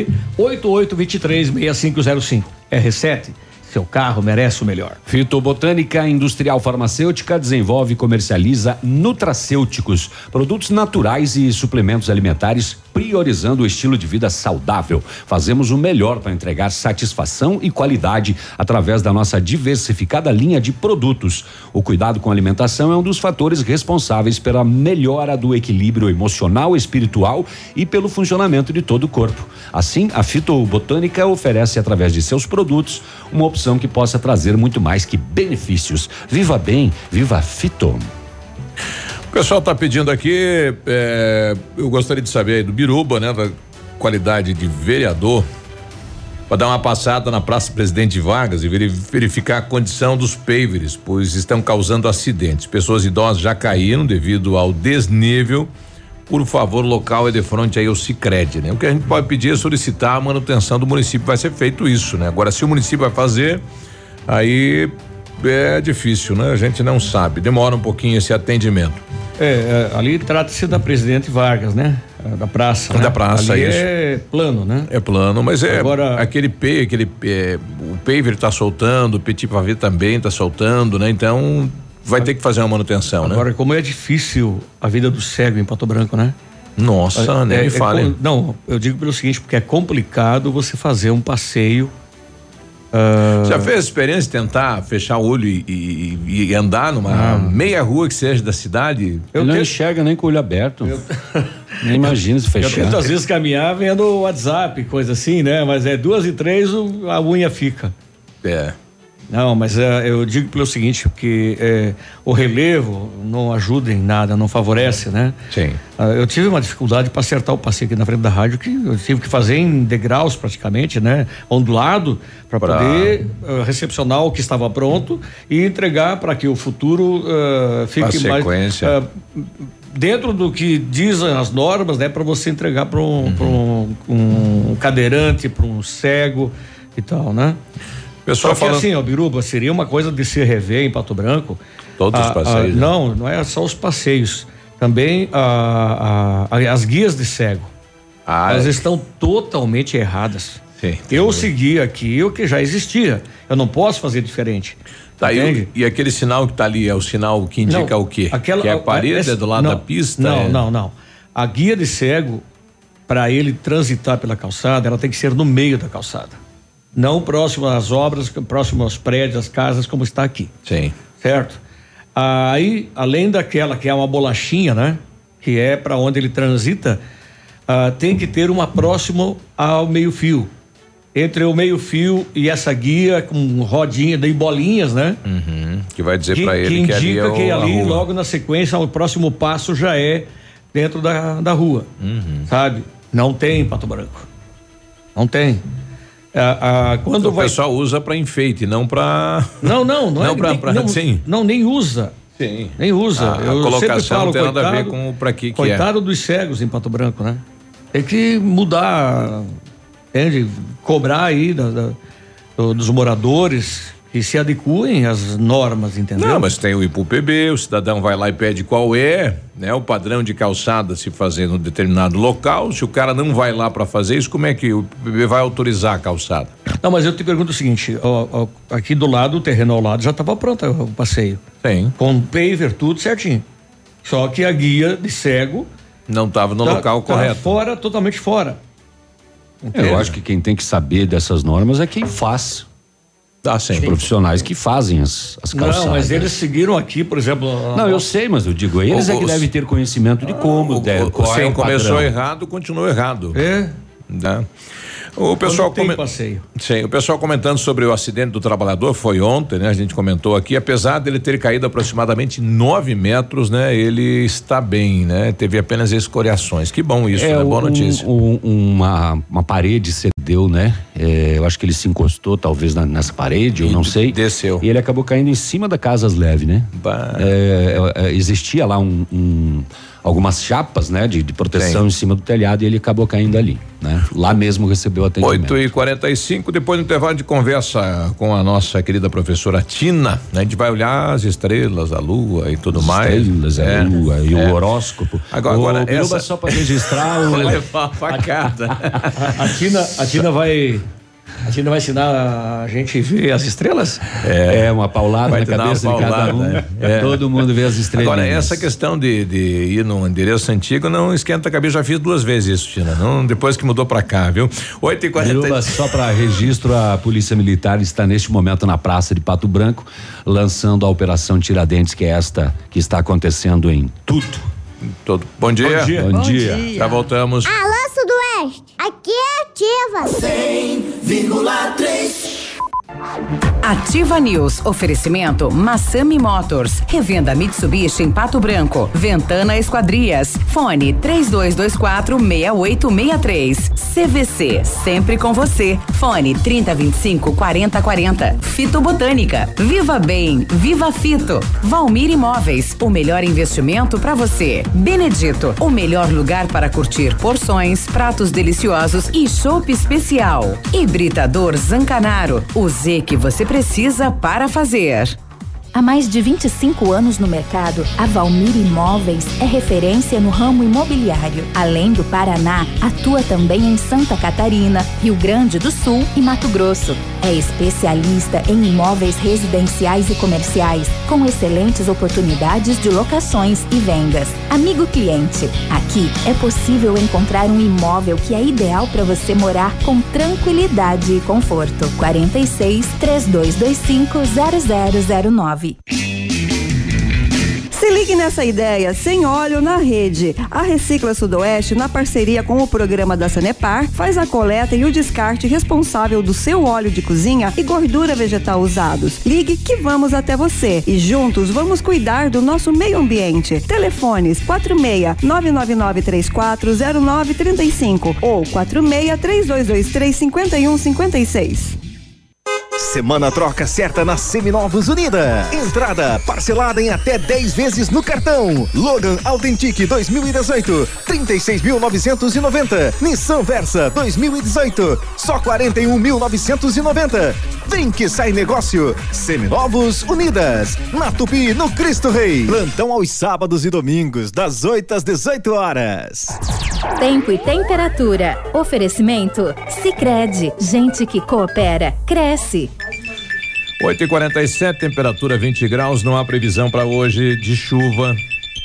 [SPEAKER 6] 988236505. R7. Seu carro merece o melhor.
[SPEAKER 4] Fitobotânica Industrial Farmacêutica desenvolve e comercializa nutracêuticos, produtos naturais e suplementos alimentares, priorizando o estilo de vida saudável. Fazemos o melhor para entregar satisfação e qualidade através da nossa diversificada linha de produtos. O cuidado com a alimentação é um dos fatores responsáveis pela melhora do equilíbrio emocional, espiritual e pelo funcionamento de todo o corpo. Assim, a Fitobotânica oferece através de seus produtos uma opção que possa trazer muito mais que benefícios. Viva bem, viva Fito.
[SPEAKER 3] O pessoal está pedindo aqui, eu gostaria de saber aí do Biruba, né, da qualidade de vereador, para dar uma passada na Praça Presidente Vargas e verificar a condição dos pavers, pois estão causando acidentes. Pessoas idosas já caíram devido ao desnível. Por favor, o local é de frente aí ao Sicredi, né? O que a gente pode pedir é solicitar a manutenção do município, vai ser feito isso, né? Agora, se o município vai fazer, aí é difícil, né? A gente não sabe, demora um pouquinho esse atendimento.
[SPEAKER 6] Ali trata-se da Presidente Vargas, né? Da praça.
[SPEAKER 3] Da praça,
[SPEAKER 6] ali
[SPEAKER 3] isso.
[SPEAKER 6] É plano, né?
[SPEAKER 3] É plano, mas
[SPEAKER 6] agora,
[SPEAKER 3] o paver tá soltando, o petit pavé também tá soltando, né? Então vai ter que fazer uma manutenção, né?
[SPEAKER 6] Agora, como é difícil a vida do cego em Pato Branco, né?
[SPEAKER 3] Nossa, nem me fale.
[SPEAKER 6] Não, eu digo pelo seguinte, porque é complicado você fazer um passeio.
[SPEAKER 3] Já fez a experiência de tentar fechar o olho e andar numa meia rua que seja da cidade?
[SPEAKER 4] Não enxerga nem com o olho aberto. Nem imagina se fechar.
[SPEAKER 6] Eu tento às vezes caminhar vendo WhatsApp, coisa assim, né? Mas 2h03 a unha fica. Não, mas eu digo pelo seguinte, que o relevo não ajuda em nada, não favorece, né?
[SPEAKER 3] Sim.
[SPEAKER 6] Eu tive uma dificuldade para acertar o passeio aqui na frente da rádio, que eu tive que fazer em degraus praticamente, né? Ondulado, para poder recepcionar o que estava pronto e entregar para que o futuro fique mais dentro do que dizem as normas, né? Para você entregar para um cadeirante, para um cego e tal, né?
[SPEAKER 3] Pessoal
[SPEAKER 6] falando assim, Biruba, seria uma coisa de se rever em Pato Branco.
[SPEAKER 3] Todos os passeios.
[SPEAKER 6] Não é só os passeios. Também as guias de cego. Elas estão totalmente erradas.
[SPEAKER 3] Sim,
[SPEAKER 6] eu segui aqui o que já existia. Eu não posso fazer diferente.
[SPEAKER 3] Tá, e aquele sinal que tá ali é o sinal que indica o quê? Que é a parede do lado da pista?
[SPEAKER 6] Não. A guia de cego, para ele transitar pela calçada, ela tem que ser no meio da calçada. Não próximo às obras, próximo aos prédios, às casas, como está aqui.
[SPEAKER 3] Sim.
[SPEAKER 6] Certo? Aí, além daquela que é uma bolachinha, né? Que é para onde ele transita, tem que ter uma próxima ao meio-fio. Entre o meio-fio e essa guia com rodinha, daí bolinhas, né?
[SPEAKER 3] Que vai dizer para ele que ali é
[SPEAKER 6] que ali, logo na sequência, o próximo passo já é dentro da rua. Sabe? Não tem em Pato Branco. Não tem. Quando
[SPEAKER 3] o pessoal usa para enfeite, não para.
[SPEAKER 6] Não nem usa.
[SPEAKER 3] Sim.
[SPEAKER 6] Nem usa.
[SPEAKER 3] A colocação não tem nada a ver com para que
[SPEAKER 6] coitado dos cegos em Pato Branco, né? Tem que mudar, entende? Cobrar aí dos moradores que se adequem às normas, entendeu?
[SPEAKER 3] Não, mas tem o IPUPB, o cidadão vai lá e pede qual é, né, o padrão de calçada se fazer num determinado local. Se o cara não vai lá para fazer isso, como é que o IPUPB vai autorizar a calçada?
[SPEAKER 6] Não, mas eu te pergunto o seguinte, aqui do lado, o terreno ao lado já estava pronto o passeio.
[SPEAKER 3] Tem.
[SPEAKER 6] Com paver, tudo certinho. Só que a guia de cego
[SPEAKER 3] não estava no local correto.
[SPEAKER 6] Fora, totalmente fora.
[SPEAKER 4] Eu acho que quem tem que saber dessas normas é quem faz. Os profissionais que fazem as calçadas.
[SPEAKER 6] Não, mas eles seguiram aqui, por exemplo.
[SPEAKER 4] Não, eu sei, mas eu digo, eles é que devem ter conhecimento de como deve.
[SPEAKER 3] Quem começou errado, continuou errado.
[SPEAKER 6] É.
[SPEAKER 3] Né? O pessoal Sim, o pessoal comentando sobre o acidente do trabalhador foi ontem, né? A gente comentou aqui, apesar dele ter caído aproximadamente 9 metros, né? Ele está bem, né? Teve apenas escoriações. Que bom isso, né? Boa notícia.
[SPEAKER 4] Uma parede cedeu, né? Eu acho que ele se encostou talvez nessa parede, eu não sei.
[SPEAKER 3] Desceu.
[SPEAKER 4] E ele acabou caindo em cima da Casas Leve, né? Existia lá algumas chapas, né? De proteção em cima do telhado e ele acabou caindo ali, né? Lá mesmo recebeu atendimento.
[SPEAKER 3] 8h45, depois do intervalo de conversa com a nossa querida professora Tina, né? A gente vai olhar as estrelas, a lua e tudo mais.
[SPEAKER 4] Estrelas, a lua e o horóscopo.
[SPEAKER 3] Agora
[SPEAKER 4] Biruba, só para registrar
[SPEAKER 3] vai levar a facada.
[SPEAKER 6] A Tina vai ensinar a gente a ver as estrelas?
[SPEAKER 4] Uma paulada na cabeça de cada um. Todo mundo vê as estrelas.
[SPEAKER 3] Agora, essa questão de ir num endereço antigo não esquenta a cabeça. Já fiz 2 vezes isso, Tina. Não, depois que mudou pra cá, viu? 8h40.
[SPEAKER 4] Só para registro, a Polícia Militar está neste momento na Praça de Pato Branco, lançando a Operação Tiradentes, que é esta que está acontecendo em tudo.
[SPEAKER 3] Bom dia.
[SPEAKER 4] Bom dia.
[SPEAKER 3] Já voltamos.
[SPEAKER 7] Alô, Sudoeste, aqui é Ativa.
[SPEAKER 16] 100,3.
[SPEAKER 1] Ativa News. Oferecimento Massami Motors. Revenda Mitsubishi em Pato Branco. Ventana Esquadrias. Fone 3224-6863. CVC. Sempre com você. Fone 3025-4040. Fito Botânica. Viva Bem. Viva Fito. Valmir Imóveis. O melhor investimento para você. Benedito. O melhor lugar para curtir porções, pratos deliciosos e chopp especial. Hibridador Zancanaro. O Z que você precisa para fazer.
[SPEAKER 9] Há mais de 25 anos no mercado, a Valmir Imóveis é referência no ramo imobiliário. Além do Paraná, atua também em Santa Catarina, Rio Grande do Sul e Mato Grosso. É especialista em imóveis residenciais e comerciais, com excelentes oportunidades de locações e vendas. Amigo cliente, aqui é possível encontrar um imóvel que é ideal para você morar com tranquilidade e conforto. 46-3225-0009.
[SPEAKER 5] Se ligue nessa ideia, sem óleo na rede. A Recicla Sudoeste, na parceria com o programa da Sanepar, faz a coleta e o descarte responsável do seu óleo de cozinha e gordura vegetal usados. Ligue que vamos até você e juntos vamos cuidar do nosso meio ambiente. Telefones 46-999340935 ou 46-3223-5156.
[SPEAKER 10] Semana troca certa na Seminovos Unidas. Entrada parcelada em até 10 vezes no cartão. Logan Authentic 2018, 36.990. Nissan Versa 2018, só 41.990. Vem que sai negócio. Seminovos Unidas, na Tupi, no Cristo Rei. Plantão aos sábados e domingos, das 8 às 18 horas.
[SPEAKER 9] Tempo e temperatura. Oferecimento Sicredi. Gente que coopera, cresce.
[SPEAKER 3] 8h47, temperatura 20 graus, não há previsão para hoje de chuva.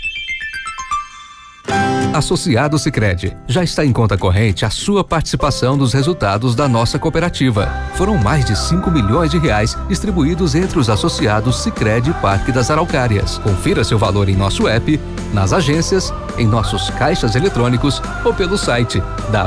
[SPEAKER 11] Associado Sicredi, já está em conta corrente a sua participação dos resultados da nossa cooperativa. Foram mais de 5 milhões de reais distribuídos entre os associados Sicredi Parque das Araucárias. Confira seu valor em nosso app, nas agências, em nossos caixas eletrônicos ou pelo site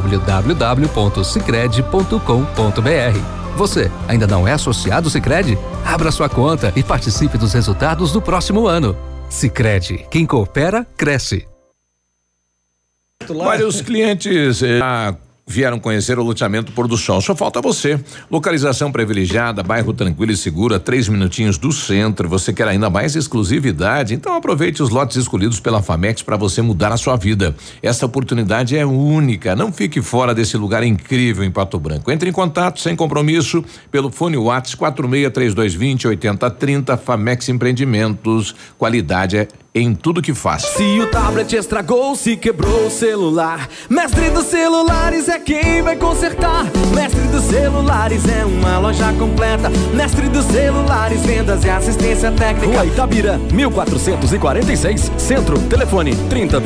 [SPEAKER 11] www.sicredi.com.br. Você ainda não é associado Sicredi? Abra sua conta e participe dos resultados do próximo ano. Sicredi, quem coopera, cresce.
[SPEAKER 3] Vários clientes vieram conhecer o loteamento Pôr do Sol. Só falta você. Localização privilegiada, bairro tranquilo e seguro, a 3 minutinhos do centro. Você quer ainda mais exclusividade? Então aproveite os lotes escolhidos pela Famex para você mudar a sua vida. Essa oportunidade é única. Não fique fora desse lugar incrível em Pato Branco. Entre em contato sem compromisso pelo fone WhatsApp 463220-8030. Famex Empreendimentos. Qualidade é em tudo que faz.
[SPEAKER 8] Se o tablet estragou, se quebrou o celular, Mestre dos Celulares é quem vai consertar. Mestre dos Celulares é uma loja completa. Mestre dos Celulares, vendas e assistência técnica.
[SPEAKER 19] Rua Itabira, 1446, Centro. Telefone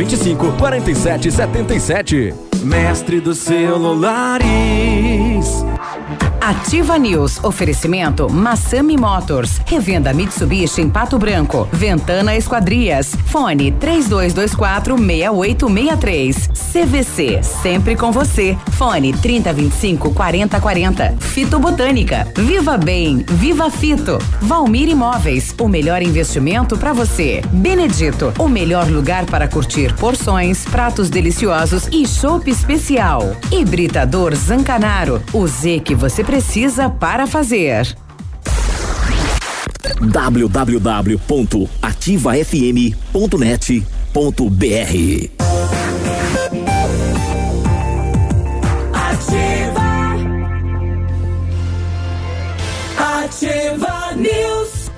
[SPEAKER 19] 3025-4777.
[SPEAKER 8] Mestre dos Celulares.
[SPEAKER 1] Ativa News. Oferecimento Massami Motors. Revenda Mitsubishi em Pato Branco. Ventana Esquadrias. Fone 3224-6863. CVC. Sempre com você. Fone 3025-4040. Fito Botânica. Viva Bem. Viva Fito. Valmir Imóveis. O melhor investimento para você. Benedito. O melhor lugar para curtir porções, pratos deliciosos e chopp especial. Hibridador Zancanaro. O Z que você precisa para fazer.
[SPEAKER 12] www.ativafm.net.br.
[SPEAKER 16] Ativa News.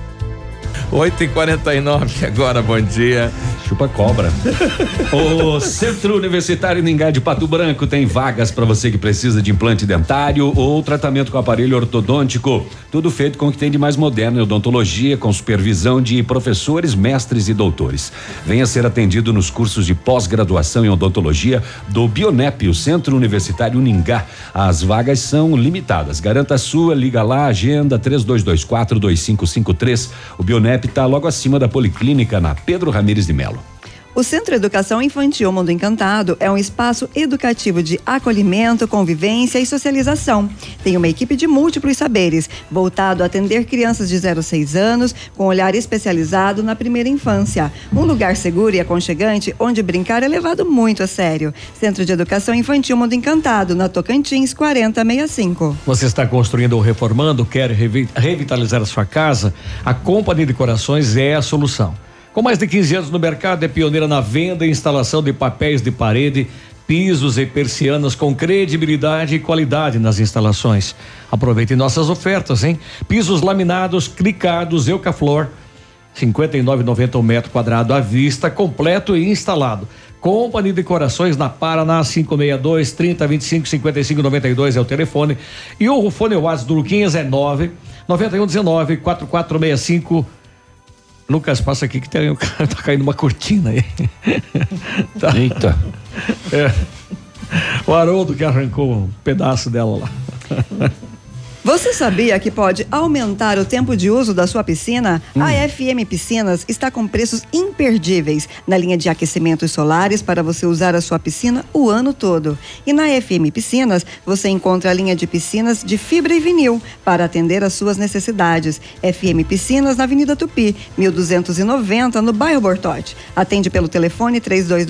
[SPEAKER 3] 8h49 agora, bom dia.
[SPEAKER 4] Chupa cobra. O Centro Universitário Ningá de Pato Branco tem vagas para você que precisa de implante dentário ou tratamento com aparelho ortodôntico. Tudo feito com o que tem de mais moderno em odontologia, com supervisão de professores, mestres e doutores. Venha ser atendido nos cursos de pós-graduação em odontologia do Bionep, o Centro Universitário Ningá. As vagas são limitadas. Garanta a sua, liga lá, agenda 3224-2553. O Bionep está logo acima da Policlínica, na Pedro Ramires de Melo.
[SPEAKER 5] O Centro Educação Infantil Mundo Encantado é um espaço educativo de acolhimento, convivência e socialização. Tem uma equipe de múltiplos saberes, voltado a atender crianças de 0 a 6 anos, com olhar especializado na primeira infância. Um lugar seguro e aconchegante, onde brincar é levado muito a sério. Centro de Educação Infantil Mundo Encantado, na Tocantins 4065.
[SPEAKER 6] Você está construindo ou reformando, quer revitalizar a sua casa? A Companhia de Decorações é a solução. Com mais de 15 anos no mercado, é pioneira na venda e instalação de papéis de parede, pisos e persianas com credibilidade e qualidade nas instalações. Aproveite nossas ofertas, hein? Pisos laminados, clicados, Eucaflor, R$ 59,90 o metro quadrado à vista, completo e instalado. Companhia de Decorações na Paraná, 562-3025-5592 é o telefone. E o fone WhatsApp do Luquinhas é 99119-4465. Lucas, passa aqui que tem um cara, tá caindo uma cortina aí. Tá.
[SPEAKER 4] Eita.
[SPEAKER 6] É. O Haroldo que arrancou um pedaço dela lá.
[SPEAKER 5] Você sabia que pode aumentar o tempo de uso da sua piscina? A FM Piscinas está com preços imperdíveis na linha de aquecimentos solares para você usar a sua piscina o ano todo. E na FM Piscinas você encontra a linha de piscinas de fibra e vinil para atender às suas necessidades. FM Piscinas na Avenida Tupi, 1290, no bairro Bortote. Atende pelo telefone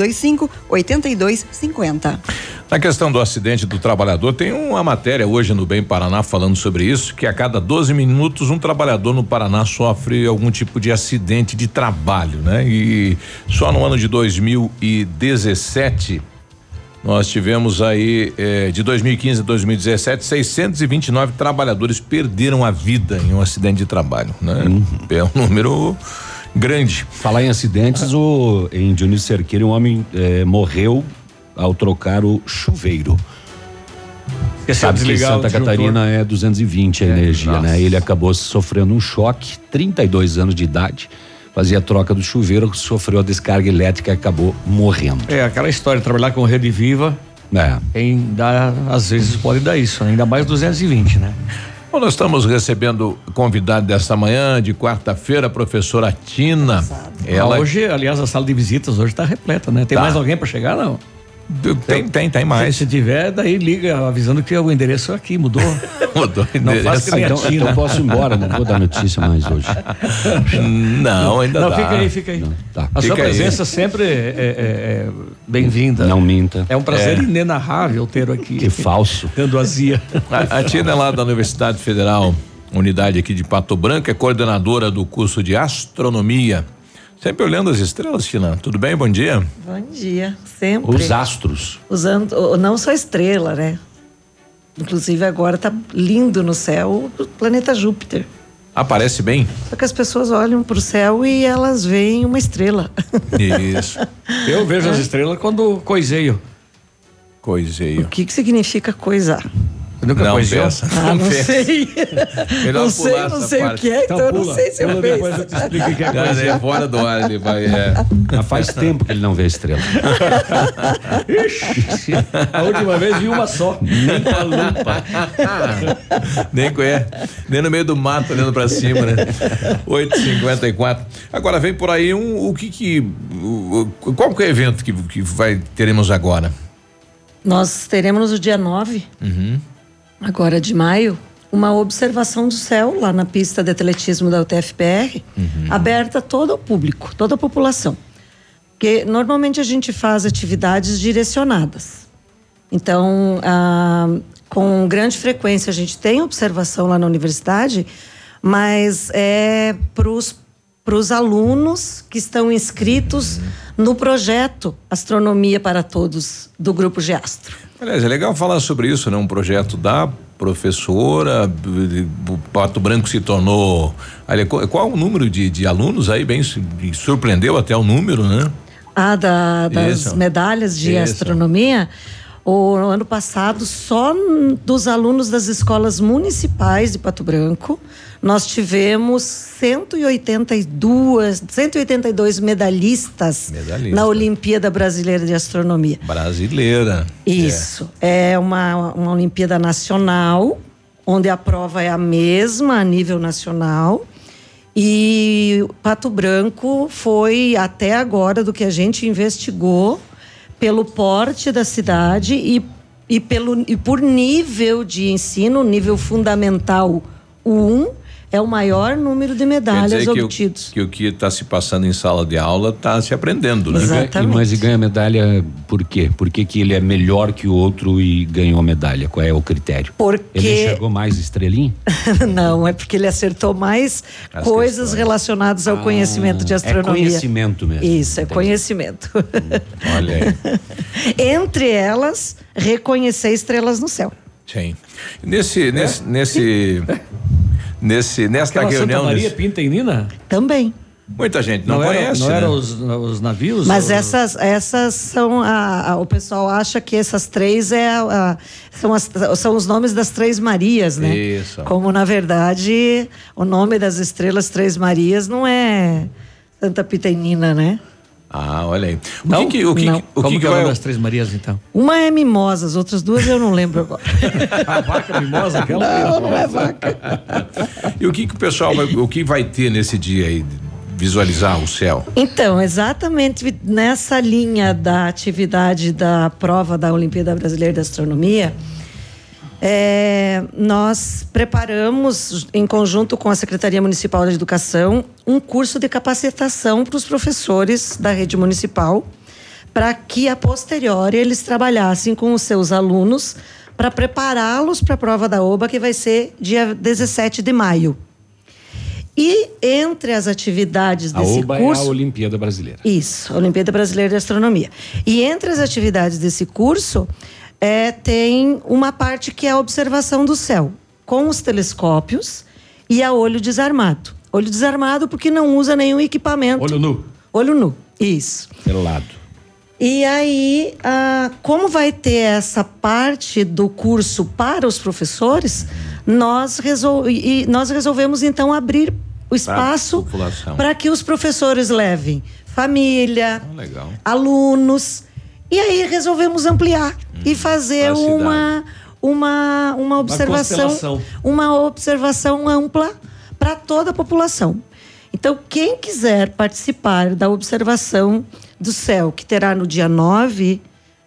[SPEAKER 5] 3225-8250.
[SPEAKER 3] Na questão do acidente do trabalhador, tem uma matéria hoje no Bem Paraná falando sobre isso, que a cada 12 minutos um trabalhador no Paraná sofre algum tipo de acidente de trabalho, né? E só no ano de 2017 nós tivemos aí de 2015 a 2017 629 trabalhadores perderam a vida em um acidente de trabalho, né? É um número grande.
[SPEAKER 4] Falar em acidentes, em Dionísio Cerqueira, um homem morreu ao trocar o chuveiro. Sabe que Santa Catarina é 220 a energia, nossa, né? Ele acabou sofrendo um choque, 32 anos de idade, fazia a troca do chuveiro, sofreu a descarga elétrica e acabou morrendo.
[SPEAKER 6] É aquela história, trabalhar com rede viva, às vezes pode dar isso, ainda mais 220, né?
[SPEAKER 3] Bom, nós estamos recebendo convidado desta manhã, de quarta-feira, a professora Tina.
[SPEAKER 6] Hoje, aliás, a sala de visitas hoje está repleta, né? Tem mais alguém para chegar, não?
[SPEAKER 3] Tem mais.
[SPEAKER 6] Se tiver, daí liga avisando que o endereço aqui mudou.
[SPEAKER 3] Mudou o
[SPEAKER 6] Não
[SPEAKER 3] endereço.
[SPEAKER 6] faz que nem a Tina.
[SPEAKER 4] Então posso ir embora, não vou dar notícia mais hoje.
[SPEAKER 3] Não, ainda
[SPEAKER 6] Não,
[SPEAKER 3] dá.
[SPEAKER 6] fica aí.
[SPEAKER 4] Não, tá.
[SPEAKER 6] A sua
[SPEAKER 3] Fica aí.
[SPEAKER 6] presença sempre é bem-vinda.
[SPEAKER 4] Não minta.
[SPEAKER 6] É um prazer inenarrável ter aqui.
[SPEAKER 4] Que falso.
[SPEAKER 6] Dando azia.
[SPEAKER 3] A Tina é lá da Universidade Federal, unidade aqui de Pato Branco, é coordenadora do curso de astronomia. Sempre olhando as estrelas, Tina. Tudo bem? Bom dia.
[SPEAKER 12] Bom dia, sempre.
[SPEAKER 4] Os astros.
[SPEAKER 12] Usando, não só estrela, né? Inclusive agora tá lindo no céu o planeta Júpiter.
[SPEAKER 3] Aparece bem?
[SPEAKER 12] Só que as pessoas olham pro céu e elas veem uma estrela.
[SPEAKER 3] Isso.
[SPEAKER 6] Eu vejo as estrelas quando coiseio.
[SPEAKER 3] Coiseio.
[SPEAKER 12] O que significa coisar?
[SPEAKER 6] Nunca
[SPEAKER 3] Não
[SPEAKER 6] coiseou?
[SPEAKER 3] peça.
[SPEAKER 12] Ah, não sei.
[SPEAKER 3] Melhor
[SPEAKER 12] Não
[SPEAKER 3] pular
[SPEAKER 12] sei
[SPEAKER 3] essa
[SPEAKER 12] o que
[SPEAKER 3] parte.
[SPEAKER 12] é, então eu não sei se eu vejo.
[SPEAKER 6] Depois eu te explico o que é
[SPEAKER 3] Cara,
[SPEAKER 6] coiseio.
[SPEAKER 3] é fora do ar, ele vai.
[SPEAKER 4] Mas faz tempo que ele não vê estrela.
[SPEAKER 6] Ixi, a última vez vi uma só. Nem com a lupa.
[SPEAKER 3] Nem conhece. Nem no meio do mato olhando pra cima, né? 8h54. Agora vem por aí qual que é o evento que teremos agora?
[SPEAKER 12] Nós teremos no dia 9, agora de maio, uma observação do céu lá na pista de atletismo da UTFPR, aberta a todo o público, toda a população. Porque normalmente a gente faz atividades direcionadas. Então, com grande frequência a gente tem observação lá na universidade, mas é para os alunos que estão inscritos no projeto Astronomia para Todos do Grupo Geastro.
[SPEAKER 3] Aliás, é legal falar sobre isso, né? Um projeto da professora, o Pato Branco se tornou... Olha, qual o número de alunos aí? Bem, surpreendeu até o número, né?
[SPEAKER 12] Das medalhas de astronomia. O ano passado, só dos alunos das escolas municipais de Pato Branco, nós tivemos 182 medalhistas na Olimpíada Brasileira de Astronomia.
[SPEAKER 3] Brasileira.
[SPEAKER 12] Isso. É uma Olimpíada nacional, onde a prova é a mesma a nível nacional. E Pato Branco foi, até agora, do que a gente investigou, pelo porte da cidade e por nível de ensino, nível fundamental 1, é o maior número de medalhas obtidos.
[SPEAKER 3] Que o que está se passando em sala de aula está se aprendendo, né?
[SPEAKER 12] Exatamente.
[SPEAKER 4] Mas ganha medalha por quê? Por que ele é melhor que o outro e ganhou medalha? Qual é o critério?
[SPEAKER 12] Porque...
[SPEAKER 4] Ele enxergou mais estrelinha?
[SPEAKER 12] Não, é porque ele acertou mais coisas relacionadas ao conhecimento de astronomia.
[SPEAKER 4] É conhecimento mesmo.
[SPEAKER 12] Isso, é conhecimento.
[SPEAKER 3] Olha aí.
[SPEAKER 12] Entre elas, reconhecer estrelas no céu.
[SPEAKER 3] Sim. Nesta
[SPEAKER 6] Aquela
[SPEAKER 3] reunião.
[SPEAKER 6] Santa Maria Pinta e Nina?
[SPEAKER 12] Também.
[SPEAKER 3] Muita gente não conhece.
[SPEAKER 6] Não
[SPEAKER 3] né?
[SPEAKER 6] eram os navios?
[SPEAKER 12] Mas essas são o pessoal acha que essas três são os nomes das Três Marias, né?
[SPEAKER 3] Isso.
[SPEAKER 12] Como na verdade o nome das estrelas Três Marias não é Santa Pinta e Nina, né?
[SPEAKER 3] Ah, olha aí.
[SPEAKER 12] Não?
[SPEAKER 3] O que
[SPEAKER 6] Como que é o
[SPEAKER 3] vai...
[SPEAKER 6] nome das Três Marias, então?
[SPEAKER 12] Uma é Mimosa, as outras duas eu não lembro agora.
[SPEAKER 6] A vaca mimosa, aquela?
[SPEAKER 12] Não é vaca.
[SPEAKER 3] E o que o pessoal vai ter nesse dia aí? Visualizar o céu?
[SPEAKER 12] Então, exatamente nessa linha da atividade da prova da Olimpíada Brasileira de Astronomia, nós preparamos, em conjunto com a Secretaria Municipal de Educação, um curso de capacitação para os professores da rede municipal, para que a posteriori eles trabalhassem com os seus alunos para prepará-los para a prova da OBA, que vai ser dia 17 de maio. E entre as atividades desse
[SPEAKER 4] OBA
[SPEAKER 12] curso...
[SPEAKER 4] é a Olimpíada Brasileira.
[SPEAKER 12] Isso, a Olimpíada Brasileira de Astronomia. E entre as atividades desse curso, tem uma parte que é a observação do céu, com os telescópios e a olho desarmado. Olho desarmado porque não usa nenhum equipamento.
[SPEAKER 6] Olho nu.
[SPEAKER 12] Olho nu, isso.
[SPEAKER 4] Pelo lado.
[SPEAKER 12] E aí, como vai ter essa parte do curso para os professores, nós resolvemos então abrir o espaço para que os professores levem família, alunos, e aí resolvemos ampliar e fazer uma observação, uma observação ampla para toda a população. Então, quem quiser participar da observação do céu, que terá no dia 9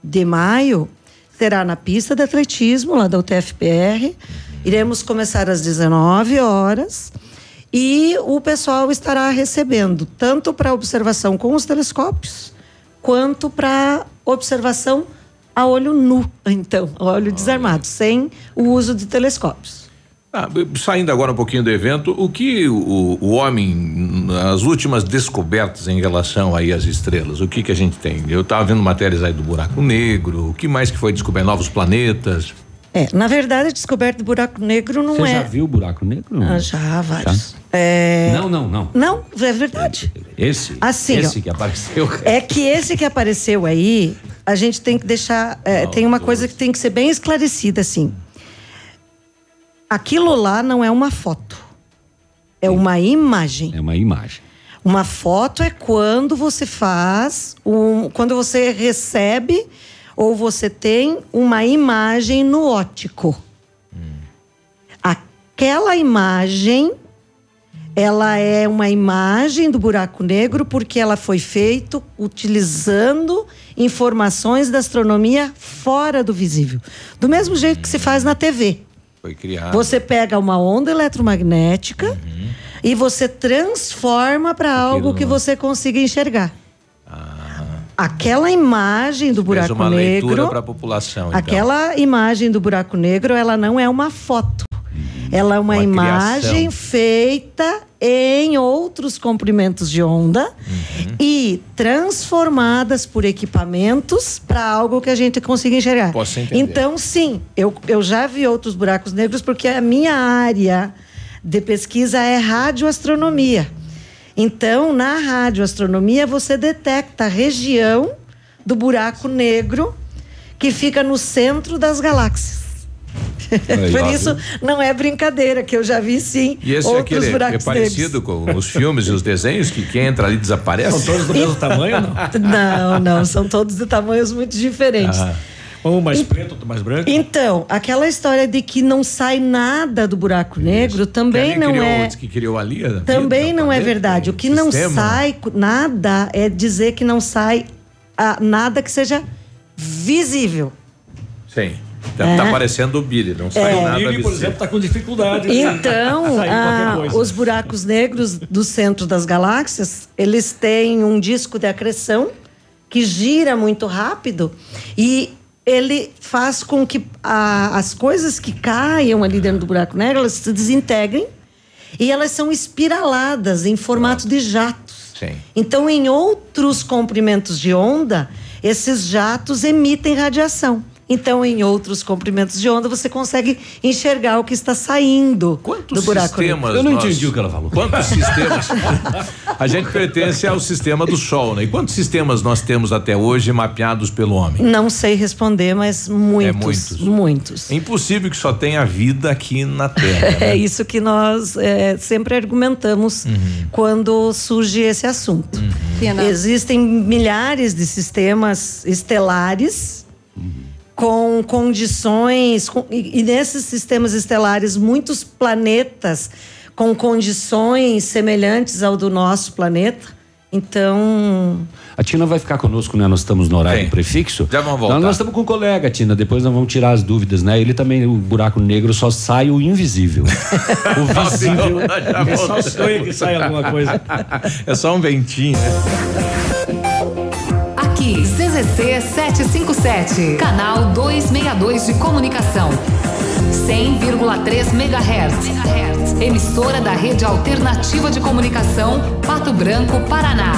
[SPEAKER 12] de maio, será na pista de atletismo, lá da UTFPR. Iremos começar às 19 horas. E o pessoal estará recebendo tanto para observação com os telescópios, quanto para observação a olho nu, então, a olho desarmado, sem o uso de telescópios.
[SPEAKER 3] Saindo agora um pouquinho do evento, o que o homem, as últimas descobertas em relação aí às estrelas, o que a gente tem? Eu estava vendo matérias aí do buraco negro, o que mais que foi descoberto? Novos planetas?
[SPEAKER 12] Na verdade, a descoberta do buraco negro não
[SPEAKER 4] Você já viu o buraco negro?
[SPEAKER 12] Já, vários.
[SPEAKER 4] Não.
[SPEAKER 12] Não, é verdade.
[SPEAKER 4] Esse que apareceu.
[SPEAKER 12] É que esse que apareceu aí, a gente tem que deixar, tem uma coisa que tem que ser bem esclarecida, assim. Aquilo lá não é uma foto, é uma imagem.
[SPEAKER 4] É uma imagem.
[SPEAKER 12] Uma foto é quando você quando você recebe ou você tem uma imagem no óptico. Aquela imagem, ela é uma imagem do buraco negro porque ela foi feita utilizando informações da astronomia fora do visível. Do mesmo jeito que se faz na TV.
[SPEAKER 3] Foi criado.
[SPEAKER 12] Você pega uma onda eletromagnética e você transforma para algo que você consiga enxergar. Aquela imagem do buraco
[SPEAKER 3] negro. Fez uma leitura para a população.
[SPEAKER 12] Aquela imagem do buraco negro, ela não é uma foto. Ela é uma imagem feita em outros comprimentos de onda e transformadas por equipamentos para algo que a gente consiga enxergar.
[SPEAKER 3] Posso entender.
[SPEAKER 12] Então, sim, eu já vi outros buracos negros porque a minha área de pesquisa é radioastronomia. Então, na radioastronomia, você detecta a região do buraco negro que fica no centro das galáxias. Por isso, não é brincadeira, que eu já vi, sim,
[SPEAKER 3] e esse
[SPEAKER 12] outros buracos
[SPEAKER 3] é parecido com os filmes e os desenhos, que quem entra ali desaparece?
[SPEAKER 6] São todos do mesmo tamanho, não?
[SPEAKER 12] Não, são todos de tamanhos muito diferentes.
[SPEAKER 6] Um mais preto, outro mais branco.
[SPEAKER 12] Então, aquela história de que não sai nada do buraco negro também não é.
[SPEAKER 3] Que criou ali,
[SPEAKER 12] também não é verdade. O que não sai nada é dizer que não sai nada que seja visível.
[SPEAKER 3] Sim. Tá parecendo o Billy, não sai nada.
[SPEAKER 6] O Billy, por exemplo, está com dificuldade.
[SPEAKER 12] Então, os buracos negros do centro das galáxias, eles têm um disco de acreção que gira muito rápido e ele faz com que as coisas que caiam ali dentro do buraco negro, elas se desintegrem e elas são espiraladas em formato de jatos.
[SPEAKER 3] Sim.
[SPEAKER 12] Então, em outros comprimentos de onda, esses jatos emitem radiação. Então, em outros comprimentos de onda, você consegue enxergar o que está saindo do buraco negro.
[SPEAKER 4] Eu não entendi o que ela falou.
[SPEAKER 3] Quantos sistemas? A gente pertence ao sistema do Sol, né? E quantos sistemas nós temos até hoje mapeados pelo homem?
[SPEAKER 12] Não sei responder, mas muitos. Muitos.
[SPEAKER 3] É impossível que só tenha vida aqui na Terra. Né?
[SPEAKER 12] É isso que nós sempre argumentamos quando surge esse assunto. Existem milhares de sistemas estelares com condições, e nesses sistemas estelares, muitos planetas com condições semelhantes ao do nosso planeta. Então...
[SPEAKER 4] A Tina vai ficar conosco, né? Nós estamos no horário do prefixo.
[SPEAKER 3] Já vamos voltar.
[SPEAKER 4] Nós estamos com um colega, Tina, depois nós vamos tirar as dúvidas, né? Ele também, o buraco negro só sai o invisível. O visível
[SPEAKER 6] é só o sonho que sai alguma coisa.
[SPEAKER 3] É só um ventinho, né?
[SPEAKER 2] Aqui, CZC 757, canal 262 de comunicação. 100,3 MHz. Emissora da Rede Alternativa de Comunicação, Pato Branco, Paraná.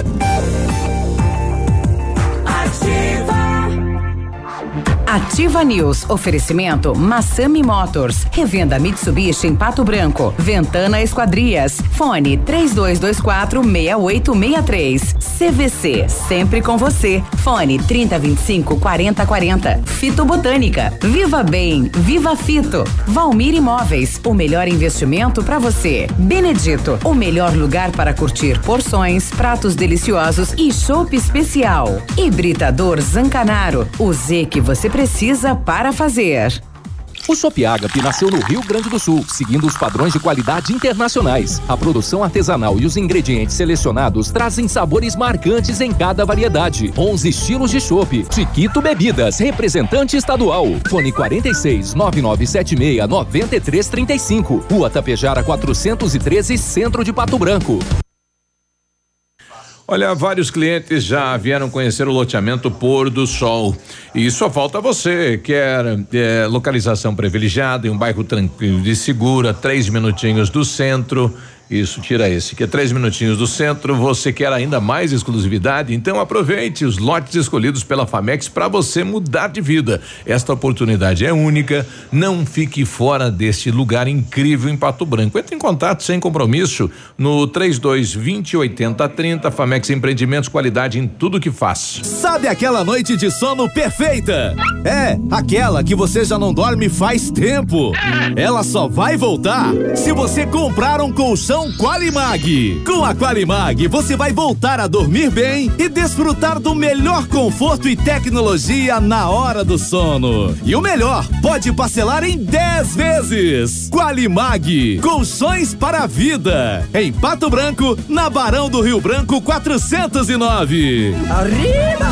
[SPEAKER 1] Ativa News. Oferecimento Massami Motors. Revenda Mitsubishi em Pato Branco. Ventana Esquadrias. Fone 3224-6863. CVC. Sempre com você. Fone 3025-4040. Fito Botânica. Viva Bem. Viva Fito. Valmir Imóveis. O melhor investimento para você. Benedito. O melhor lugar para curtir porções, pratos deliciosos e chopp especial. Hibridador Zancanaro. O Z que você precisa para fazer.
[SPEAKER 26] O Chopp Agape nasceu no Rio Grande do Sul, seguindo os padrões de qualidade internacionais. A produção artesanal e os ingredientes selecionados trazem sabores marcantes em cada variedade. 11 estilos de chopp. Chiquito Bebidas, representante estadual. Fone 46 9976 9335. Rua Tapejara 413, Centro de Pato Branco.
[SPEAKER 3] Olha, vários clientes já vieram conhecer o loteamento Pôr do Sol. E só falta você, quer localização privilegiada em um bairro tranquilo e segura, 3 minutinhos do centro. Isso, tira esse, que é 3 minutinhos do centro. Você quer ainda mais exclusividade? Então aproveite os lotes escolhidos pela Famex para você mudar de vida. Esta oportunidade é única. Não fique fora deste lugar incrível em Pato Branco. Entre em contato sem compromisso no 3220-8030. Famex Empreendimentos, qualidade em tudo que faz.
[SPEAKER 13] Sabe aquela noite de sono perfeita? É, aquela que você já não dorme faz tempo. Ela só vai voltar se você comprar um colchão Qualimag. Com a Qualimag, você vai voltar a dormir bem e desfrutar do melhor conforto e tecnologia na hora do sono. E o melhor, pode parcelar em 10 vezes. Qualimag, colchões para a vida. Em Pato Branco, na Barão do Rio Branco 409.
[SPEAKER 14] Arriba!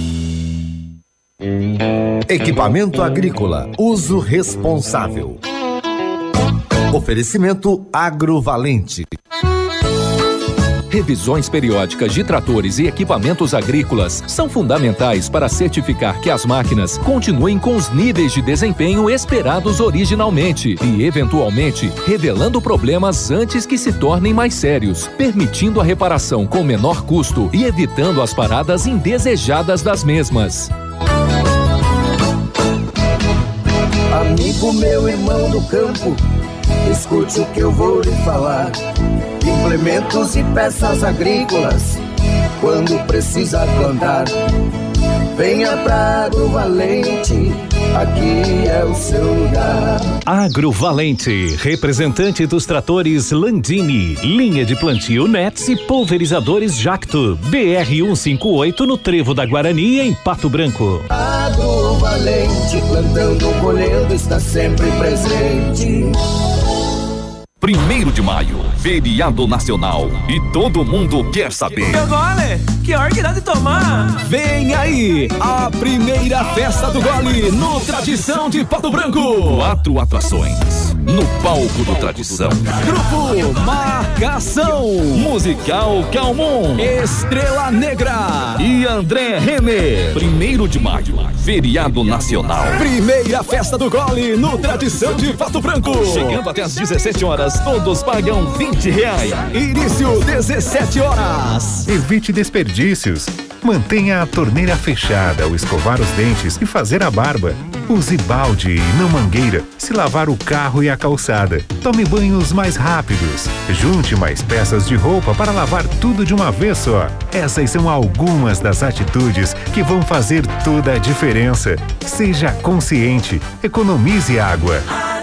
[SPEAKER 14] Equipamento agrícola, uso responsável. Oferecimento Agrovalente.
[SPEAKER 26] Revisões periódicas de tratores e equipamentos agrícolas são fundamentais para certificar que as máquinas continuem com os níveis de desempenho esperados originalmente e, eventualmente, revelando problemas antes que se tornem mais sérios, permitindo a reparação com menor custo e evitando as paradas indesejadas das mesmas.
[SPEAKER 15] Amigo meu, irmão do campo, escute o que eu vou lhe falar. Implementos e peças agrícolas, quando precisa plantar, venha pra Agrovalente, aqui é o seu lugar.
[SPEAKER 14] Agrovalente, representante dos tratores Landini, linha de plantio Nets e pulverizadores Jacto, BR-158 no Trevo da Guarani, em Pato Branco.
[SPEAKER 15] Agrovalente, plantando, colhendo, está sempre presente.
[SPEAKER 19] 1º de maio, feriado nacional, e todo mundo quer saber.
[SPEAKER 8] Meu gole, que hora que dá de tomar?
[SPEAKER 14] Vem aí, a primeira festa do gole no Tradição de Pato Branco.
[SPEAKER 19] 4 atrações no palco do Tradição.
[SPEAKER 14] Grupo Marcação,
[SPEAKER 19] Musical Calmon,
[SPEAKER 14] Estrela Negra
[SPEAKER 19] e André Renner. 1º de maio, feriado nacional.
[SPEAKER 14] Primeira festa do gole no Tradição de Pato Branco.
[SPEAKER 19] Chegando até às 17 horas, todos pagam R$20.
[SPEAKER 14] Início 17 horas.
[SPEAKER 17] Evite desperdícios. Mantenha a torneira fechada ao escovar os dentes e fazer a barba. Use balde e não mangueira se lavar o carro e a calçada. Tome banhos mais rápidos. Junte mais peças de roupa para lavar tudo de uma vez só. Essas são algumas das atitudes que vão fazer toda a diferença. Seja consciente. Economize água.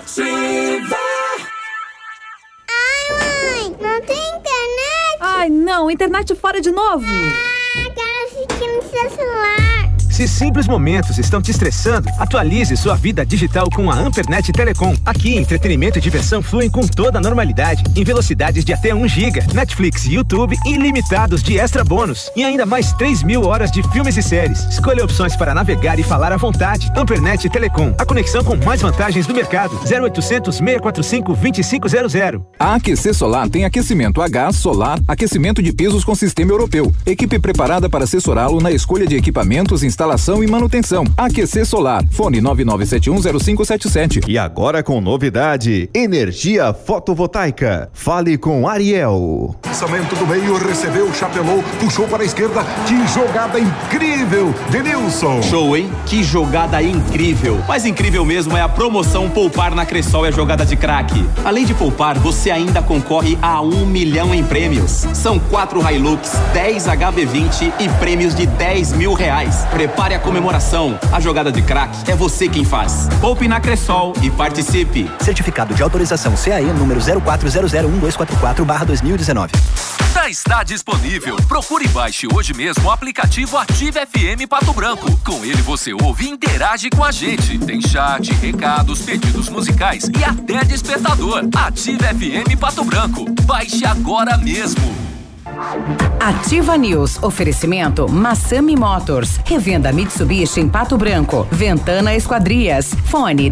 [SPEAKER 28] Ai, não, internet fora de novo.
[SPEAKER 7] Quero assistir no seu celular.
[SPEAKER 18] Se simples momentos estão te estressando, atualize sua vida digital com a Ampernet Telecom. Aqui, entretenimento e diversão fluem com toda a normalidade, em velocidades de até 1 GB, Netflix e YouTube ilimitados de extra bônus. E ainda mais 3.000 horas de filmes e séries. Escolha opções para navegar e falar à vontade. Ampernet Telecom, a conexão com mais vantagens do mercado. 0800 645 2500.
[SPEAKER 20] A AQC Solar tem aquecimento a gás, solar, aquecimento de pisos com sistema europeu. Equipe preparada para assessorá-lo na escolha de equipamentos, instalação e manutenção. AQC Solar, fone 99710577.
[SPEAKER 10] E agora com novidade, energia fotovoltaica. Fale com Ariel.
[SPEAKER 21] Lançamento do meio, recebeu, chapelou, puxou para a esquerda. Que jogada incrível, Denilson.
[SPEAKER 22] Show, hein? Que jogada incrível. Mais incrível mesmo é a promoção Poupar na Cressol, é jogada de craque. Além de poupar, você ainda concorre a 1 milhão em prêmios. São 4 Hilux, 10 HB20 e prêmios de R$10.000. prepare a comemoração. A jogada de craque é você quem faz. Poupe na Cressol e participe.
[SPEAKER 5] Certificado de autorização CAE número 04001244/2019.
[SPEAKER 19] Já está disponível. Procure e baixe hoje mesmo o aplicativo Ative FM Pato Branco. Com ele você ouve e interage com a gente. Tem chat, recados, pedidos musicais e até despertador. Ative FM Pato Branco. Baixe agora mesmo.
[SPEAKER 1] Ativa News. Oferecimento Massami Motors. Revenda Mitsubishi em Pato Branco. Ventana Esquadrias. Fone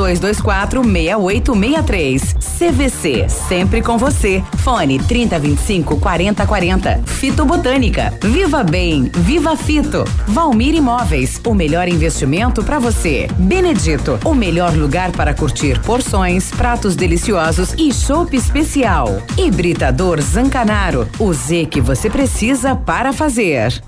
[SPEAKER 1] 3224-6863. CVC. Sempre com você. Fone 3025-4040. Fito Botânica. Viva Bem. Viva Fito. Valmir Imóveis. O melhor investimento para você. Benedito. O melhor lugar para curtir porções, pratos deliciosos e chopp especial. Hibridador Zancanaro. O Z que você precisa para fazer.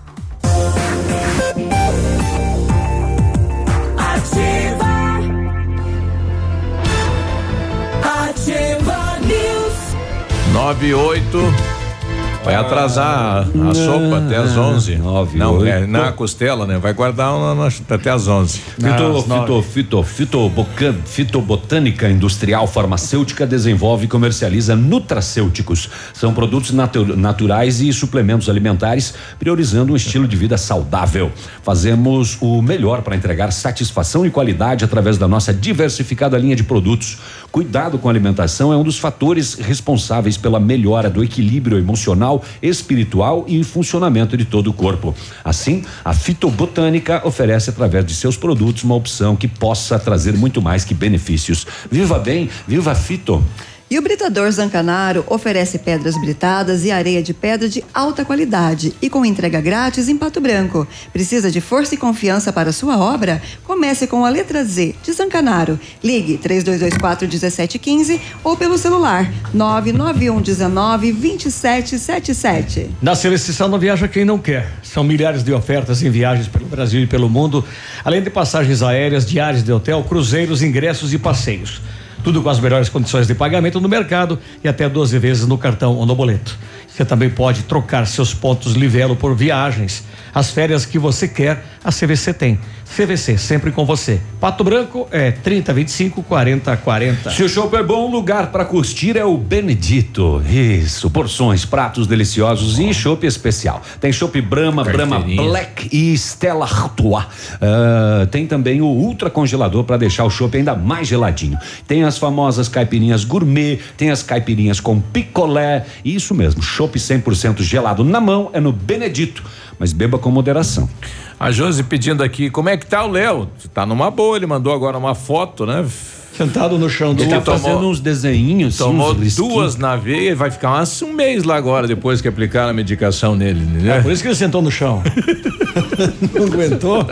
[SPEAKER 8] Ativa News.
[SPEAKER 3] 98. Vai atrasar a sopa até as 11.
[SPEAKER 4] 9,
[SPEAKER 3] não,
[SPEAKER 4] 8.
[SPEAKER 3] é na costela, né? Vai guardar até as 11.
[SPEAKER 4] Fitobotânica Industrial Farmacêutica desenvolve e comercializa nutracêuticos. São produtos naturais e suplementos alimentares, priorizando um estilo de vida saudável. Fazemos o melhor para entregar satisfação e qualidade através da nossa diversificada linha de produtos. Cuidado com a alimentação é um dos fatores responsáveis pela melhora do equilíbrio emocional, espiritual e funcionamento de todo o corpo. Assim, a Fitobotânica oferece através de seus produtos uma opção que possa trazer muito mais que benefícios. Viva bem, viva Fito.
[SPEAKER 9] E o Britador Zancanaro oferece pedras britadas e areia de pedra de alta qualidade e com entrega grátis em Pato Branco. Precisa de força e confiança para sua obra? Comece com a letra Z de Zancanaro. Ligue 3224-1715 ou pelo celular 99119-2777.
[SPEAKER 6] Na Celestial não viaja quem não quer. São milhares de ofertas em viagens pelo Brasil e pelo mundo, além de passagens aéreas, diárias de hotel, cruzeiros, ingressos e passeios. Tudo com as melhores condições de pagamento no mercado e até 12 vezes no cartão ou no boleto. Você também pode trocar seus pontos Livelo por viagens. As férias que você quer, a CVC tem. CVC, sempre com você. Pato Branco é 3025-4040.
[SPEAKER 4] Se o chopp é bom, lugar para curtir é o Benedito. Isso, porções, pratos deliciosos e chopp especial. Tem chopp Brahma, Brahma Black e Stella Artois. Tem também o ultra congelador para deixar o chopp ainda mais geladinho. Tem as famosas caipirinhas gourmet, tem as caipirinhas com picolé. Isso mesmo, chopp 100% gelado na mão é no Benedito. Mas beba com moderação.
[SPEAKER 3] A Josi pedindo aqui, como é que tá o Léo? Tá numa boa, ele mandou agora uma foto, né?
[SPEAKER 6] Sentado no chão do
[SPEAKER 4] Ele tá fazendo uns desenhinhos.
[SPEAKER 3] Tomou duas na veia e vai ficar um mês lá agora, depois que aplicaram a medicação nele, né?
[SPEAKER 6] É por isso que ele sentou no chão. Não aguentou.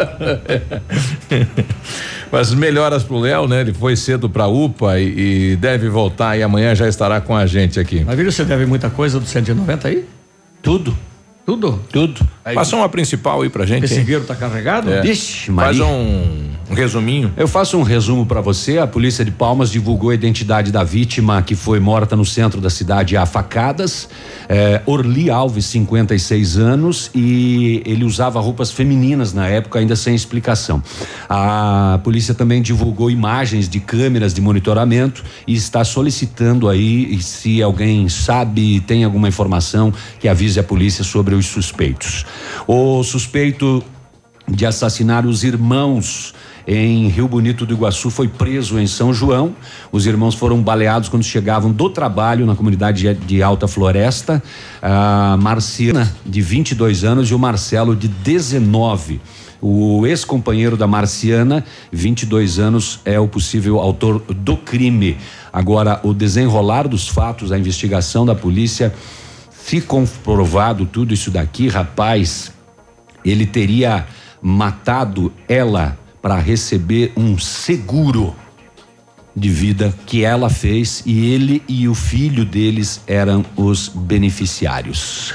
[SPEAKER 3] Mas melhoras pro Léo, né? Ele foi cedo pra UPA e deve voltar e amanhã já estará com a gente aqui.
[SPEAKER 6] Mas viu, você deve muita coisa do 190 aí?
[SPEAKER 4] Tudo.
[SPEAKER 6] Tudo?
[SPEAKER 3] Tudo. Passa uma principal aí pra gente.
[SPEAKER 6] Esse gueiro tá carregado?
[SPEAKER 4] É. Vixe, Maria.
[SPEAKER 3] Faz um resuminho.
[SPEAKER 4] Eu faço um resumo para você. A polícia de Palmas divulgou a identidade da vítima que foi morta no centro da cidade a facadas. Orli Alves, 56 anos, e ele usava roupas femininas na época, ainda sem explicação. A polícia também divulgou imagens de câmeras de monitoramento e está solicitando aí, se alguém sabe, tem alguma informação, que avise a polícia sobre os suspeitos. O suspeito de assassinar os irmãos em Rio Bonito do Iguaçu foi preso em São João. Os irmãos foram baleados quando chegavam do trabalho na comunidade de Alta Floresta. A Marciana, de 22 anos, e o Marcelo, de 19. O ex-companheiro da Marciana, 22 anos, é o possível autor do crime. Agora, o desenrolar dos fatos, a investigação da polícia, se comprovado tudo isso daqui, rapaz, ele teria matado ela para receber um seguro de vida que ela fez, e ele e o filho deles eram os beneficiários.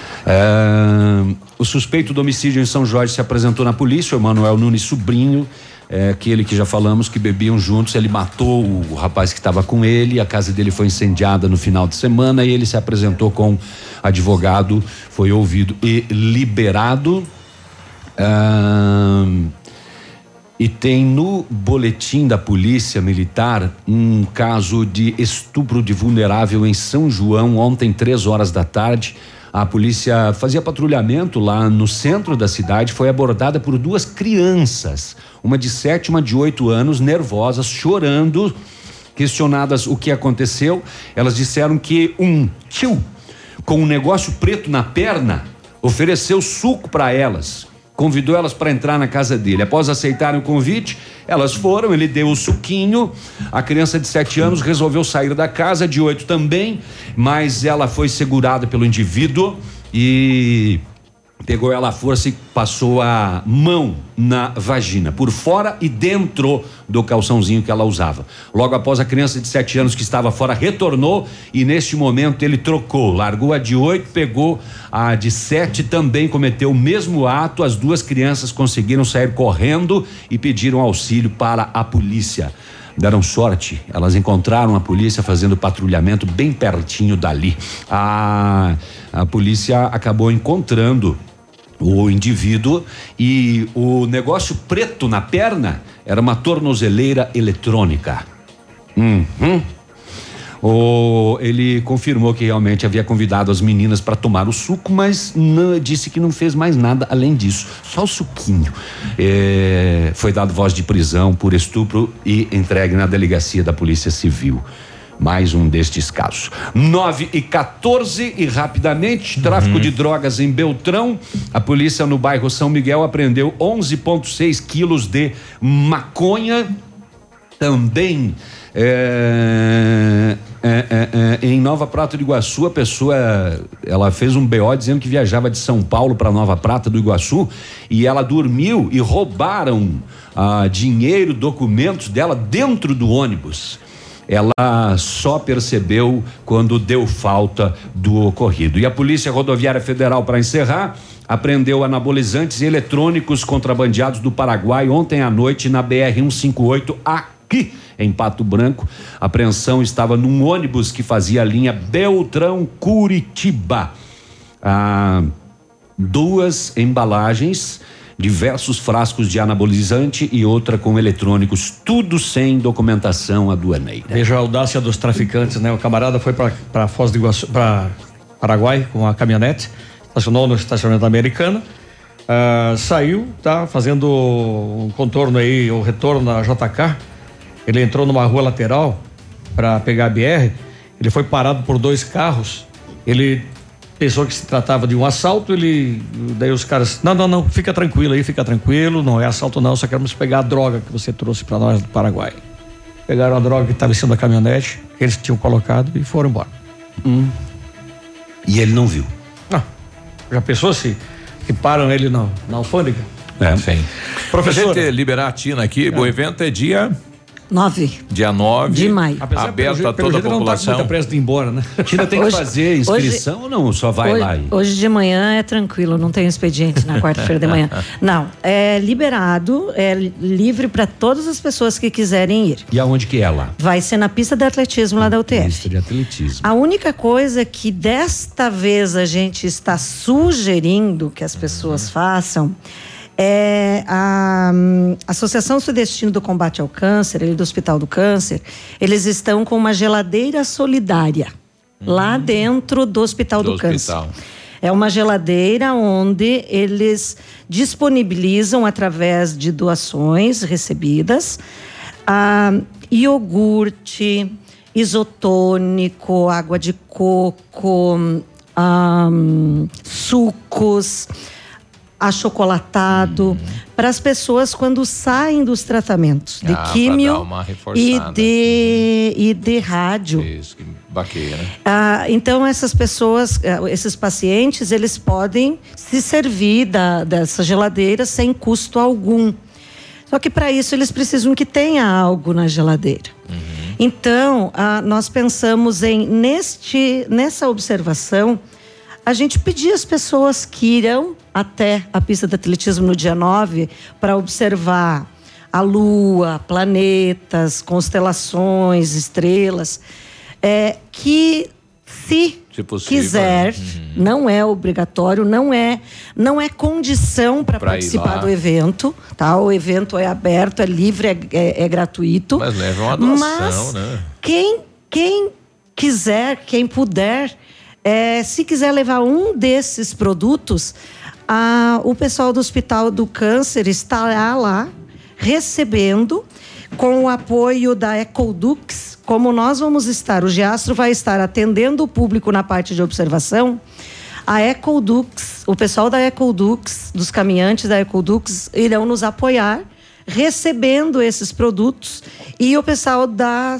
[SPEAKER 4] O suspeito do homicídio em São Jorge se apresentou na polícia, o Emanuel Nunes Sobrinho, aquele que já falamos que bebiam juntos. Ele matou o rapaz que estava com ele, a casa dele foi incendiada no final de semana e ele se apresentou com advogado, foi ouvido e liberado. E tem no boletim da Polícia Militar um caso de estupro de vulnerável em São João, ontem, 3 da tarde. A polícia fazia patrulhamento lá no centro da cidade, foi abordada por 2 crianças, uma de 7 e uma de 8 anos, nervosas, chorando. Questionadas o que aconteceu, elas disseram que um tio com um negócio preto na perna ofereceu suco para elas. Convidou elas para entrar na casa dele. Após aceitarem o convite, elas foram, ele deu o suquinho. A criança de 7 anos resolveu sair da casa, de 8 também, mas ela foi segurada pelo indivíduo e pegou ela à força e passou a mão na vagina, por fora e dentro do calçãozinho que ela usava. Logo após, a criança de 7 anos que estava fora retornou e neste momento ele trocou, largou a de 8, pegou a de 7, também cometeu o mesmo ato. As 2 crianças conseguiram sair correndo e pediram auxílio para a polícia. Deram sorte, elas encontraram a polícia fazendo patrulhamento bem pertinho dali. A polícia acabou encontrando o indivíduo e o negócio preto na perna era uma tornozeleira eletrônica. Ele confirmou que realmente havia convidado as meninas para tomar o suco, mas disse que não fez mais nada além disso, só o suquinho. Foi dado voz de prisão por estupro e entregue na delegacia da Polícia Civil. Mais um destes casos. 9h14 e rapidamente, tráfico de drogas em Beltrão. A polícia no bairro São Miguel apreendeu 11,6 quilos de maconha. Também em Nova Prata do Iguaçu, a pessoa, ela fez um BO dizendo que viajava de São Paulo para Nova Prata do Iguaçu e ela dormiu e roubaram dinheiro, documentos dela dentro do ônibus. Ela só percebeu quando deu falta do ocorrido. E a Polícia Rodoviária Federal, para encerrar, apreendeu anabolizantes e eletrônicos contrabandeados do Paraguai ontem à noite na BR-158 aqui em Pato Branco. A apreensão estava num ônibus que fazia a linha Beltrão-Curitiba. 2 embalagens, diversos frascos de anabolizante e outra com eletrônicos, tudo sem documentação aduaneira.
[SPEAKER 6] Veja a audácia dos traficantes, né? O camarada foi para Foz do Iguaçu, para Paraguai com a caminhonete, estacionou no estacionamento americano, saiu, tá fazendo um contorno aí, o retorno na JK. Ele entrou numa rua lateral para pegar a BR, ele foi parado por 2 carros, ele pensou que se tratava de um assalto, daí os caras, não, fica tranquilo, não é assalto não, só queremos pegar a droga que você trouxe para nós do Paraguai. Pegaram a droga que estava em cima da caminhonete, que eles tinham colocado e foram embora.
[SPEAKER 4] E ele não viu?
[SPEAKER 6] Não. Já pensou se param ele na alfândega?
[SPEAKER 3] Sim. Professor, a gente liberar a Tina aqui, o evento é dia
[SPEAKER 2] 9.
[SPEAKER 3] Dia 9
[SPEAKER 2] de maio.
[SPEAKER 3] Aberto a toda a população.
[SPEAKER 6] Não tá com muita pressa de ir embora, né?
[SPEAKER 4] Tina tem que fazer inscrição ou não? Só vai lá?
[SPEAKER 2] Hoje de manhã é tranquilo, não tem expediente na quarta-feira de manhã. Não, é liberado, é livre para todas as pessoas que quiserem ir.
[SPEAKER 4] E aonde que é lá?
[SPEAKER 2] Vai ser na pista de atletismo lá da UTF.
[SPEAKER 4] Pista de atletismo.
[SPEAKER 2] A única coisa que desta vez a gente está sugerindo que as pessoas façam é a Associação Sudestino do Combate ao Câncer, do Hospital do Câncer, eles estão com uma geladeira solidária lá dentro do Hospital do Câncer. É uma geladeira onde eles disponibilizam, através de doações recebidas, iogurte, isotônico, água de coco, sucos, achocolatado, para as pessoas quando saem dos tratamentos de químio e de rádio.
[SPEAKER 3] Isso, que baqueia, né?
[SPEAKER 2] Então essas pessoas, esses pacientes, eles podem se servir dessa geladeira sem custo algum. Só que para isso eles precisam que tenha algo na geladeira. Então, nós pensamos nessa observação, a gente pedir às pessoas que irão até a pista de atletismo no dia 9 para observar a lua, planetas, constelações, estrelas, que se quiser, não é obrigatório, não é condição para participar do evento, tá? O evento é aberto, é livre, é gratuito.
[SPEAKER 3] Mas leva uma doação, né?
[SPEAKER 2] Quem quiser, quem puder, se quiser levar um desses produtos, o pessoal do Hospital do Câncer estará lá recebendo, com o apoio da Ecodux. Como nós vamos estar, o Geastro vai estar atendendo o público na parte de observação, a Ecodux, o pessoal da Ecodux, dos caminhantes da Ecodux, irão nos apoiar recebendo esses produtos, e o pessoal da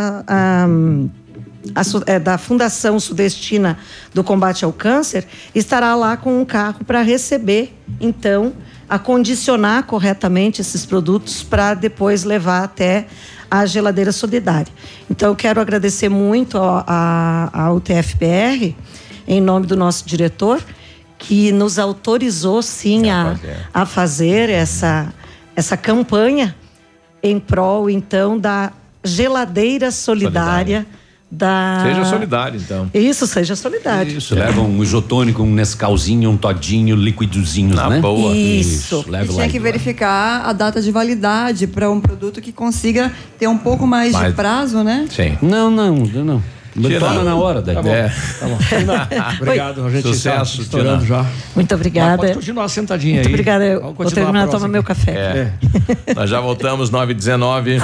[SPEAKER 2] Fundação Sudestina do Combate ao Câncer estará lá com um carro para receber, então, acondicionar corretamente esses produtos para depois levar até a geladeira solidária. Então, eu quero agradecer muito ao TFPR, em nome do nosso diretor, que nos autorizou, sim, a fazer essa campanha em prol, então, da geladeira solidária.
[SPEAKER 3] Seja solidário, então.
[SPEAKER 2] Isso, seja solidário.
[SPEAKER 4] Isso, leva um isotônico, um Nescauzinho, um todinho, liquidozinhos, né?
[SPEAKER 3] Boa.
[SPEAKER 2] Isso.
[SPEAKER 9] E tinha que verificar a data de validade para um produto que consiga ter um pouco mais de prazo, né?
[SPEAKER 3] Sim.
[SPEAKER 4] Não. Toma na hora daí.
[SPEAKER 6] Tá bom. Obrigado, a gente
[SPEAKER 3] Sucesso,
[SPEAKER 6] está estourando já.
[SPEAKER 2] Muito obrigada.
[SPEAKER 6] Pode continuar sentadinha aí.
[SPEAKER 2] Muito obrigada. Eu vou terminar de tomar meu café.
[SPEAKER 3] Nós já voltamos, 9h19.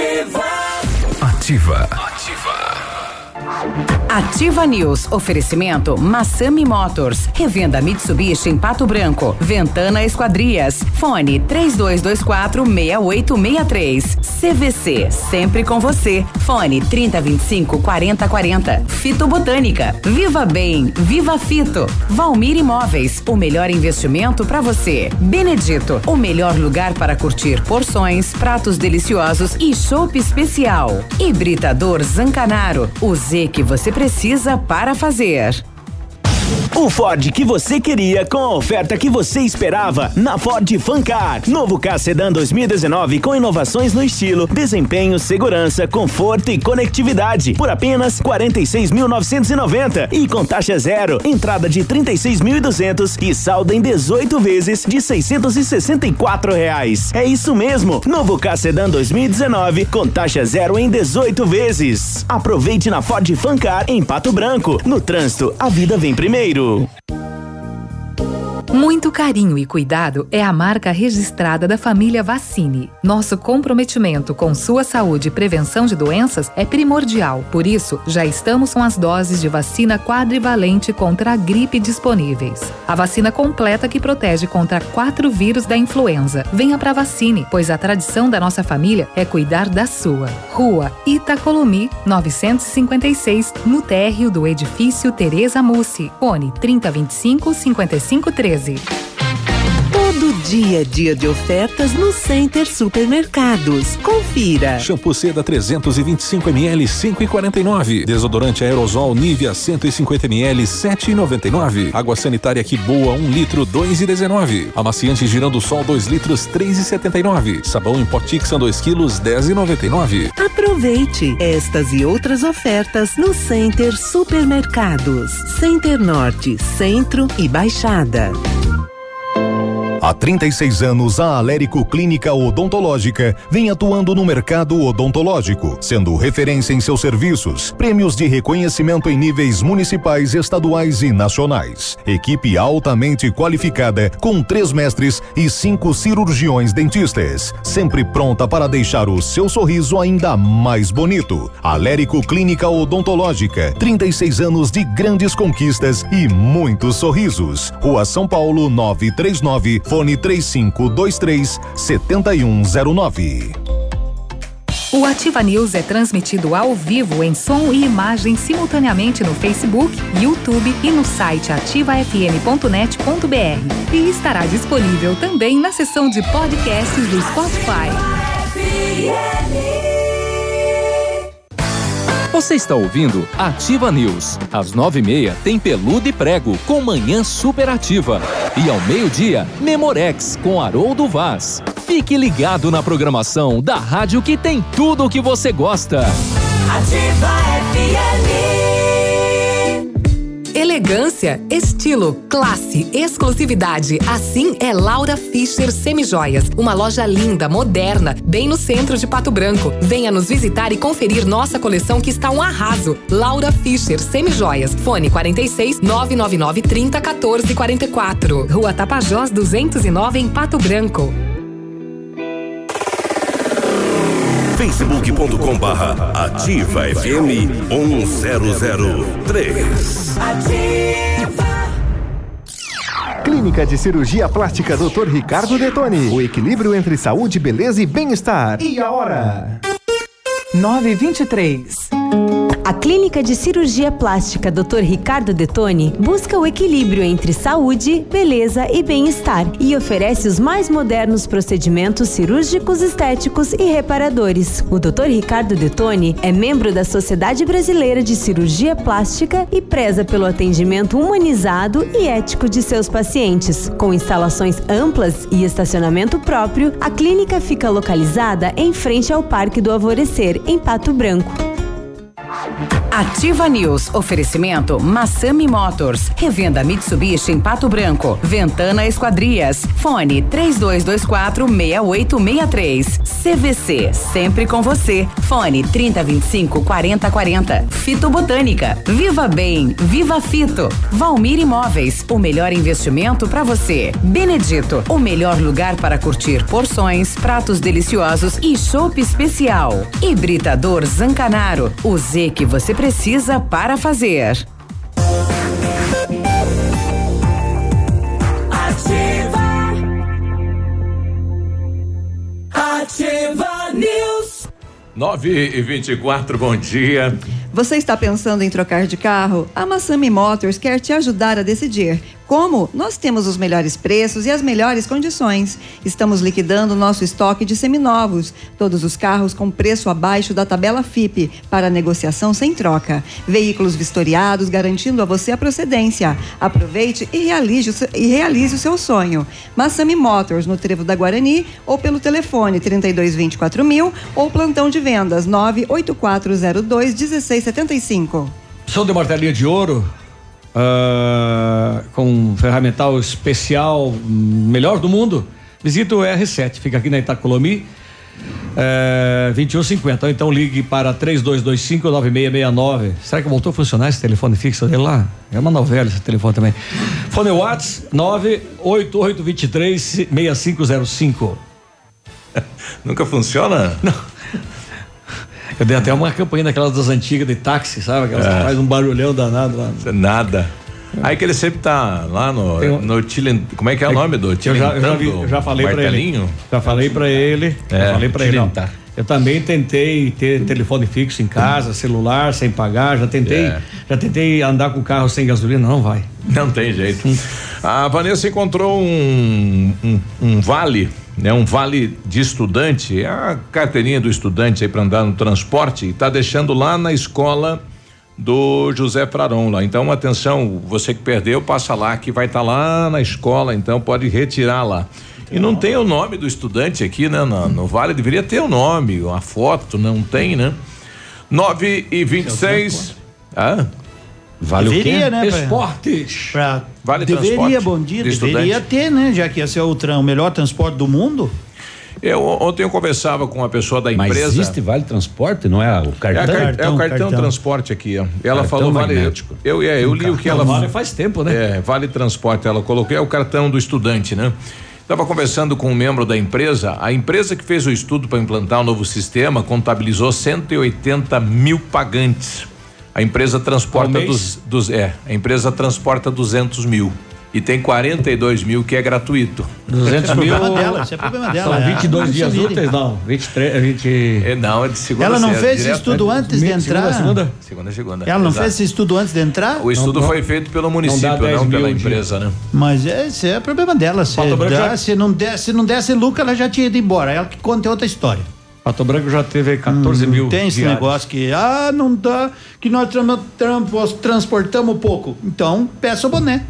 [SPEAKER 19] Ativa.
[SPEAKER 1] Ativa News. Oferecimento Massami Motors. Revenda Mitsubishi em Pato Branco. Ventana Esquadrias. Fone 3224-6863. CVC. Sempre com você. Fone 3025-4040. Fito Botânica. Viva Bem. Viva Fito. Valmir Imóveis. O melhor investimento para você. Benedito. O melhor lugar para curtir porções, pratos deliciosos e chopp especial. Hibridador Zancanaro. O Z que você precisa para fazer.
[SPEAKER 11] O Ford que você queria com a oferta que você esperava na Ford Fancar. Novo Ka Sedan 2019 com inovações no estilo, desempenho, segurança, conforto e conectividade por apenas 46.990 e com taxa zero, entrada de 36.200 e saldo em 18 vezes de R$664. É isso mesmo, novo Ka Sedan 2019 com taxa zero em 18 vezes. Aproveite na Ford Fancar em Pato Branco. No trânsito, a vida vem primeiro.
[SPEAKER 12] Muito carinho e cuidado é a marca registrada da família Vaccine. Nosso comprometimento com sua saúde e prevenção de doenças é primordial. Por isso, já estamos com as doses de vacina quadrivalente contra a gripe disponíveis. A vacina completa que protege contra 4 vírus da influenza. Venha pra Vaccine, pois a tradição da nossa família é cuidar da sua. Rua Itacolomi, 956, no térreo do edifício Tereza Mussi. Fone 3025-5513.
[SPEAKER 13] Todo dia é dia de ofertas no Center Supermercados. Confira.
[SPEAKER 19] Shampoo Seda 325 ml 5,49. Desodorante aerosol Nivea 150 ml 7,99. Água sanitária Que Boa 1 litro 2,19. Amaciante Girando Sol 2 litros 3,79. Sabão em pó Tixan 2 quilos 10,99.
[SPEAKER 13] Aproveite estas e outras ofertas no Center Supermercados. Center Norte, Centro e Baixada.
[SPEAKER 10] Há 36 anos, a Alérico Clínica Odontológica vem atuando no mercado odontológico, sendo referência em seus serviços, prêmios de reconhecimento em níveis municipais, estaduais e nacionais. Equipe altamente qualificada, com 3 mestres e 5 cirurgiões dentistas, sempre pronta para deixar o seu sorriso ainda mais bonito. Alérico Clínica Odontológica, 36 anos de grandes conquistas e muitos sorrisos. Rua São Paulo 939, fone 3523-7109.
[SPEAKER 12] O Ativa News é transmitido ao vivo em som e imagem simultaneamente no Facebook, YouTube e no site ativafm.net.br. E estará disponível também na seção de podcasts do Spotify.
[SPEAKER 26] Você está ouvindo Ativa News. Às 9h30 tem Peludo e Prego com Manhã Superativa. E ao meio-dia, Memorex com Haroldo Vaz. Fique ligado na programação da rádio que tem tudo o que você gosta.
[SPEAKER 8] Ativa FM.
[SPEAKER 14] Elegância, estilo, classe, exclusividade. Assim é Laura Fischer Semijoias. Uma loja linda, moderna, bem no centro de Pato Branco. Venha nos visitar e conferir nossa coleção que está um arraso. Laura Fischer Semijoias. Fone 46 999 30 14 44. Rua Tapajós 209 em Pato Branco.
[SPEAKER 15] Facebook.com/Ativa FM 1003.
[SPEAKER 10] Ativa. Clínica de Cirurgia Plástica Dr. Ricardo Detoni. O equilíbrio entre saúde, beleza e bem-estar. E a hora?
[SPEAKER 16] 9h23. A Clínica de Cirurgia Plástica Dr. Ricardo Detoni busca o equilíbrio entre saúde, beleza e bem-estar e oferece os mais modernos procedimentos cirúrgicos, estéticos e reparadores. O Dr. Ricardo Detoni é membro da Sociedade Brasileira de Cirurgia Plástica e preza pelo atendimento humanizado e ético de seus pacientes. Com instalações amplas e estacionamento próprio, a clínica fica localizada em frente ao Parque do Alvorecer, em Pato Branco.
[SPEAKER 1] Ativa News. Oferecimento Massami Motors. Revenda Mitsubishi em Pato Branco. Ventana Esquadrias. Fone 3224-6863. CVC. Sempre com você. Fone 3025-4040. Fito Botânica. Viva Bem. Viva Fito. Valmir Imóveis. O melhor investimento para você. Benedito. O melhor lugar para curtir porções, pratos deliciosos e chopp especial. Hibridador Zancanaro. O Z que você precisa para fazer.
[SPEAKER 15] Ativa News.
[SPEAKER 3] 9h24, bom dia.
[SPEAKER 9] Você está pensando em trocar de carro? A Massami Motors quer te ajudar a decidir. Como? Nós temos os melhores preços e as melhores condições. Estamos liquidando nosso estoque de seminovos. Todos os carros com preço abaixo da tabela FIPE, para negociação sem troca. Veículos vistoriados, garantindo a você a procedência. Aproveite e realize o seu sonho. Massami Motors, no Trevo da Guarani, ou pelo telefone 3224.000 ou plantão de vendas 98402-1675.
[SPEAKER 6] Som de martelinha de ouro. Com ferramental especial, melhor do mundo. Visita o R7, fica aqui na Itacolomi, 2150. Então ligue para 3225-9669. Será que voltou a funcionar esse telefone fixo dele lá? É uma novela esse telefone também. Fone WhatsApp 98823-6505.
[SPEAKER 3] Nunca funciona?
[SPEAKER 6] Não. Eu dei até uma campanha daquelas das antigas de táxi, sabe? Aquelas que faz um barulhão danado lá.
[SPEAKER 3] Nada. Aí que ele sempre tá lá no Chile. Como é que é o nome do Chile?
[SPEAKER 6] Eu já falei pra ele. Já falei pra ele. Eu também tentei ter telefone fixo em casa, celular, sem pagar. Já tentei andar com o carro sem gasolina, não vai.
[SPEAKER 3] Não tem jeito. A Vanessa encontrou um vale, né? Um vale de estudante, é a carteirinha do estudante aí para andar no transporte, e tá deixando lá na escola do José Fraron lá. Então, atenção, você que perdeu, passa lá que vai estar lá na escola, então pode retirar lá. E não tem o nome do estudante aqui, né? No vale deveria ter o nome, a foto, não tem, né? 9h26.
[SPEAKER 17] Vale deveria, o quê? Né?
[SPEAKER 6] Esportes.
[SPEAKER 3] Vale
[SPEAKER 17] deveria,
[SPEAKER 3] transporte.
[SPEAKER 17] Bom dia, deveria ter, né? Já que ia ser o melhor transporte do mundo.
[SPEAKER 3] Ontem eu conversava com uma pessoa da empresa.
[SPEAKER 4] Mas existe vale transporte, não é o cartão?
[SPEAKER 3] É o cartão transporte aqui, ó. Ela
[SPEAKER 4] cartão
[SPEAKER 3] falou
[SPEAKER 4] magnético.
[SPEAKER 3] Eu li o que ela
[SPEAKER 6] vale faz tempo, né?
[SPEAKER 3] Vale transporte, ela colocou, é o cartão do estudante, né? Estava conversando com um membro da empresa. A empresa que fez o estudo para implantar o novo sistema contabilizou 180 mil pagantes. A empresa transporta a empresa transporta 200 mil. E tem 42 mil que é gratuito.
[SPEAKER 6] 200 mil.
[SPEAKER 17] Isso é problema dela.
[SPEAKER 6] São 22 dias úteis, não. 23, 20.
[SPEAKER 3] Não, é de segunda.
[SPEAKER 17] Ela não fez esse estudo antes de entrar?
[SPEAKER 3] Segunda.
[SPEAKER 17] Ela não fez esse estudo antes de entrar?
[SPEAKER 3] O estudo foi feito pelo município, não pela empresa, né?
[SPEAKER 17] Mas esse é problema dela. Se não desse lucro, ela já tinha ido embora. Ela que conta outra história.
[SPEAKER 6] Pato Branco já teve 14 mil.
[SPEAKER 17] Tem esse negócio que, não dá, que nós transportamos pouco. Então, peça o boné.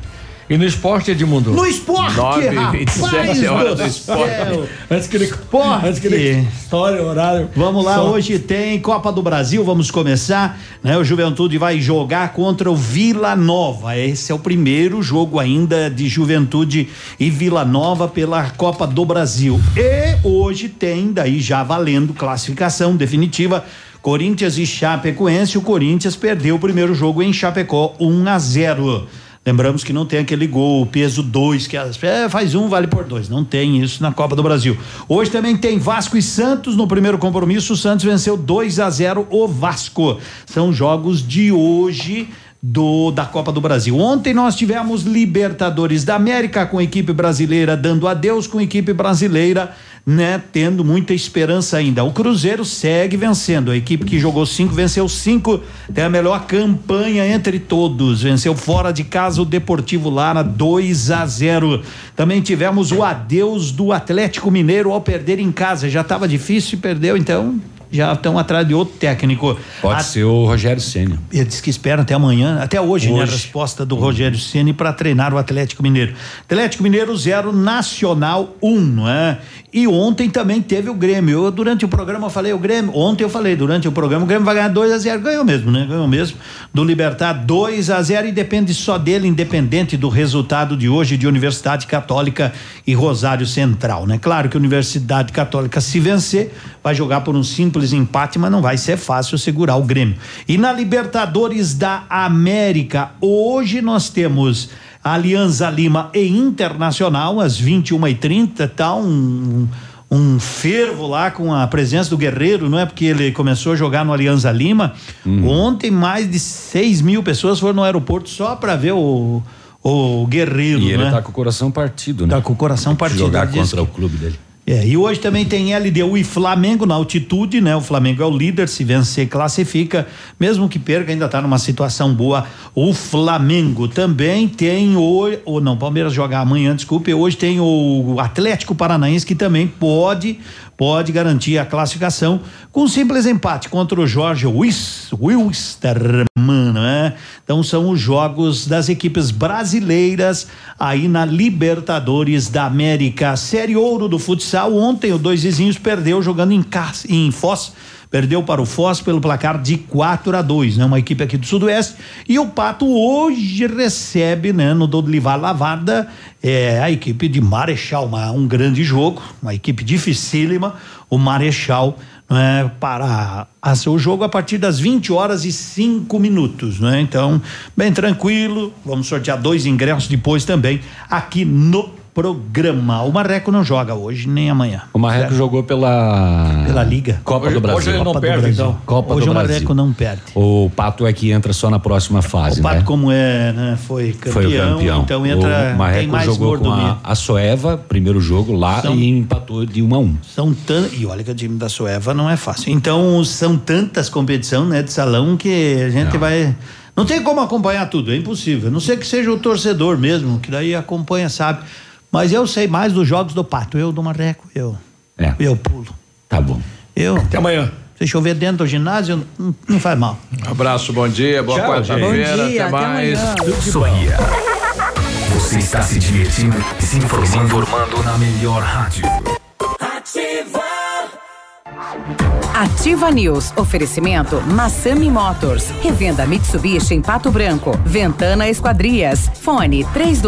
[SPEAKER 6] E no esporte, Edmundo?
[SPEAKER 17] No esporte,
[SPEAKER 3] 9h27, hora do esporte.
[SPEAKER 6] Antes que ele história, horário.
[SPEAKER 17] Vamos lá, hoje tem Copa do Brasil, vamos começar, né? O Juventude vai jogar contra o Vila Nova. Esse é o primeiro jogo ainda de Juventude e Vila Nova pela Copa do Brasil. E hoje tem, daí já valendo classificação definitiva, Corinthians e Chapecoense. O Corinthians perdeu o primeiro jogo em Chapecó, 1-0. Lembramos que não tem aquele gol, peso 2, que faz um, vale por 2. Não tem isso na Copa do Brasil. Hoje também tem Vasco e Santos. No primeiro compromisso, o Santos venceu 2-0 o Vasco. São jogos de hoje da Copa do Brasil. Ontem nós tivemos Libertadores da América, com a equipe brasileira dando adeus, com a equipe brasileira, né, tendo muita esperança ainda. O Cruzeiro segue vencendo. A equipe que jogou 5 venceu 5, tem a melhor campanha entre todos. Venceu fora de casa o Deportivo Lara 2-0. Também tivemos o adeus do Atlético Mineiro ao perder em casa. Já estava difícil e perdeu, então já estão atrás de outro técnico.
[SPEAKER 4] Pode ser o Rogério Ceni.
[SPEAKER 17] Ele disse que espera até amanhã, até hoje, né? A resposta do Rogério Ceni para treinar o Atlético Mineiro. Atlético Mineiro 0, Nacional 1, não é? E ontem também teve o Grêmio. Durante o programa eu falei, ontem eu falei, durante o programa, o Grêmio vai ganhar 2-0. Ganhou mesmo, né? Ganhou mesmo. Do Libertad 2-0 e depende só dele, independente do resultado de hoje de Universidade Católica e Rosário Central, né? Claro que a Universidade Católica, se vencer, vai jogar por um simples empate, mas não vai ser fácil segurar o Grêmio. E na Libertadores da América, hoje nós temos Alianza Lima e Internacional às 21h30, tá um fervo lá com a presença do Guerreiro, não é? Porque ele começou a jogar no Alianza Lima. Ontem mais de 6.000 pessoas foram no aeroporto só para ver o Guerreiro,
[SPEAKER 4] e ele
[SPEAKER 17] né?
[SPEAKER 4] tá com o coração partido, né?
[SPEAKER 17] Tá com o coração partido.
[SPEAKER 4] Jogar contra o clube dele.
[SPEAKER 17] E hoje também tem LDU e Flamengo na altitude, né? O Flamengo é o líder, se vencer classifica, mesmo que perca, ainda tá numa situação boa. O Flamengo também tem Palmeiras joga amanhã, desculpe. Hoje tem o Atlético Paranaense, que também pode garantir a classificação com um simples empate contra o Jorge Wilstermann, né? Então são os jogos das equipes brasileiras aí na Libertadores da América. Série Ouro do futsal, ontem o Dois Vizinhos perdeu jogando em Foz. Perdeu para o Foz pelo placar de 4-2, né? Uma equipe aqui do Sudoeste. E o Pato hoje recebe, né, no Dolivar Lavada, a equipe de Marechal, um grande jogo, uma equipe dificílima, o Marechal, né, para o jogo a partir das 20h05, né? Então, bem tranquilo, vamos sortear 2 ingressos depois também aqui no programa. O Marreco não joga hoje nem amanhã.
[SPEAKER 4] O Marreco jogou pela
[SPEAKER 17] Liga
[SPEAKER 4] Copa do Brasil.
[SPEAKER 6] Hoje ele não
[SPEAKER 17] Copa
[SPEAKER 6] perde, então.
[SPEAKER 4] Copa
[SPEAKER 17] hoje
[SPEAKER 4] do
[SPEAKER 17] o
[SPEAKER 4] Brasil.
[SPEAKER 17] Marreco não perde.
[SPEAKER 4] O Pato é que entra só na próxima fase,
[SPEAKER 17] o Pato,
[SPEAKER 4] né?
[SPEAKER 17] como né, foi campeão, então entra,
[SPEAKER 4] o Marreco
[SPEAKER 17] tem mais
[SPEAKER 4] jogou
[SPEAKER 17] mordomia.
[SPEAKER 4] com a Soeva, primeiro jogo lá, e empatou de 1-1.
[SPEAKER 17] E olha que o time da Soeva não é fácil. Então são tantas competições, né, de salão, que a gente vai... Não tem como acompanhar tudo, é impossível. A não ser que seja o torcedor mesmo, que daí acompanha, sabe? Mas eu sei mais dos jogos do Pato. Eu do Marreco, eu pulo.
[SPEAKER 4] Tá bom.
[SPEAKER 6] Até amanhã.
[SPEAKER 17] Se chover dentro do ginásio, não faz mal.
[SPEAKER 3] Abraço, bom dia, boa quarta-feira, até mais.
[SPEAKER 19] Sorria. Você está se divertindo e se informando na melhor rádio.
[SPEAKER 1] Ativa News. Oferecimento Massami Motors. Revenda Mitsubishi em Pato Branco. Ventana Esquadrias. Fone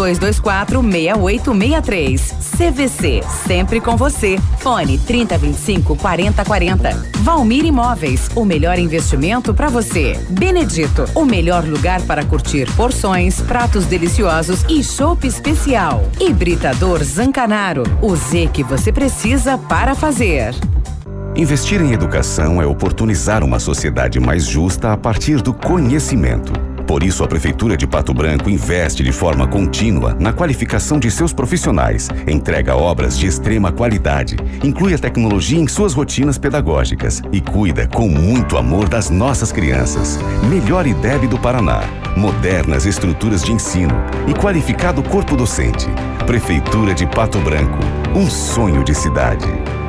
[SPEAKER 1] 3224-6863. CVC. Sempre com você. Fone 3025-4040. Valmir Imóveis. O melhor investimento para você. Benedito. O melhor lugar para curtir porções, pratos deliciosos e chopp especial. Hibridador Zancanaro. O Z que você precisa para fazer.
[SPEAKER 7] Investir em educação é oportunizar uma sociedade mais justa a partir do conhecimento. Por isso, a Prefeitura de Pato Branco investe de forma contínua na qualificação de seus profissionais, entrega obras de extrema qualidade, inclui a tecnologia em suas rotinas pedagógicas e cuida com muito amor das nossas crianças. Melhor IDEB do Paraná, modernas estruturas de ensino e qualificado corpo docente. Prefeitura de Pato Branco, um sonho de cidade.